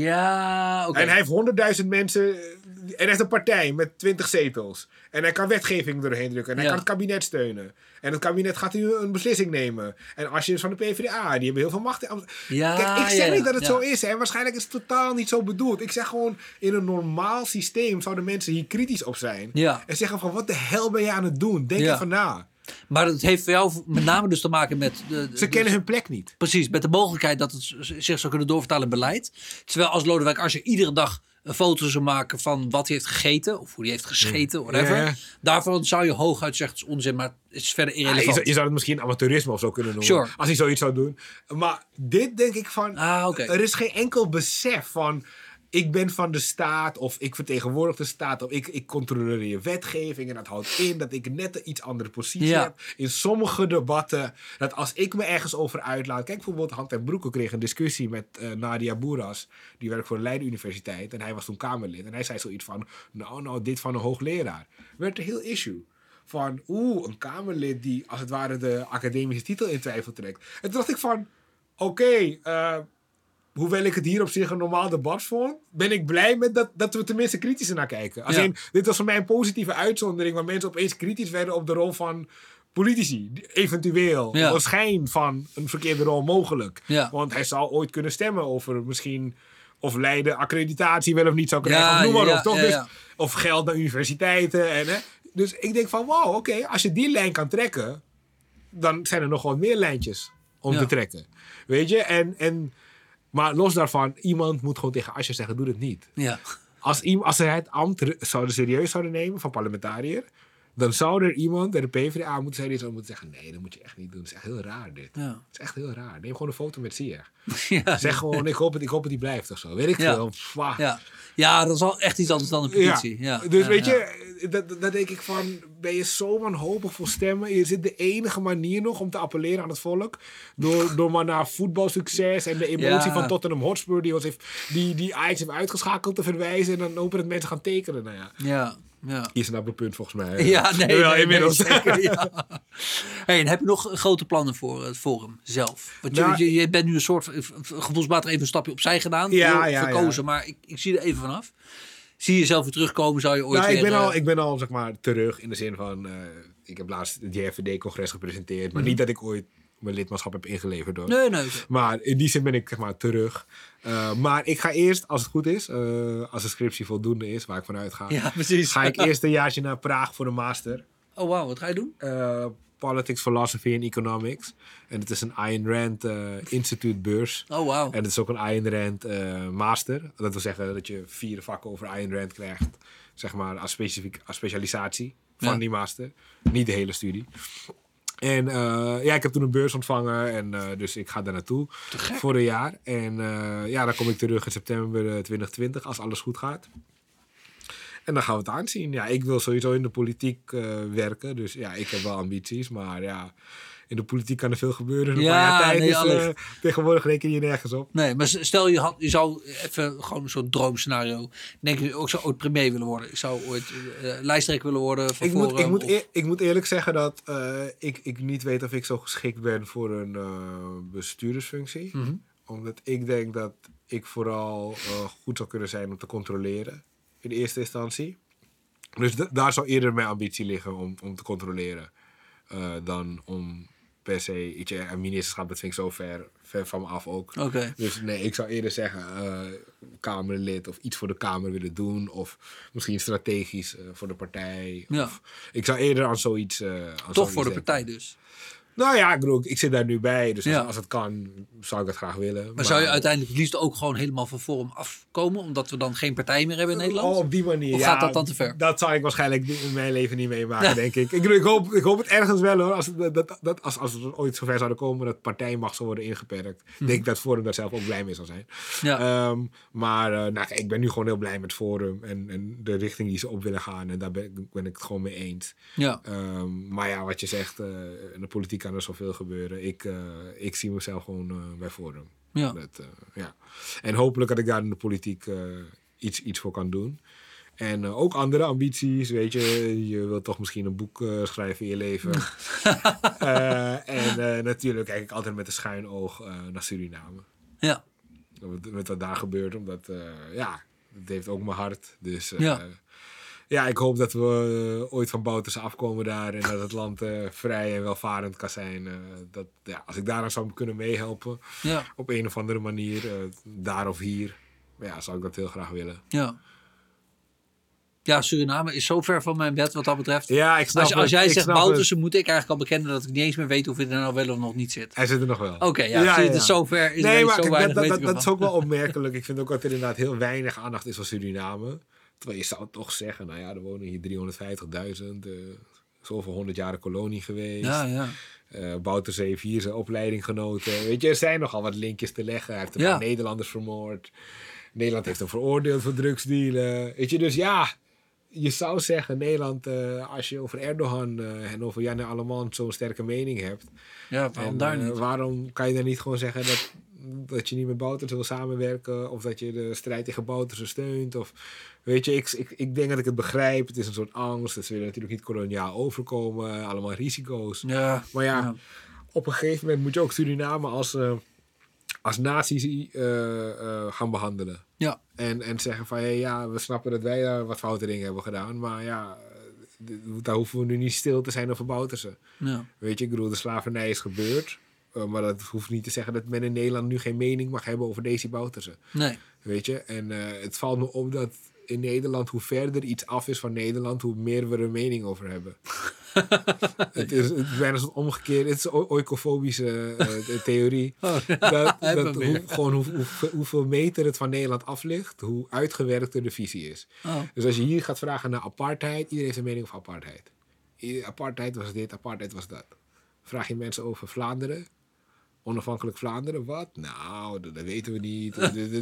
A: Ja, oké. Okay.
B: En hij heeft honderdduizend mensen. En hij heeft een partij met twintig zetels. En hij kan wetgeving doorheen drukken. En hij ja. kan het kabinet steunen. En het kabinet gaat nu een beslissing nemen. En als je is van de P v d A, die hebben heel veel macht.
A: Ja,
B: Kijk, ik zeg
A: ja,
B: niet dat het
A: ja.
B: zo is. En waarschijnlijk is het totaal niet zo bedoeld. Ik zeg gewoon, in een normaal systeem zouden mensen hier kritisch op zijn.
A: Ja.
B: En zeggen van, wat de hel ben je aan het doen? Denk
A: ja.
B: even na.
A: Maar het heeft voor jou met name dus te maken met... De, de,
B: Ze kennen dus hun plek niet.
A: Precies, met de mogelijkheid dat het zich zou kunnen doorvertalen in beleid. Terwijl als Lodewijk Asscher iedere dag een foto zou maken van wat hij heeft gegeten. Of hoe hij heeft gescheten, whatever.
B: Ja.
A: Daarvan zou je hooguit zeggen, het is onzin, maar het is verder
B: Ja,
A: irrelevant.
B: je, zou, je zou het misschien amateurisme of zo kunnen noemen.
A: Sure.
B: Als hij zoiets zou doen. Maar dit denk ik van...
A: Ah, oké.
B: Er is geen enkel besef van... Ik ben van de staat, of ik vertegenwoordig de staat, of ik, ik controleer wetgeving. En dat houdt in dat ik net een iets andere positie
A: Ja.
B: heb. In sommige debatten, dat als ik me ergens over uitlaat. Kijk, bijvoorbeeld Hand en Broeke kreeg een discussie met uh, Nadia Boeras. Die werkt voor de Leiden Universiteit. En hij was toen Kamerlid. En hij zei zoiets van, nou, nou, dit van een hoogleraar. Werd een heel issue. Van, oeh, een Kamerlid die als het ware de academische titel in twijfel trekt. En toen dacht ik van, oké, okay, uh, hoewel ik het hier op zich een normaal debat vond, ben ik blij met dat, dat we tenminste kritisch naar kijken. Als
A: Ja.
B: in, dit was voor mij een positieve uitzondering, waar mensen opeens kritisch werden op de rol van politici. Eventueel.
A: Ja.
B: Of een schijn van een verkeerde rol mogelijk.
A: Ja.
B: Want hij zou ooit kunnen stemmen over misschien of Leiden accreditatie wel of niet zou krijgen.
A: Ja,
B: of noem maar
A: ja,
B: op, toch?
A: ja,
B: Dus,
A: ja.
B: of geld naar universiteiten. En, hè. Dus ik denk van, wow, oké, okay, als je die lijn kan trekken, dan zijn er nog wat meer lijntjes om
A: Ja.
B: te trekken. Weet je? En, en, maar los daarvan, iemand moet gewoon tegen Asscher zeggen, doe het niet.
A: Ja.
B: Als, als ze het ambt zouden serieus zouden nemen van parlementariër, dan zou er iemand bij de PvdA moeten zijn die zou moeten zeggen, nee, dat moet je echt niet doen. Het is echt heel raar dit.
A: Ja.
B: Het is echt heel raar. Neem gewoon een foto met Ziyech.
A: Ja.
B: Zeg gewoon, ik hoop, het, ik hoop dat die blijft of zo. Weet ik
A: Ja.
B: veel. Pff,
A: Ja. Ja, dat is wel echt iets anders dan een petitie. Ja.
B: Dus
A: Ja,
B: weet
A: ja.
B: je, dat, dat denk ik van, ben je zo wanhopig voor stemmen? Je zit de enige manier nog om te appelleren aan het volk. Door, door maar naar voetbalsucces en de emotie
A: Ja.
B: van Tottenham Hotspur, die, ons heeft, die, die Ajax heeft uitgeschakeld, te verwijzen. En dan hopen dat mensen gaan tekenen. Nou ja,
A: Ja. Ja.
B: hier is een het punt volgens mij.
A: Ja, nee,
B: Wel,
A: nee,
B: inmiddels.
A: nee, zeker, ja. Hey, en heb je nog grote plannen voor het Forum zelf? Want je,
B: Nou,
A: je, je bent nu een soort gevoelsmatig even een stapje opzij gedaan.
B: Ja,
A: heel
B: ja,
A: verkozen,
B: ja.
A: maar ik, ik zie er even vanaf. Zie je jezelf weer terugkomen? Zou je ooit
B: Nou, ik,
A: weer,
B: ben al,
A: eh,
B: ik ben al zeg maar terug in de zin van, uh, ik heb laatst het J V D-congres gepresenteerd. Maar niet dat ik ooit mijn lidmaatschap heb ingeleverd hoor.
A: Nee, nee.
B: Maar in die zin ben ik zeg maar terug. Uh, maar ik ga eerst, als het goed is, uh, als de scriptie voldoende is, waar ik vanuit ga,
A: Ja, precies.
B: ga ik eerst een jaartje naar Praag voor de master.
A: Oh, wauw. Wat ga je doen?
B: Uh, Politics, Philosophy and Economics. En het is een Ayn Rand uh, Instituut beurs.
A: Oh, wauw.
B: En het is ook een Ayn Rand uh, master. Dat wil zeggen dat je vier vakken over Ayn Rand krijgt. Zeg maar als, specifiek, als specialisatie van
A: Ja.
B: die master. Niet de hele studie. En uh, ja, ik heb toen een beurs ontvangen. En uh, dus ik ga daar naartoe voor een jaar. En uh, ja, dan kom ik terug in september twintig twintig als alles goed gaat. En dan gaan we het aanzien. Ja, ik wil sowieso in de politiek uh, werken. Dus ja, ik heb wel ambities. Maar ja, in de politiek kan er veel gebeuren in een
A: Ja,
B: paar jaar tijd.
A: nee,
B: dus uh,
A: allicht.
B: tegenwoordig reken je nergens op.
A: Nee, maar stel je, had, je zou even gewoon een soort droomscenario. Denk je ook zou ooit premier willen worden? Ik zou ooit uh, lijsttrekker willen worden van
B: Ik moet,
A: Forum,
B: ik, moet
A: of-
B: eer, ik moet eerlijk zeggen dat uh, ik, ik niet weet of ik zo geschikt ben voor een uh, bestuurdersfunctie.
A: Mhm.
B: Omdat ik denk dat ik vooral uh, goed zou kunnen zijn om te controleren. In de eerste instantie. Dus d- daar zou eerder mijn ambitie liggen om, om te controleren. Uh, dan om per se iets, een ministerschap, dat vind ik zo ver, ver van me af ook.
A: Oké.
B: Dus nee, ik zou eerder zeggen uh, Kamerlid of iets voor de Kamer willen doen. Of misschien strategisch uh, voor de partij.
A: Ja.
B: Of, ik zou eerder aan zoiets uh, aan
A: Toch
B: zoiets
A: voor de
B: denken.
A: partij dus.
B: Nou ja, ik bedoel, ik zit daar nu bij. Dus als,
A: Ja.
B: als het kan, zou ik het graag willen.
A: Maar, zou je uiteindelijk het liefst ook gewoon helemaal van Forum afkomen? Omdat we dan geen partij meer hebben in Nederland?
B: Oh, op die manier.
A: Of
B: ja,
A: gaat dat dan te ver?
B: Dat zou ik waarschijnlijk in mijn leven niet meemaken, denk ik. Ik, bedoel, ik, hoop, ik hoop het ergens wel hoor. Als, het- dat, dat, als, als we ooit zover zouden komen dat partijmacht zou worden ingeperkt. Denk ik dat Forum daar zelf ook blij mee zou zijn.
A: Ja.
B: Um, maar uh, nou, kijk, ik ben nu gewoon heel blij met Forum. En, en de richting die ze op willen gaan. En daar ben, ik- ben ik het gewoon mee eens.
A: Ja.
B: Um, maar ja, wat je zegt, uh, in de politiek kan er zoveel gebeuren. Ik, uh, ik zie mezelf gewoon uh, bij Forum.
A: Ja.
B: Dat, uh, ja. En hopelijk dat ik daar in de politiek uh, iets, iets voor kan doen. En uh, ook andere ambities, weet je. Je wilt toch misschien een boek uh, schrijven in je leven. uh, en uh, natuurlijk kijk ik altijd met een schuin oog uh, naar Suriname.
A: Ja.
B: Met, met wat daar gebeurt, omdat, uh, ja, het heeft ook mijn hart. Dus uh,
A: Ja.
B: ja, ik hoop dat we uh, ooit van Bouterse afkomen daar. En dat het land uh, vrij en welvarend kan zijn. Uh, dat, ja, als ik daaraan zou kunnen meehelpen,
A: Ja.
B: op een of andere manier, uh, daar of hier, ja, zou ik dat heel graag willen.
A: Ja. Ja, Suriname is zo ver van mijn bed wat dat betreft.
B: Ja, ik snap
A: als, als jij
B: het,
A: zegt
B: ik
A: Boutersen, moet ik eigenlijk al bekennen dat ik niet eens meer weet of hij er nou wel of nog niet zit.
B: Hij zit er nog wel.
A: Oké, okay, ja,
B: ja,
A: zie je,
B: ja.
A: het zo ver is
B: nee, maar
A: zo
B: kijk,
A: weinig
B: dat, dat,
A: weten
B: dat
A: we
B: is ook wel opmerkelijk. Ik vind ook dat er inderdaad heel weinig aandacht is voor Suriname. Terwijl je zou toch zeggen, nou ja, er wonen hier driehonderdvijftigduizend. Uh, zoveel honderd jaren kolonie geweest.
A: Ja, ja.
B: Uh, Bouterse heeft hier zijn opleiding genoten. Weet je, er zijn nogal wat linkjes te leggen. Hij heeft een
A: ja.
B: paar Nederlanders vermoord. Nederland heeft hem veroordeeld voor drugsdealen. Weet je, dus ja, je zou zeggen, Nederland, uh, als je over Erdogan uh, en over Janne Allemans zo'n sterke mening hebt.
A: Ja, waarom
B: en,
A: daar
B: uh,
A: niet?
B: Waarom kan je dan niet gewoon zeggen dat, dat je niet met Bouterse wil samenwerken? Of dat je de strijd tegen Bouterse steunt? Of, weet je, ik, ik, ik denk dat ik het begrijp. Het is een soort angst. Het willen natuurlijk niet koloniaal overkomen. Allemaal risico's.
A: Ja,
B: maar ja,
A: ja,
B: op een gegeven moment moet je ook Suriname als, uh, als natie uh, uh, gaan behandelen.
A: Ja.
B: En, en zeggen van, hey, ja, we snappen dat wij daar wat foute dingen hebben gedaan. Maar ja, daar hoeven we nu niet stil te zijn over Bouterse.
A: Ja.
B: Weet je, ik bedoel, de slavernij is gebeurd. Uh, maar dat hoeft niet te zeggen dat men in Nederland nu geen mening mag hebben over Desi Bouterse.
A: Nee.
B: Weet je, en uh, het valt me op dat in Nederland, hoe verder iets af is van Nederland, hoe meer we er een mening over hebben. het, is, het is bijna zo'n omgekeerd, het is een oikofobische uh, theorie. Oh, dat, dat hoe, gewoon hoe, hoe, hoeveel meter het van Nederland af ligt, hoe uitgewerkter de visie is. Oh. Dus als je hier gaat vragen naar apartheid, iedereen heeft een mening over apartheid. Apartheid was dit, apartheid was dat. Vraag je mensen over Vlaanderen, onafhankelijk Vlaanderen, wat? Nou, dat, dat weten we niet.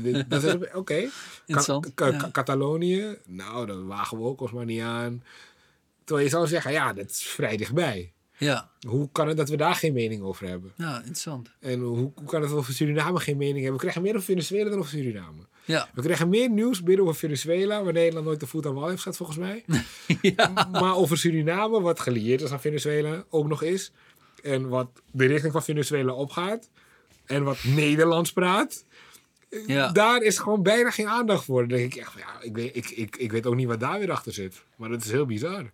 B: Oké. Okay. Ka- ka- ja. Catalonië, nou, dat wagen we ook ons maar niet aan. Terwijl je zou zeggen, ja, dat is vrij dichtbij.
A: Ja.
B: Hoe kan het dat we daar geen mening over hebben?
A: Ja, interessant.
B: En hoe, hoe kan het dat we over Suriname geen mening hebben? We krijgen meer over Venezuela dan over Suriname.
A: Ja.
B: We krijgen meer nieuws binnen over Venezuela, waar Nederland nooit de voet aan wal heeft gezet, volgens mij. ja. Maar over Suriname, wat gelieerd is aan Venezuela, ook nog is. En wat de richting van Venezuela opgaat. En wat Nederlands praat. Ja. Daar is gewoon bijna geen aandacht voor. Dan denk ik echt van, ja, ik weet, ik, ik, ik weet ook niet wat daar weer achter zit. Maar dat is heel bizar.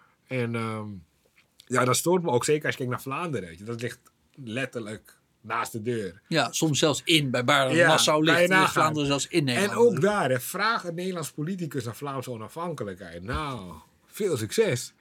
B: En um, ja, dat stoort me ook. Zeker als je kijkt naar Vlaanderen. Dat ligt letterlijk naast de deur.
A: Ja, soms zelfs in. Bij Baarden ja, Nassau ligt, ligt Vlaanderen zelfs in Nederland.
B: En ook daar, hè, vraag een Nederlands politicus naar Vlaamse onafhankelijkheid. Nou, veel succes.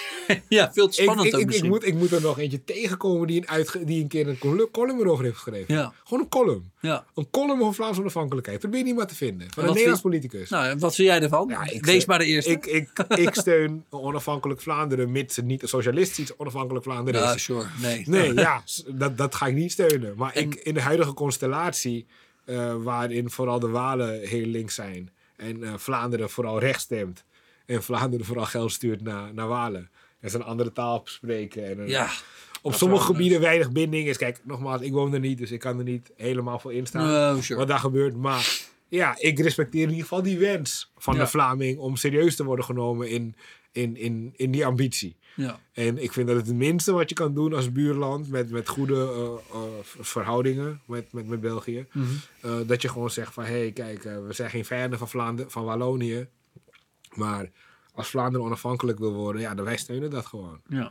A: Ja, veel te spannend
B: ik, ik,
A: ook
B: ik, ik, moet, ik moet er nog eentje tegenkomen die een, uitge, die een keer een column, column erover heeft geschreven. Ja. Gewoon een column.
A: Ja.
B: Een column over Vlaamse onafhankelijkheid. Probeer niet maar te vinden. Van een Nederlands vind, politicus.
A: Nou, wat vind jij ervan? Ja, ik, Wees maar de eerste.
B: Ik, ik, ik steun onafhankelijk Vlaanderen, mits het niet een socialistisch onafhankelijk Vlaanderen is.
A: Ja, sure. Nee.
B: Nee, ja, dat, dat ga ik niet steunen. Maar en, ik, in de huidige constellatie, uh, waarin vooral de Walen heel links zijn en uh, Vlaanderen vooral rechts stemt en Vlaanderen vooral geld stuurt naar, naar Walen. En ze een andere taal spreken. En een,
A: ja,
B: op sommige gebieden weinig binding is. Kijk, nogmaals, ik woon er niet, dus ik kan er niet helemaal voor instaan.
A: Uh, sure.
B: Wat daar gebeurt. Maar ja, ik respecteer in ieder geval die wens van ja. de Vlaming om serieus te worden genomen in, in, in, in die ambitie.
A: Ja.
B: En ik vind dat het het minste wat je kan doen als buurland met, met goede uh, uh, verhoudingen met, met, met België.
A: Mm-hmm.
B: Uh, dat je gewoon zegt van, hé, hey, kijk, uh, we zijn geen vijanden van, Vlaanderen, van Wallonië. Maar als Vlaanderen onafhankelijk wil worden, ja, dan wij steunen dat gewoon.
A: Ja.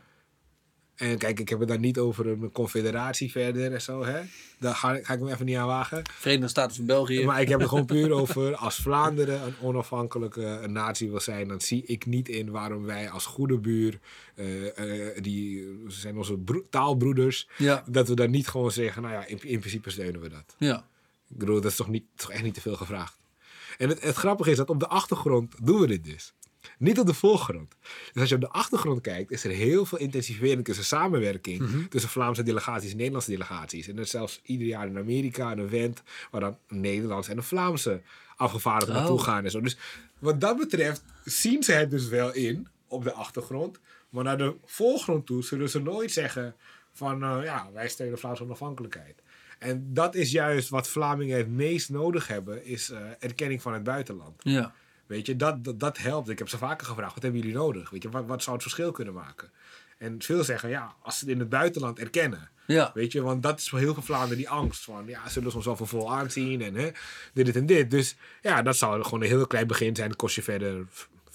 B: En kijk, ik heb het daar niet over een confederatie verder en zo, hè. Daar ga, ga ik me even niet aan wagen.
A: Verenigde Staten van België.
B: Maar ik heb het gewoon puur over, als Vlaanderen een onafhankelijke een natie wil zijn, dan zie ik niet in waarom wij als goede buur, uh, uh, die zijn onze bro- taalbroeders,
A: ja.
B: dat we dan niet gewoon zeggen, nou ja, in, in principe steunen we dat.
A: Ja.
B: Ik bedoel, dat is toch, niet, toch echt niet te veel gevraagd. En het, het grappige is dat op de achtergrond doen we dit dus. Niet op de voorgrond. Dus als je op de achtergrond kijkt, is er heel veel intensivering tussen samenwerking mm-hmm. tussen Vlaamse delegaties en Nederlandse delegaties. En er is zelfs ieder jaar in Amerika een event waar dan een Nederlandse en een Vlaamse afgevaardigden oh. naartoe gaan en zo. Dus wat dat betreft zien ze het dus wel in op de achtergrond. Maar naar de voorgrond toe zullen ze nooit zeggen van uh, ja, wij steunen Vlaamse onafhankelijkheid. En dat is juist wat Vlamingen het meest nodig hebben, is uh, erkenning van het buitenland.
A: Ja.
B: Weet je, dat, dat, dat helpt. Ik heb ze vaker gevraagd, wat hebben jullie nodig? Weet je, wat, wat zou het verschil kunnen maken? En veel zeggen, ja, als ze het in het buitenland erkennen.
A: Ja.
B: Weet je, want dat is voor heel veel Vlaanderen die angst van, ja, zullen ze ons wel voor vol aanzien en hè, dit, dit en dit. Dus ja, dat zou gewoon een heel klein begin zijn. Het kost je verder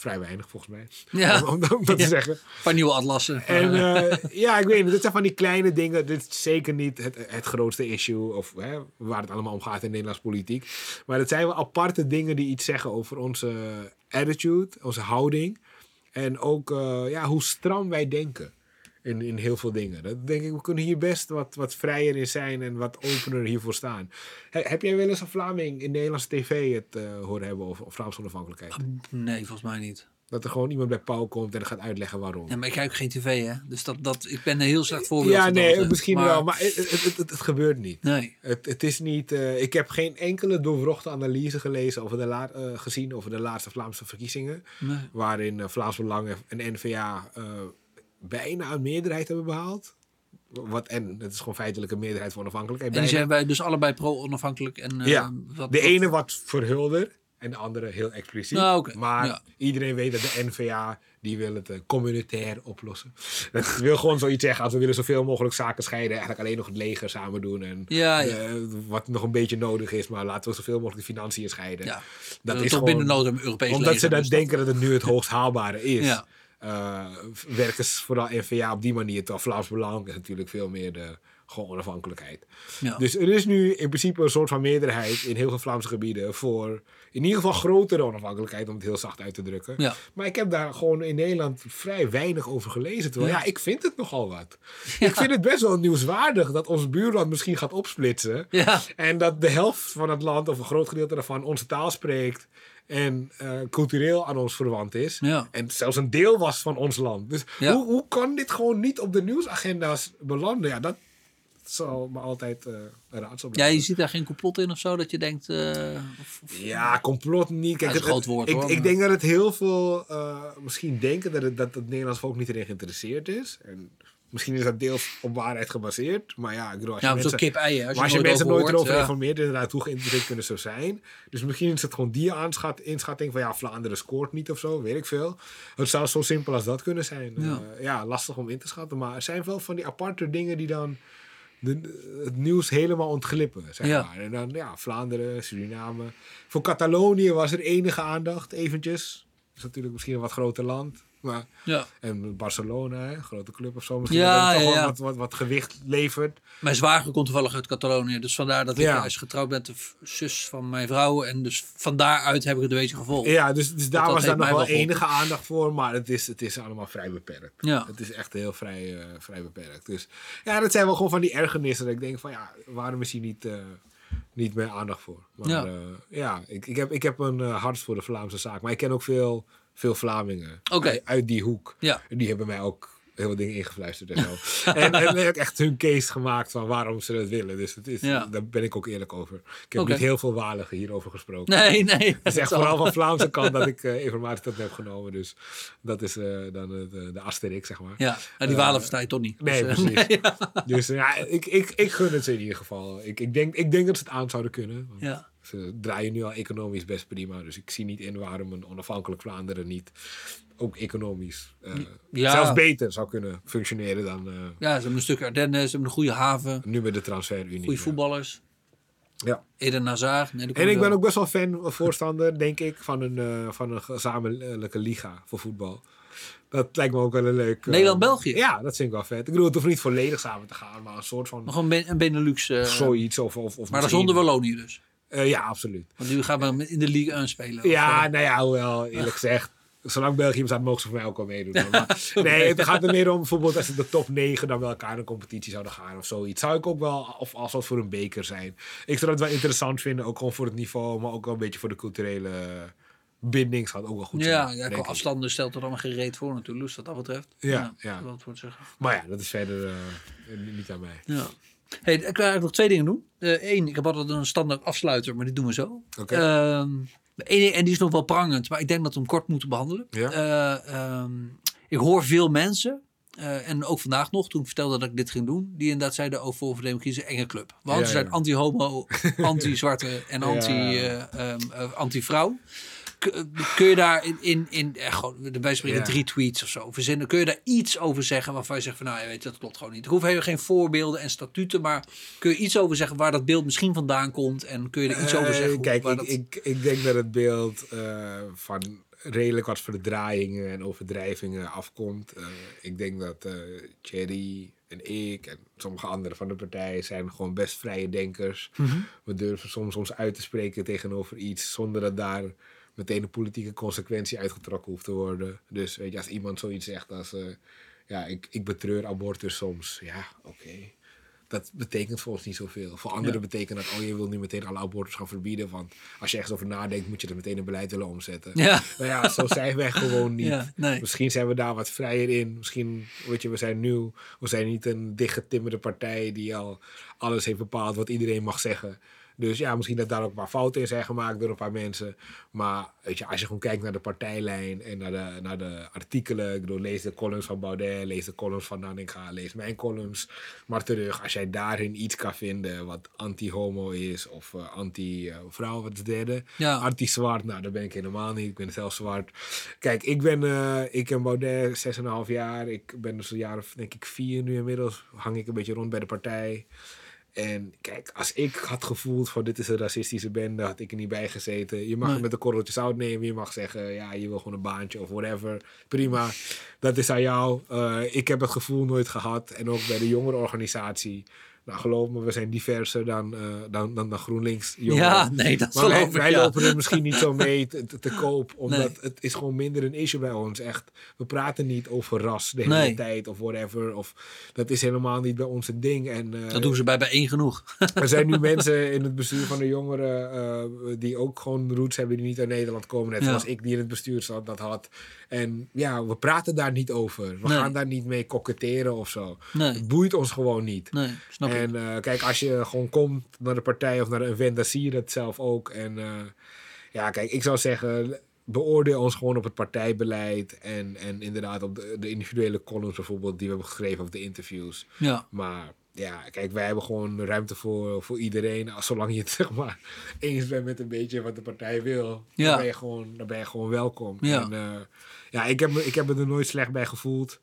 B: vrij weinig volgens mij.
A: Ja.
B: Om, om dat te
A: Ja.
B: zeggen.
A: Een paar nieuwe atlassen.
B: En uh, ja, ik weet niet. Dit zijn van die kleine dingen. Dit is zeker niet het, het grootste issue. Of hè, waar het allemaal om gaat in Nederlandse politiek. Maar het zijn wel aparte dingen die iets zeggen over onze attitude. Onze houding. En ook uh, ja, hoe stram wij denken. In, in heel veel dingen. Dat denk ik, we kunnen hier best wat, wat vrijer in zijn. En wat opener hiervoor staan. He, heb jij wel eens een Vlaming in Nederlandse tv het uh, horen hebben over, over Vlaamse onafhankelijkheid?
A: Nee, volgens mij niet.
B: Dat er gewoon iemand bij Pauw komt en gaat uitleggen waarom.
A: Ja, maar ik kijk ook geen tv, hè. Dus dat, dat, ik ben een heel slecht voorbeeld.
B: Ja,
A: van
B: nee,
A: dat,
B: misschien
A: maar...
B: wel. Maar het, het, het, het, het gebeurt niet.
A: Nee.
B: Het, het is niet... Uh, ik heb geen enkele doorwrochte analyse gelezen over de la, uh, gezien over de laatste Vlaamse verkiezingen. Nee. Waarin uh, Vlaams Belang en N V A uh, bijna een meerderheid hebben behaald. Wat, en het is gewoon feitelijk een meerderheid voor onafhankelijkheid.
A: En die
B: bijna.
A: zijn wij dus allebei pro-onafhankelijk. En, uh,
B: ja,
A: wat,
B: de
A: wat...
B: ene wat verhulder en de andere heel expliciet.
A: Nou, okay.
B: Maar
A: ja.
B: iedereen weet dat de N V A, die wil het uh, communautair oplossen. Dat wil gewoon zoiets zeggen als we willen zoveel mogelijk zaken scheiden. Eigenlijk alleen nog het leger samen doen. En
A: ja, ja.
B: Uh, wat nog een beetje nodig is. Maar laten we zoveel mogelijk de financiën scheiden.
A: Ja.
B: Dat
A: uh,
B: is
A: toch
B: gewoon,
A: binnen nood een Europees
B: omdat
A: leger.
B: ze dat
A: dus
B: denken
A: dat...
B: dat het nu het hoogst haalbare is.
A: Ja.
B: Uh, werken ze vooral N V A op die manier. Terwijl Vlaams Belang is natuurlijk veel meer de... gewoon onafhankelijkheid. Ja. Dus er is nu in principe een soort van meerderheid in heel veel Vlaamse gebieden voor in ieder geval grotere onafhankelijkheid, om het heel zacht uit te drukken.
A: Ja.
B: Maar ik heb daar gewoon in Nederland vrij weinig over gelezen. Terwijl ja, ja ik vind het nogal wat. Ja. Ik vind het best wel nieuwswaardig dat ons buurland misschien gaat opsplitsen. Ja. En dat de helft van het land, of een groot gedeelte daarvan, onze taal spreekt. En uh, cultureel aan ons verwant is. Ja. En zelfs een deel was van ons land. Dus ja. hoe, hoe kan dit gewoon niet op de nieuwsagenda's belanden? Ja, dat zal me altijd uh, een raadsel blijven.
A: Ja, je ziet daar geen complot in of zo? Dat je denkt... Uh, of, of,
B: ja, complot niet. Kijk,
A: dat is een groot woord,
B: ik,
A: hoor.
B: Ik denk dat het heel veel... Uh, misschien denken dat het, dat het Nederlands volk niet erin geïnteresseerd is. En misschien is dat deels op waarheid gebaseerd. Maar ja, ik bedoel... Als
A: ja,
B: je mensen,
A: zo'n kip-eieren. Als
B: maar als
A: je,
B: je
A: nooit
B: mensen nooit
A: hoort,
B: erover
A: ja.
B: informeert... inderdaad, hoe geïnteresseerd kunnen ze zijn. Dus misschien is het gewoon die aanschat, inschatting van... ja, Vlaanderen scoort niet of zo, weet ik veel. Het zou zo simpel als dat kunnen zijn. Ja, uh, ja lastig om in te schatten. Maar er zijn wel van die aparte dingen die dan... De, het nieuws helemaal ontglippen, zeg ja. maar. En dan, ja, Vlaanderen, Suriname. Voor Catalonië was er enige aandacht, eventjes. Dat is natuurlijk misschien een wat groter land. Maar,
A: ja.
B: En Barcelona, hè, grote club of zo. Misschien
A: ja,
B: dat het
A: ja,
B: toch
A: ja.
B: Wat, wat, wat gewicht levert.
A: Mijn zwager komt toevallig uit Catalonië. Dus vandaar dat ik
B: ja.
A: als getrouwd ben de zus van mijn vrouw. En dus van daaruit heb ik het een beetje gevolgd.
B: Ja, dus, dus daar
A: dat
B: was daar nog wel, wel
A: enige
B: geholpen. aandacht voor. Maar het is, het is allemaal vrij beperkt.
A: Ja.
B: Het is echt heel vrij, uh, vrij beperkt. Dus ja, dat zijn wel gewoon van die ergernissen. Dat ik denk van ja, waarom is hier niet... Uh, niet meer aandacht voor. Maar ja, uh, ja ik, ik, heb, ik heb een uh, hart voor de Vlaamse zaak. Maar ik ken ook veel, veel Vlamingen
A: okay.
B: uit, uit die hoek.
A: Ja.
B: En die hebben mij ook heel veel dingen ingefluisterd en zo. en, en heb ik echt hun case gemaakt van waarom ze dat willen. Dus het is, ja. daar ben ik ook eerlijk over. Ik heb okay. niet heel veel Waligen hierover gesproken.
A: Nee, nee.
B: Het is echt vooral van Vlaamse kant dat ik uh, informatie tot heb genomen. Dus dat is uh, dan uh, de, de asterix, zeg maar.
A: Ja, en die Walen uh, versta je toch niet.
B: Nee,
A: dus,
B: precies.
A: Nee, ja.
B: Dus ja, ik, ik, ik gun het ze in ieder geval. Ik, ik, denk, ik denk dat ze het aan zouden kunnen. Want
A: ja.
B: Ze draaien nu al economisch best prima. Dus ik zie niet in waarom een onafhankelijk Vlaanderen niet ook economisch uh, ja. zelfs beter zou kunnen functioneren dan... Uh,
A: ja, ze hebben een stuk Ardennen, ze hebben een goede haven.
B: Nu met de transferunie.
A: Goede ja. voetballers.
B: Ja.
A: Eden Hazard. Nee,
B: en ik ben ook best wel fan, voorstander, denk ik, van een, uh, van een gezamenlijke liga voor voetbal. Dat lijkt me ook wel een leuk... Uh,
A: Nederland-België?
B: Ja, dat vind ik wel vet. Ik bedoel, het hoeft niet volledig samen te gaan, maar een soort van...
A: Maar gewoon een Benelux... Uh,
B: zoiets. Of, of, of
A: maar dan zonder Wallonië dus?
B: Uh, ja, absoluut.
A: Want nu gaan we in de Ligue één spelen.
B: Ja, of, nou ja, hoewel, eerlijk gezegd... Zolang België bestaat, mogen ze voor mij ook wel meedoen. Maar, nee, het gaat er meer om bijvoorbeeld als de top negen dan bij elkaar in een competitie zouden gaan of zoiets. Zou ik ook wel, of als dat voor een beker zijn. Ik zou dat wel interessant vinden, ook gewoon voor het niveau, maar ook wel een beetje voor de culturele binding. Zou het ook wel goed zijn.
A: Ja, ja qua afstanden stelt er allemaal gereed voor natuurlijk, dus wat dat betreft.
B: Ja, ja. ja.
A: Dat wordt zeggen.
B: Maar ja, dat is verder uh, niet aan mij.
A: Ja. Hey, ik wil eigenlijk nog twee dingen doen. Eén, uh, ik heb altijd een standaard afsluiter, maar die doen we zo.
B: Oké. Okay.
A: Um, en die is nog wel prangend, maar ik denk dat we hem kort moeten behandelen.
B: Ja.
A: Uh, um, ik hoor veel mensen, uh, en ook vandaag nog, toen ik vertelde dat ik dit ging doen, die inderdaad zeiden over Forum voor Democratie is een enge club. Want ja, ze zijn ja. anti-homo, anti-zwarte en anti, ja. uh, um, uh, anti-vrouw. Kun je daar in, in, in eh, gewoon, wij spreken yeah. drie tweets of zo verzinnen. Kun je daar iets over zeggen waarvan je zegt van nou, weet je, dat klopt gewoon niet. Er hoeven helemaal geen voorbeelden en statuten, maar kun je iets over zeggen waar dat beeld misschien vandaan komt en kun je er iets uh, over zeggen?
B: Kijk,
A: waar
B: ik,
A: dat...
B: ik, ik denk dat het beeld uh, van redelijk wat verdraaiingen en overdrijvingen afkomt. Uh, ik denk dat uh, Thierry en ik en sommige anderen van de partij zijn gewoon best vrije denkers. Mm-hmm. We durven soms ons uit te spreken tegenover iets zonder dat daar meteen een politieke consequentie uitgetrokken hoeft te worden. Dus weet je, als iemand zoiets zegt als uh, ja, ik, ik betreur abortus soms. Ja, oké. Okay. Dat betekent voor ons niet zoveel. Voor anderen ja. betekent dat, oh, je wil nu meteen alle abortus gaan verbieden. Want als je ergens over nadenkt, moet je er meteen een beleid willen omzetten. Ja. Nou ja, zo zijn wij gewoon niet. Ja, nee. Misschien zijn we daar wat vrijer in. Misschien, weet je, we zijn nieuw. We zijn niet een dichtgetimmerde partij die al alles heeft bepaald wat iedereen mag zeggen. Dus ja, misschien dat daar ook een paar fouten in zijn gemaakt door een paar mensen. Maar weet je, als je gewoon kijkt naar de partijlijn en naar de, naar de artikelen. Ik bedoel, lees de columns van Baudet, lees de columns van Nanninga, lees mijn columns. Maar terug, als jij daarin iets kan vinden wat anti-homo is of uh, anti-vrouw, uh, wat is het derde? Ja. Anti-zwart, nou dat ben ik helemaal niet. Ik ben zelf zwart. Kijk, ik ben, uh, ik en Baudet zes en een half jaar. Ik ben dus een jaar of denk ik vier nu inmiddels. Hang ik een beetje rond bij de partij. En kijk, als ik had gevoeld van dit is een racistische bende, had ik er niet bij gezeten. Je mag nee. het met een korreltje zout nemen. Je mag zeggen, ja, je wil gewoon een baantje of whatever. Prima, dat is aan jou. Uh, ik heb het gevoel nooit gehad. En ook bij de jongerenorganisatie. Nou, geloof me, we zijn diverser dan, uh, dan, dan, dan GroenLinks jongeren.
A: Ja, nee, dat
B: maar wij,
A: ik,
B: wij
A: ja.
B: lopen er misschien niet zo mee te, te, te koop. Omdat nee. het is gewoon minder een issue bij ons. Echt, we praten niet over ras de hele nee. tijd of whatever. Of, dat is helemaal niet bij ons een ding. En, uh,
A: dat doen ze bij bijeen genoeg.
B: Er zijn nu mensen in het bestuur van de jongeren uh, die ook gewoon roots hebben die niet uit Nederland komen. Net ja. zoals ik die in het bestuur zat, dat had. En ja, we praten daar niet over. We nee. gaan daar niet mee koketteren of zo. Nee. Het boeit ons gewoon niet.
A: Nee, snap ik.
B: En uh, kijk, als je gewoon komt naar de partij of naar een event, dan zie je dat zelf ook. En uh, ja, kijk, ik zou zeggen, beoordeel ons gewoon op het partijbeleid. En, en inderdaad op de, de individuele columns bijvoorbeeld die we hebben geschreven of de interviews. Ja. Maar ja, kijk, wij hebben gewoon ruimte voor, voor iedereen. Zolang je het zeg maar eens bent met een beetje wat de partij wil, ja. dan, ben je gewoon, dan ben je gewoon welkom. Ja, en, uh, ja ik, heb me, ik heb me er nooit slecht bij gevoeld.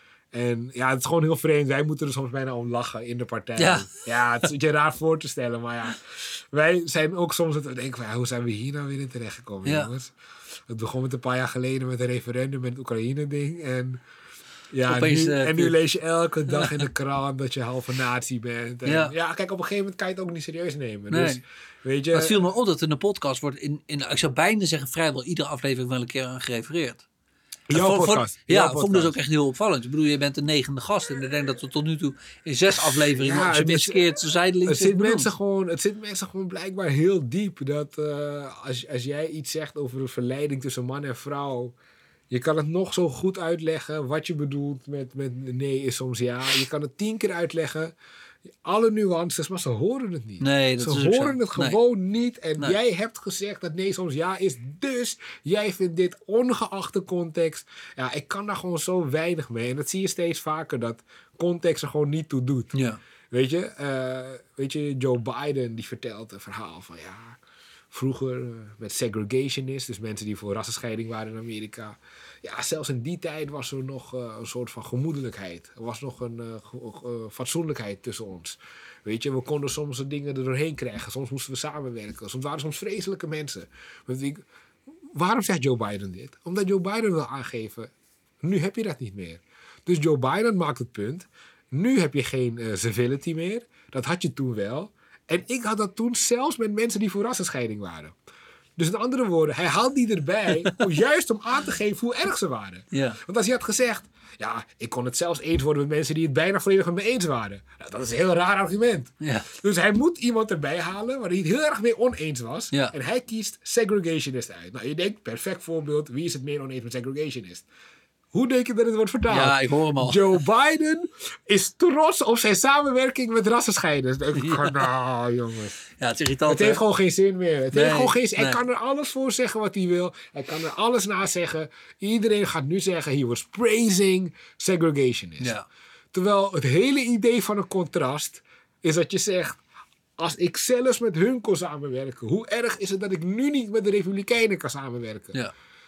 B: En ja, het is gewoon heel vreemd. Wij moeten er soms bijna om lachen in de partij. Ja, ja het is een beetje raar voor te stellen. Maar ja, wij zijn ook soms dat we denken van, ja, hoe zijn we hier nou weer in terechtgekomen, ja. jongens? Het begon met een paar jaar geleden met een referendum met het Oekraïne-ding. En ja, Opeens, nu, uh, en nu lees je elke dag in de krant dat je halve nazi bent. En ja. ja, kijk, op een gegeven moment kan je het ook niet serieus nemen. Nee. Dus, weet je,
A: het viel me op dat in de podcast wordt, in, in, ik zou bijna zeggen, vrijwel iedere aflevering wel een keer aan gerefereerd.
B: Jouw
A: voor,
B: podcast.
A: Voor, ja,
B: Jouw
A: vond ik dus ook echt heel opvallend. Ik bedoel, je bent de negende gast. En ik denk dat we tot nu toe in zes afleveringen ja, op zijn keer zijdelings
B: het zit mensen gewoon, Het zit mensen gewoon blijkbaar heel diep. Dat uh, als, als jij iets zegt over een verleiding tussen man en vrouw, je kan het nog zo goed uitleggen wat je bedoelt met, met nee is soms ja. Je kan het tien keer uitleggen. Alle nuances, maar ze horen het niet.
A: Nee, dat
B: ze
A: is
B: horen het gewoon
A: nee.
B: niet. En
A: nee.
B: jij hebt gezegd dat nee soms ja is. Dus jij vindt dit ongeacht de context. Ja, ik kan daar gewoon zo weinig mee. En dat zie je steeds vaker. Dat context er gewoon niet toe doet.
A: Ja.
B: Weet je, uh, weet je, Joe Biden die vertelt een verhaal van ja, vroeger uh, met segregationists, dus mensen die voor rassenscheiding waren in Amerika. Ja, zelfs in die tijd was er nog uh, een soort van gemoedelijkheid. Er was nog een uh, ge- uh, fatsoenlijkheid tussen ons. Weet je, we konden soms de dingen er doorheen krijgen. Soms moesten we samenwerken. Soms waren soms vreselijke mensen. Ik, waarom zegt Joe Biden dit? Omdat Joe Biden wil aangeven, nu heb je dat niet meer. Dus Joe Biden maakt het punt. Nu heb je geen uh, civility meer. Dat had je toen wel. En ik had dat toen zelfs met mensen die voor rassenscheiding waren. Dus in andere woorden, hij haalt die erbij juist om aan te geven hoe erg ze waren.
A: Ja.
B: Want als hij had gezegd, ja, ik kon het zelfs eens worden met mensen die het bijna volledig met me eens waren. Nou, dat is een heel raar argument.
A: Ja.
B: Dus hij moet iemand erbij halen waar hij het heel erg mee oneens was.
A: Ja.
B: En hij kiest segregationist uit. Nou, je denkt, perfect voorbeeld, wie is het meer oneens met segregationist? Hoe denk je dat het wordt vertaald?
A: Ja, ik hoor hem al.
B: Joe Biden is trots op zijn samenwerking met rassenscheiders. Ik ja. Nou, jongens.
A: Ja, het is irritant.
B: Het heeft hè? gewoon geen zin meer. Het
A: nee,
B: heeft gewoon geen zin.
A: Nee.
B: Hij kan er alles voor zeggen wat hij wil. Hij kan er alles na zeggen. Iedereen gaat nu zeggen, he was praising segregationists.
A: Ja.
B: Terwijl het hele idee van een contrast is dat je zegt, als ik zelfs met hun kon samenwerken, hoe erg is het dat ik nu niet met de Republikeinen kan samenwerken?
A: Ja.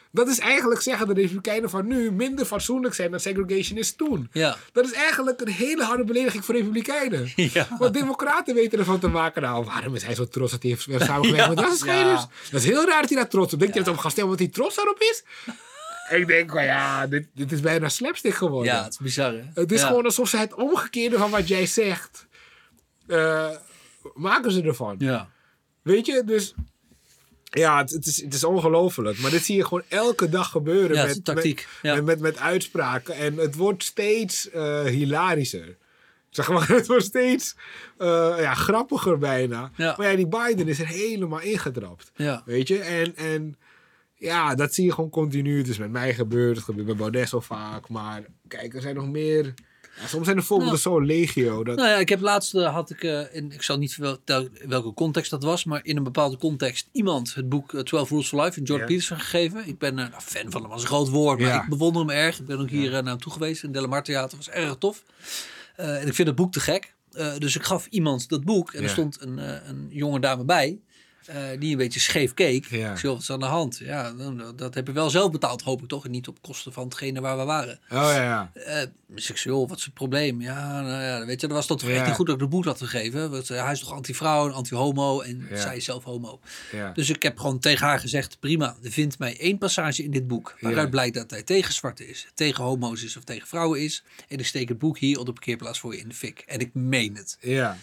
B: Dat is eigenlijk zeggen de Republikeinen van nu minder fatsoenlijk zijn dan segregationists toen.
A: Ja.
B: Dat is eigenlijk een hele harde belediging voor Republikeinen.
A: Ja.
B: Want Democraten weten ervan te maken. Nou, waarom is hij zo trots dat hij heeft samengewerkt
A: Ja.
B: met rassenscheiders?
A: Ja.
B: Dat is heel raar dat hij daar trots op. Denk je dat hij gaat stemmen omdat hij trots daarop is? Ik denk, well, ja, dit, dit is bijna slapstick geworden.
A: Ja, het is bizar, hè?
B: Het is
A: ja.
B: gewoon alsof ze het omgekeerde van wat jij zegt, uh, maken ze ervan.
A: Ja.
B: Weet je, dus ja, het, het is, het is ongelooflijk. Maar dit zie je gewoon elke dag gebeuren
A: Ja,
B: met,
A: het is een tactiek.
B: met,
A: Ja.
B: met, met, met uitspraken. En het wordt steeds uh, hilarischer. Zeg maar, het wordt steeds uh, ja, grappiger bijna.
A: Ja.
B: Maar ja, die Biden is er helemaal ingetrapt.
A: Ja.
B: Weet je, en... en ja, dat zie je gewoon continu. Het is met mij gebeurd. Het gebeurt met Baudet zo vaak. Maar kijk, er zijn nog meer... Ja, soms zijn de voorbeelden nou, zo legio. Dat...
A: Nou ja, ik heb laatst uh, had ik... Uh, in, ik zal niet vertellen welke context dat was. Maar in een bepaalde context iemand het boek uh, twaalf Rules for Life van Jordan ja. Peterson gegeven. Ik ben uh, nou, fan van hem als een groot woord. Maar ja. ik bewonder hem erg. Ik ben ook hier uh, naar hem toe geweest. In Delamar Theater. Was erg tof. Uh, en ik vind het boek te gek. Uh, dus ik gaf iemand dat boek. En ja. er stond een, uh, een jonge dame bij. Uh, die een beetje scheef keek. Ja. Ik zei, wat is aan de hand? Ja, dan, dat heb je wel zelf betaald, hoop ik toch? En niet op kosten van hetgene waar we waren.
B: Oh ja, ja.
A: Uh, dus ik zei, joh, wat is het probleem? Ja, nou ja, weet je, dat was toch ja. echt niet goed dat ik de boek had gegeven. Want, uh, hij is toch anti-vrouw, anti-homo en ja. zij is zelf homo. Ja. Dus ik heb gewoon tegen haar gezegd, prima, er vindt mij één passage in dit boek waaruit ja. blijkt dat hij tegen zwarte is, tegen homo's is of tegen vrouwen is. En ik steek het boek hier op de parkeerplaats voor je in de fik. En ik meen het.
B: Ja.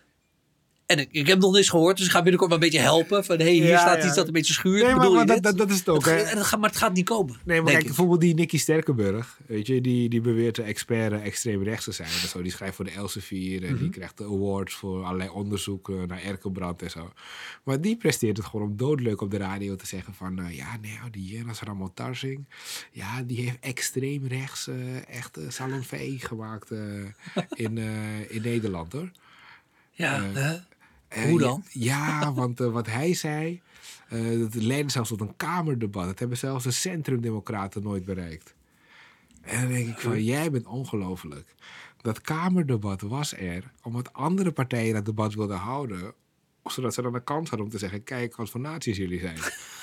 A: En ik, ik heb nog niks gehoord, dus ik ga binnenkort maar een beetje helpen. Van, hé, hey, hier ja, staat ja. iets dat een beetje schuurt.
B: Nee, maar,
A: bedoel
B: maar
A: je
B: dat,
A: dit?
B: dat, dat is het ook. Hè?
A: En dat gaat, maar het gaat niet komen.
B: Nee, maar kijk, ik. bijvoorbeeld die Nicky Sterkenburg. Weet je, die, die beweert de expert extreem rechts te zijn. En zo, die schrijft voor de Elsevier. En mm-hmm. die krijgt de awards voor allerlei onderzoeken naar Erkenbrand en zo. Maar die presteert het gewoon om doodleuk op de radio te zeggen van... Uh, ja, nee, die Jonas Ramon-Tarsing. Ja, die heeft extreem rechts uh, echt uh, salonfee gemaakt uh, in, uh, in Nederland, hoor.
A: Ja,
B: uh,
A: uh. Hoe dan?
B: Ja, want uh, wat hij zei, uh, dat leidde zelfs tot een kamerdebat. Dat hebben zelfs de centrumdemocraten nooit bereikt. En dan denk ik van, jij bent ongelooflijk. Dat kamerdebat was er omdat andere partijen dat debat wilden houden, zodat ze dan een kans hadden om te zeggen, kijk wat voor naties jullie zijn.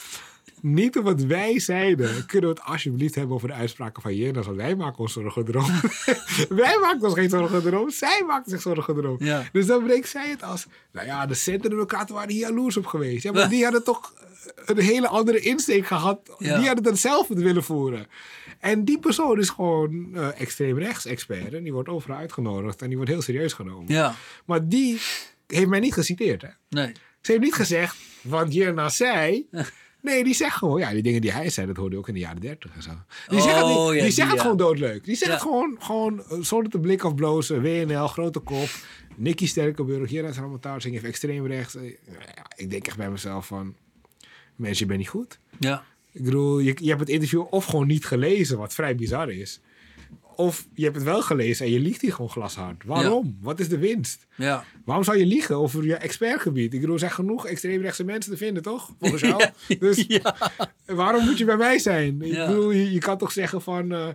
B: Niet om wat wij zeiden, kunnen we het alsjeblieft hebben over de uitspraken van Jonas. Want wij maken ons zorgen erom. Wij maken ons geen zorgen erom. Zij maakt zich zorgen erom. Ja. Dus dan brengt zij het als... Nou ja, de centrumdemocraten waren hier jaloers op geweest. Ja, maar die hadden toch een hele andere insteek gehad. Ja. Die hadden dat zelf willen voeren. En die persoon is gewoon uh, extreem rechts expert. En die wordt overal uitgenodigd. En die wordt heel serieus genomen. Ja. Maar die heeft mij niet geciteerd. Hè?
A: Nee.
B: Ze heeft niet gezegd, want Jonas zei... Nee, die zegt gewoon, ja, die dingen die hij zei, dat hoorde je ook in de jaren dertig en zo. Die
A: oh,
B: zeggen het, niet,
A: ja,
B: die
A: die,
B: zeggen het
A: ja.
B: gewoon doodleuk. Die zeggen
A: ja.
B: het gewoon, gewoon zonder te blik of blozen. W N L, grote kop. Nicky Sterkenburg, Jonas Ramon-Tarsing heeft extreem rechts. Ja, ik denk echt bij mezelf van, mensen, je bent niet goed.
A: Ja.
B: Ik bedoel, je, je hebt het interview of gewoon niet gelezen, wat vrij bizar is. Of je hebt het wel gelezen en je liegt hier gewoon glashard. Waarom? Ja. Wat is de winst? Ja. Waarom zou je liegen over je expertgebied? Ik bedoel, er zijn genoeg extreemrechtse mensen te vinden, toch? Volgens jou. Ja. Dus ja. waarom moet je bij mij zijn? Ik ja. bedoel, je, je kan toch zeggen van... Uh,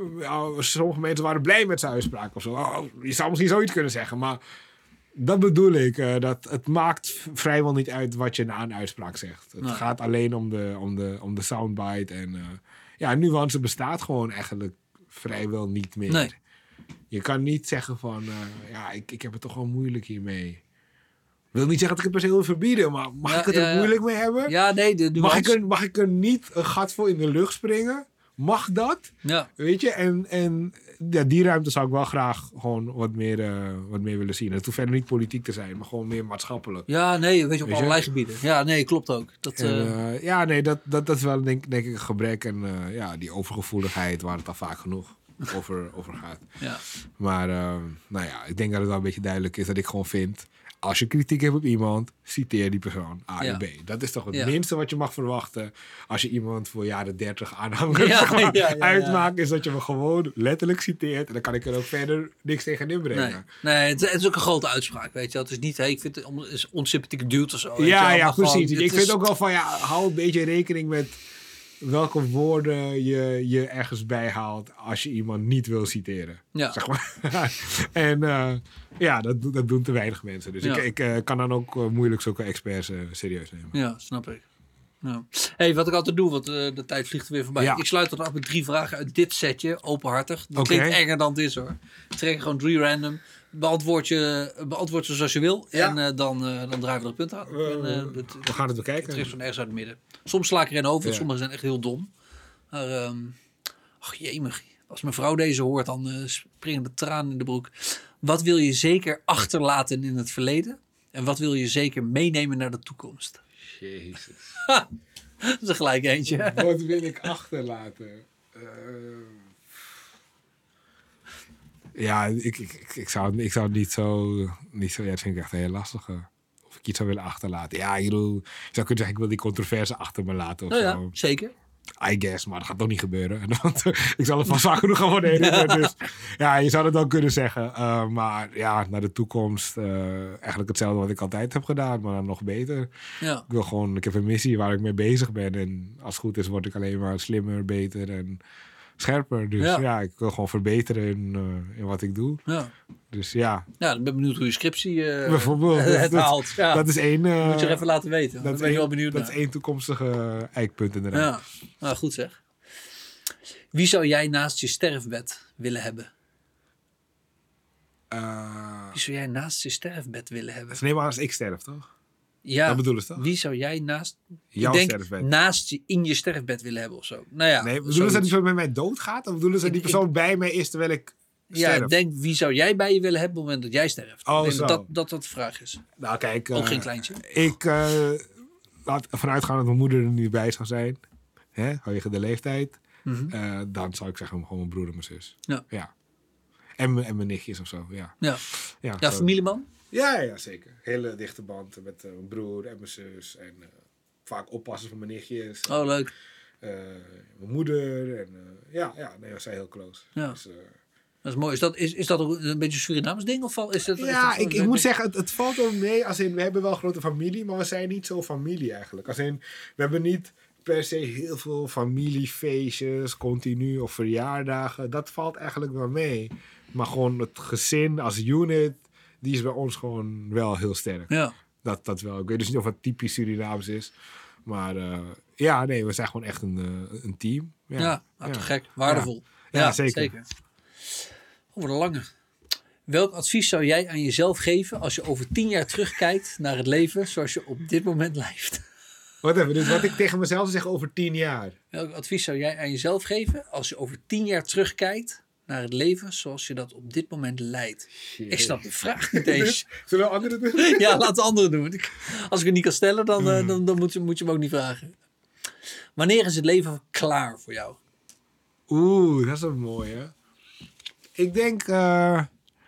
B: uh, sommige mensen waren blij met zijn uitspraak of zo. Oh, je zou misschien zoiets kunnen zeggen, maar... Dat bedoel ik. Uh, dat het maakt vrijwel niet uit wat je na een uitspraak zegt. Het nee. gaat alleen om de, om de, om de soundbite. En uh, ja, nuance bestaat gewoon eigenlijk... vrijwel niet meer. Nee. Je kan niet zeggen van... Uh, ja, ik, ik heb het toch wel moeilijk hiermee. Ik wil niet zeggen dat ik het per se wil verbieden... maar mag ja, ik het ja, er moeilijk mee hebben?
A: Ja, nee. De, de
B: mag, ik er, mag ik er niet een gat voor in de lucht springen? Mag dat? Ja. Weet je? En, en ja, die ruimte zou ik wel graag gewoon wat meer, uh, wat meer willen zien. Het hoeft verder niet politiek te zijn... maar gewoon meer maatschappelijk.
A: Ja, nee. Weet je, op weet allerlei je? gebieden. Ja, nee, klopt ook. Dat,
B: en, uh, ja, nee, dat, dat, dat is wel denk, denk ik een gebrek. En uh, ja, die overgevoeligheid waar het al vaak genoeg over, over gaat. Ja. Maar uh, nou ja, ik denk dat het wel een beetje duidelijk is dat ik gewoon vind... als je kritiek hebt op iemand, citeer die persoon A en B. Ja. Dat is toch het ja. minste wat je mag verwachten... als je iemand voor jaren dertig aanhangers ja, ja, ja, ja, uitmaakt... Ja. is dat je me gewoon letterlijk citeert... en dan kan ik er ook verder niks tegen inbrengen.
A: Nee, nee het, het is ook een grote uitspraak, weet je. Het is niet, hey, ik vind het een onsympathieke dude of zo.
B: Ja,
A: je,
B: ja, precies.
A: Gewoon,
B: ik vind is... ook wel van, ja, hou een beetje rekening met... welke woorden je, je ergens bijhaalt als je iemand niet wil citeren. Ja. Zeg maar. En uh, ja, dat, dat doen te weinig mensen. Dus ja. ik, ik uh, kan dan ook uh, moeilijk zulke experts uh, serieus nemen.
A: Ja, snap ik. Ja. Hey, wat ik altijd doe, want uh, de tijd vliegt er weer voorbij.
B: Ja.
A: Ik sluit dan af met drie vragen uit dit setje, openhartig. Dat
B: Okay.
A: klinkt enger dan het is hoor. Ik trek gewoon drie random. Beantwoord je, beantwoord je zoals je wil. Ja. En uh, dan, uh, dan draaien we er een punt aan.
B: Uh,
A: en, uh, het,
B: we gaan het bekijken.
A: Het is van ergens uit het midden. Soms sla ik er in over,
B: Ja.
A: sommige zijn echt heel dom. Maar, um, ach jemig. Als mijn vrouw deze hoort, dan uh, springen de tranen in de broek. Wat wil je zeker achterlaten in het verleden? En wat wil je zeker meenemen naar de toekomst?
B: Jezus.
A: Ha, dat is een gelijk eentje.
B: Wat wil ik achterlaten? Uh, ja, ik, ik, ik, ik, zou, ik zou het niet zo, niet zo... Ja, dat vind ik echt een heel lastige. Of ik iets zou willen achterlaten. Ja, ik bedoel, ik zou kunnen zeggen, ik wil die controverse achter me laten of
A: nou ja,
B: zo.
A: zeker.
B: I guess, maar dat gaat toch niet gebeuren. Want uh, ik zal het van vaak genoeg gaan worden herinneren. Dus ja, je zou het dan kunnen zeggen. Uh, maar ja, naar de toekomst uh, eigenlijk hetzelfde wat ik altijd heb gedaan, maar dan nog beter. Ja. Ik wil gewoon, ik heb een missie waar ik mee bezig ben. En als het goed is, word ik alleen maar slimmer, beter en scherper. Dus ja, ja ik wil gewoon verbeteren in, uh, in wat ik doe. Ja. Dus ja.
A: Ja, ik ben benieuwd hoe je scriptie uh,
B: bijvoorbeeld
A: het
B: dat,
A: haalt. Ja.
B: Dat is één... Uh,
A: moet je er even laten weten. Dat ben ik wel benieuwd
B: Dat
A: naar.
B: is één toekomstige eikpunt inderdaad.
A: Ja, nou, goed zeg. Wie zou jij naast je sterfbed willen hebben?
B: Uh,
A: Wie zou jij naast je sterfbed willen hebben?
B: Dus neem maar als ik sterf, toch?
A: Ja,
B: dat bedoelen ze toch?
A: Wie zou jij naast...
B: Jouw
A: ik denk
B: sterfbed.
A: naast je, in je sterfbed willen hebben of zo. Nou ja,
B: nee, bedoelen ze dat die persoon met mij doodgaat? Of bedoelen ze dat die persoon ik, bij mij is terwijl ik sterf?
A: Ja, ik denk, wie zou jij bij je willen hebben op het moment dat jij sterft?
B: Oh,
A: ik denk
B: zo.
A: dat, dat dat de vraag is.
B: Nou, kijk...
A: Ook
B: uh,
A: geen kleintje.
B: Ik uh, laat ervan uitgaan dat mijn moeder er nu bij zou zijn. Hè, vanwege de leeftijd. Mm-hmm. Uh, dan zou ik zeggen gewoon mijn broer en mijn zus. Ja. ja. En, en mijn nichtjes of zo, ja.
A: Ja, ja, ja familieman?
B: Ja, ja, zeker. Hele dichte band met uh, mijn broer en mijn zus. En uh, vaak oppassen van mijn nichtjes.
A: Oh, leuk.
B: Uh, mijn moeder. En uh, ja, ja, nee, we zijn heel close.
A: Ja.
B: Dus, uh,
A: dat is mooi. Is dat, is, is dat ook een beetje een Surinaams ding? Of is dat,
B: ja,
A: is dat
B: ik, ik moet zeggen, het, het valt wel mee. Als in, we hebben wel een grote familie, maar we zijn niet zo familie eigenlijk. Als in, we hebben niet per se heel veel familiefeestjes, continu of verjaardagen. Dat valt eigenlijk wel mee. Maar gewoon het gezin als unit, die is bij ons gewoon wel heel sterk. Ja. Dat, dat wel. Ik weet dus niet of het typisch Surinaams is. Maar uh, ja, nee, we zijn gewoon echt een, uh, een team. Ja,
A: ja, ja. Te gek. Waardevol.
B: Ja,
A: ja,
B: ja zeker.
A: zeker. Over de lange. Welk advies zou jij aan jezelf geven als je over tien jaar terugkijkt naar het leven zoals je op dit moment leeft?
B: Wat even, dus wat ik tegen mezelf zeg over tien jaar.
A: Welk advies zou jij aan jezelf geven als je over tien jaar terugkijkt naar het leven zoals je dat op dit moment leidt? Shit. Ik snap de vraag niet eens.
B: Zullen we anderen doen?
A: Ja, laat de anderen doen. Als ik het niet kan stellen, dan, mm. uh, dan, dan moet, je, moet je hem ook niet vragen. Wanneer is het leven klaar voor jou?
B: Oeh, dat is een mooie. Ik denk... Uh,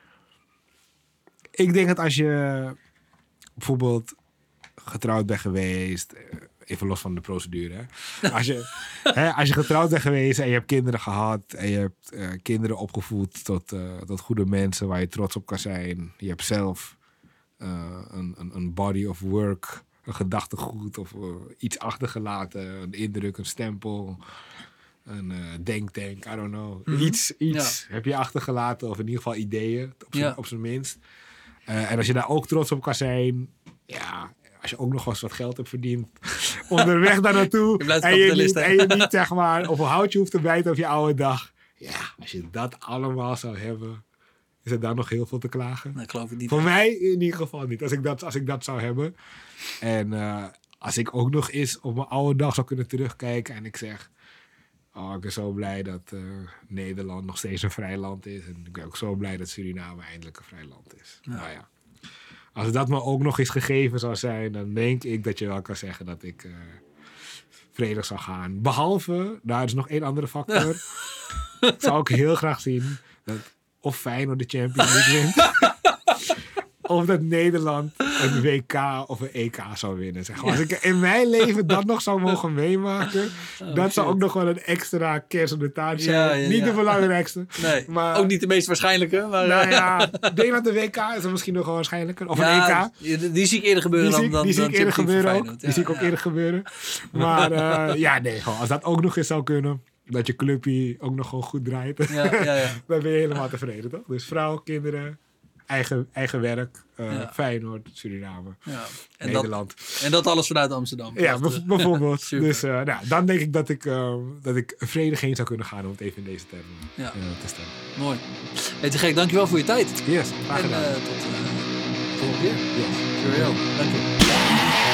B: ik denk dat als je bijvoorbeeld getrouwd bent geweest... Even los van de procedure. Hè. Als, je, hè, als je getrouwd bent geweest en je hebt kinderen gehad... en je hebt uh, kinderen opgevoed tot, uh, tot goede mensen waar je trots op kan zijn. Je hebt zelf uh, een, een, een body of work, een gedachtegoed... of uh, iets achtergelaten, een indruk, een stempel... een uh, denktank, I don't know. Mm-hmm. Iets, iets ja. heb je achtergelaten of in ieder geval ideeën, op zijn, ja. op zijn minst. Uh, en als je daar ook trots op kan zijn... ja, als je ook nog eens wat geld hebt verdiend... onderweg daar naartoe...
A: je
B: en, je niet, en je niet, zeg maar... op een houtje hoeft te bijten op je oude dag. Ja, als je dat allemaal zou hebben... is er daar nog heel veel te klagen?
A: Nee, geloof ik niet.
B: Voor mij in ieder geval niet. Als ik dat, als ik dat zou hebben. En uh, als ik ook nog eens op mijn oude dag zou kunnen terugkijken... en ik zeg... oh, ik ben zo blij dat uh, Nederland nog steeds een vrij land is. En ik ben ook zo blij dat Suriname eindelijk een vrij land is. Ja. Nou ja. Als dat me ook nog eens gegeven zou zijn... dan denk ik dat je wel kan zeggen dat ik uh, vredig zou gaan. Behalve, daar is nog één andere factor. Ja. Zou ik heel graag zien... dat of Feyenoord de Champions League wint... of dat Nederland een W K of een E K zou winnen. Zeg maar. Als ik in mijn leven dat nog zou mogen meemaken... Oh, dat shit. Zou ook nog wel een extra kerst op de taart zijn. Ja, ja, niet ja. de belangrijkste.
A: Nee,
B: maar,
A: ook niet de meest waarschijnlijke. Maar,
B: nou ja, Nederland de W K is er misschien nog wel waarschijnlijker. Of
A: ja,
B: een E K.
A: Die, die zie ik eerder gebeuren
B: die zie,
A: dan...
B: Die
A: dan,
B: zie ik eerder gebeuren ook. Ja, die zie ik ook
A: ja.
B: eerder gebeuren. Maar uh, ja, nee, gewoon, als dat ook nog eens zou kunnen... dat je clubje ook nog gewoon goed draait...
A: Ja, ja, ja.
B: dan ben je helemaal tevreden, toch? Dus vrouw, kinderen... eigen, eigen werk, uh,
A: Ja.
B: Feyenoord, Suriname,
A: Ja. En
B: Nederland.
A: Dat, en dat alles vanuit Amsterdam.
B: Ja,
A: Prachtig.
B: bijvoorbeeld.
A: Super.
B: Dus uh, nou, dan denk ik dat ik, uh, dat ik vredig heen zou kunnen gaan om het even in deze termen
A: Ja.
B: uh, te stellen.
A: Mooi. Hey, te gek, dankjewel voor je tijd.
B: Yes, graag
A: En
B: gedaan.
A: uh, tot uh, de volgende keer.
B: Yes.
A: Cheerio. Dank je.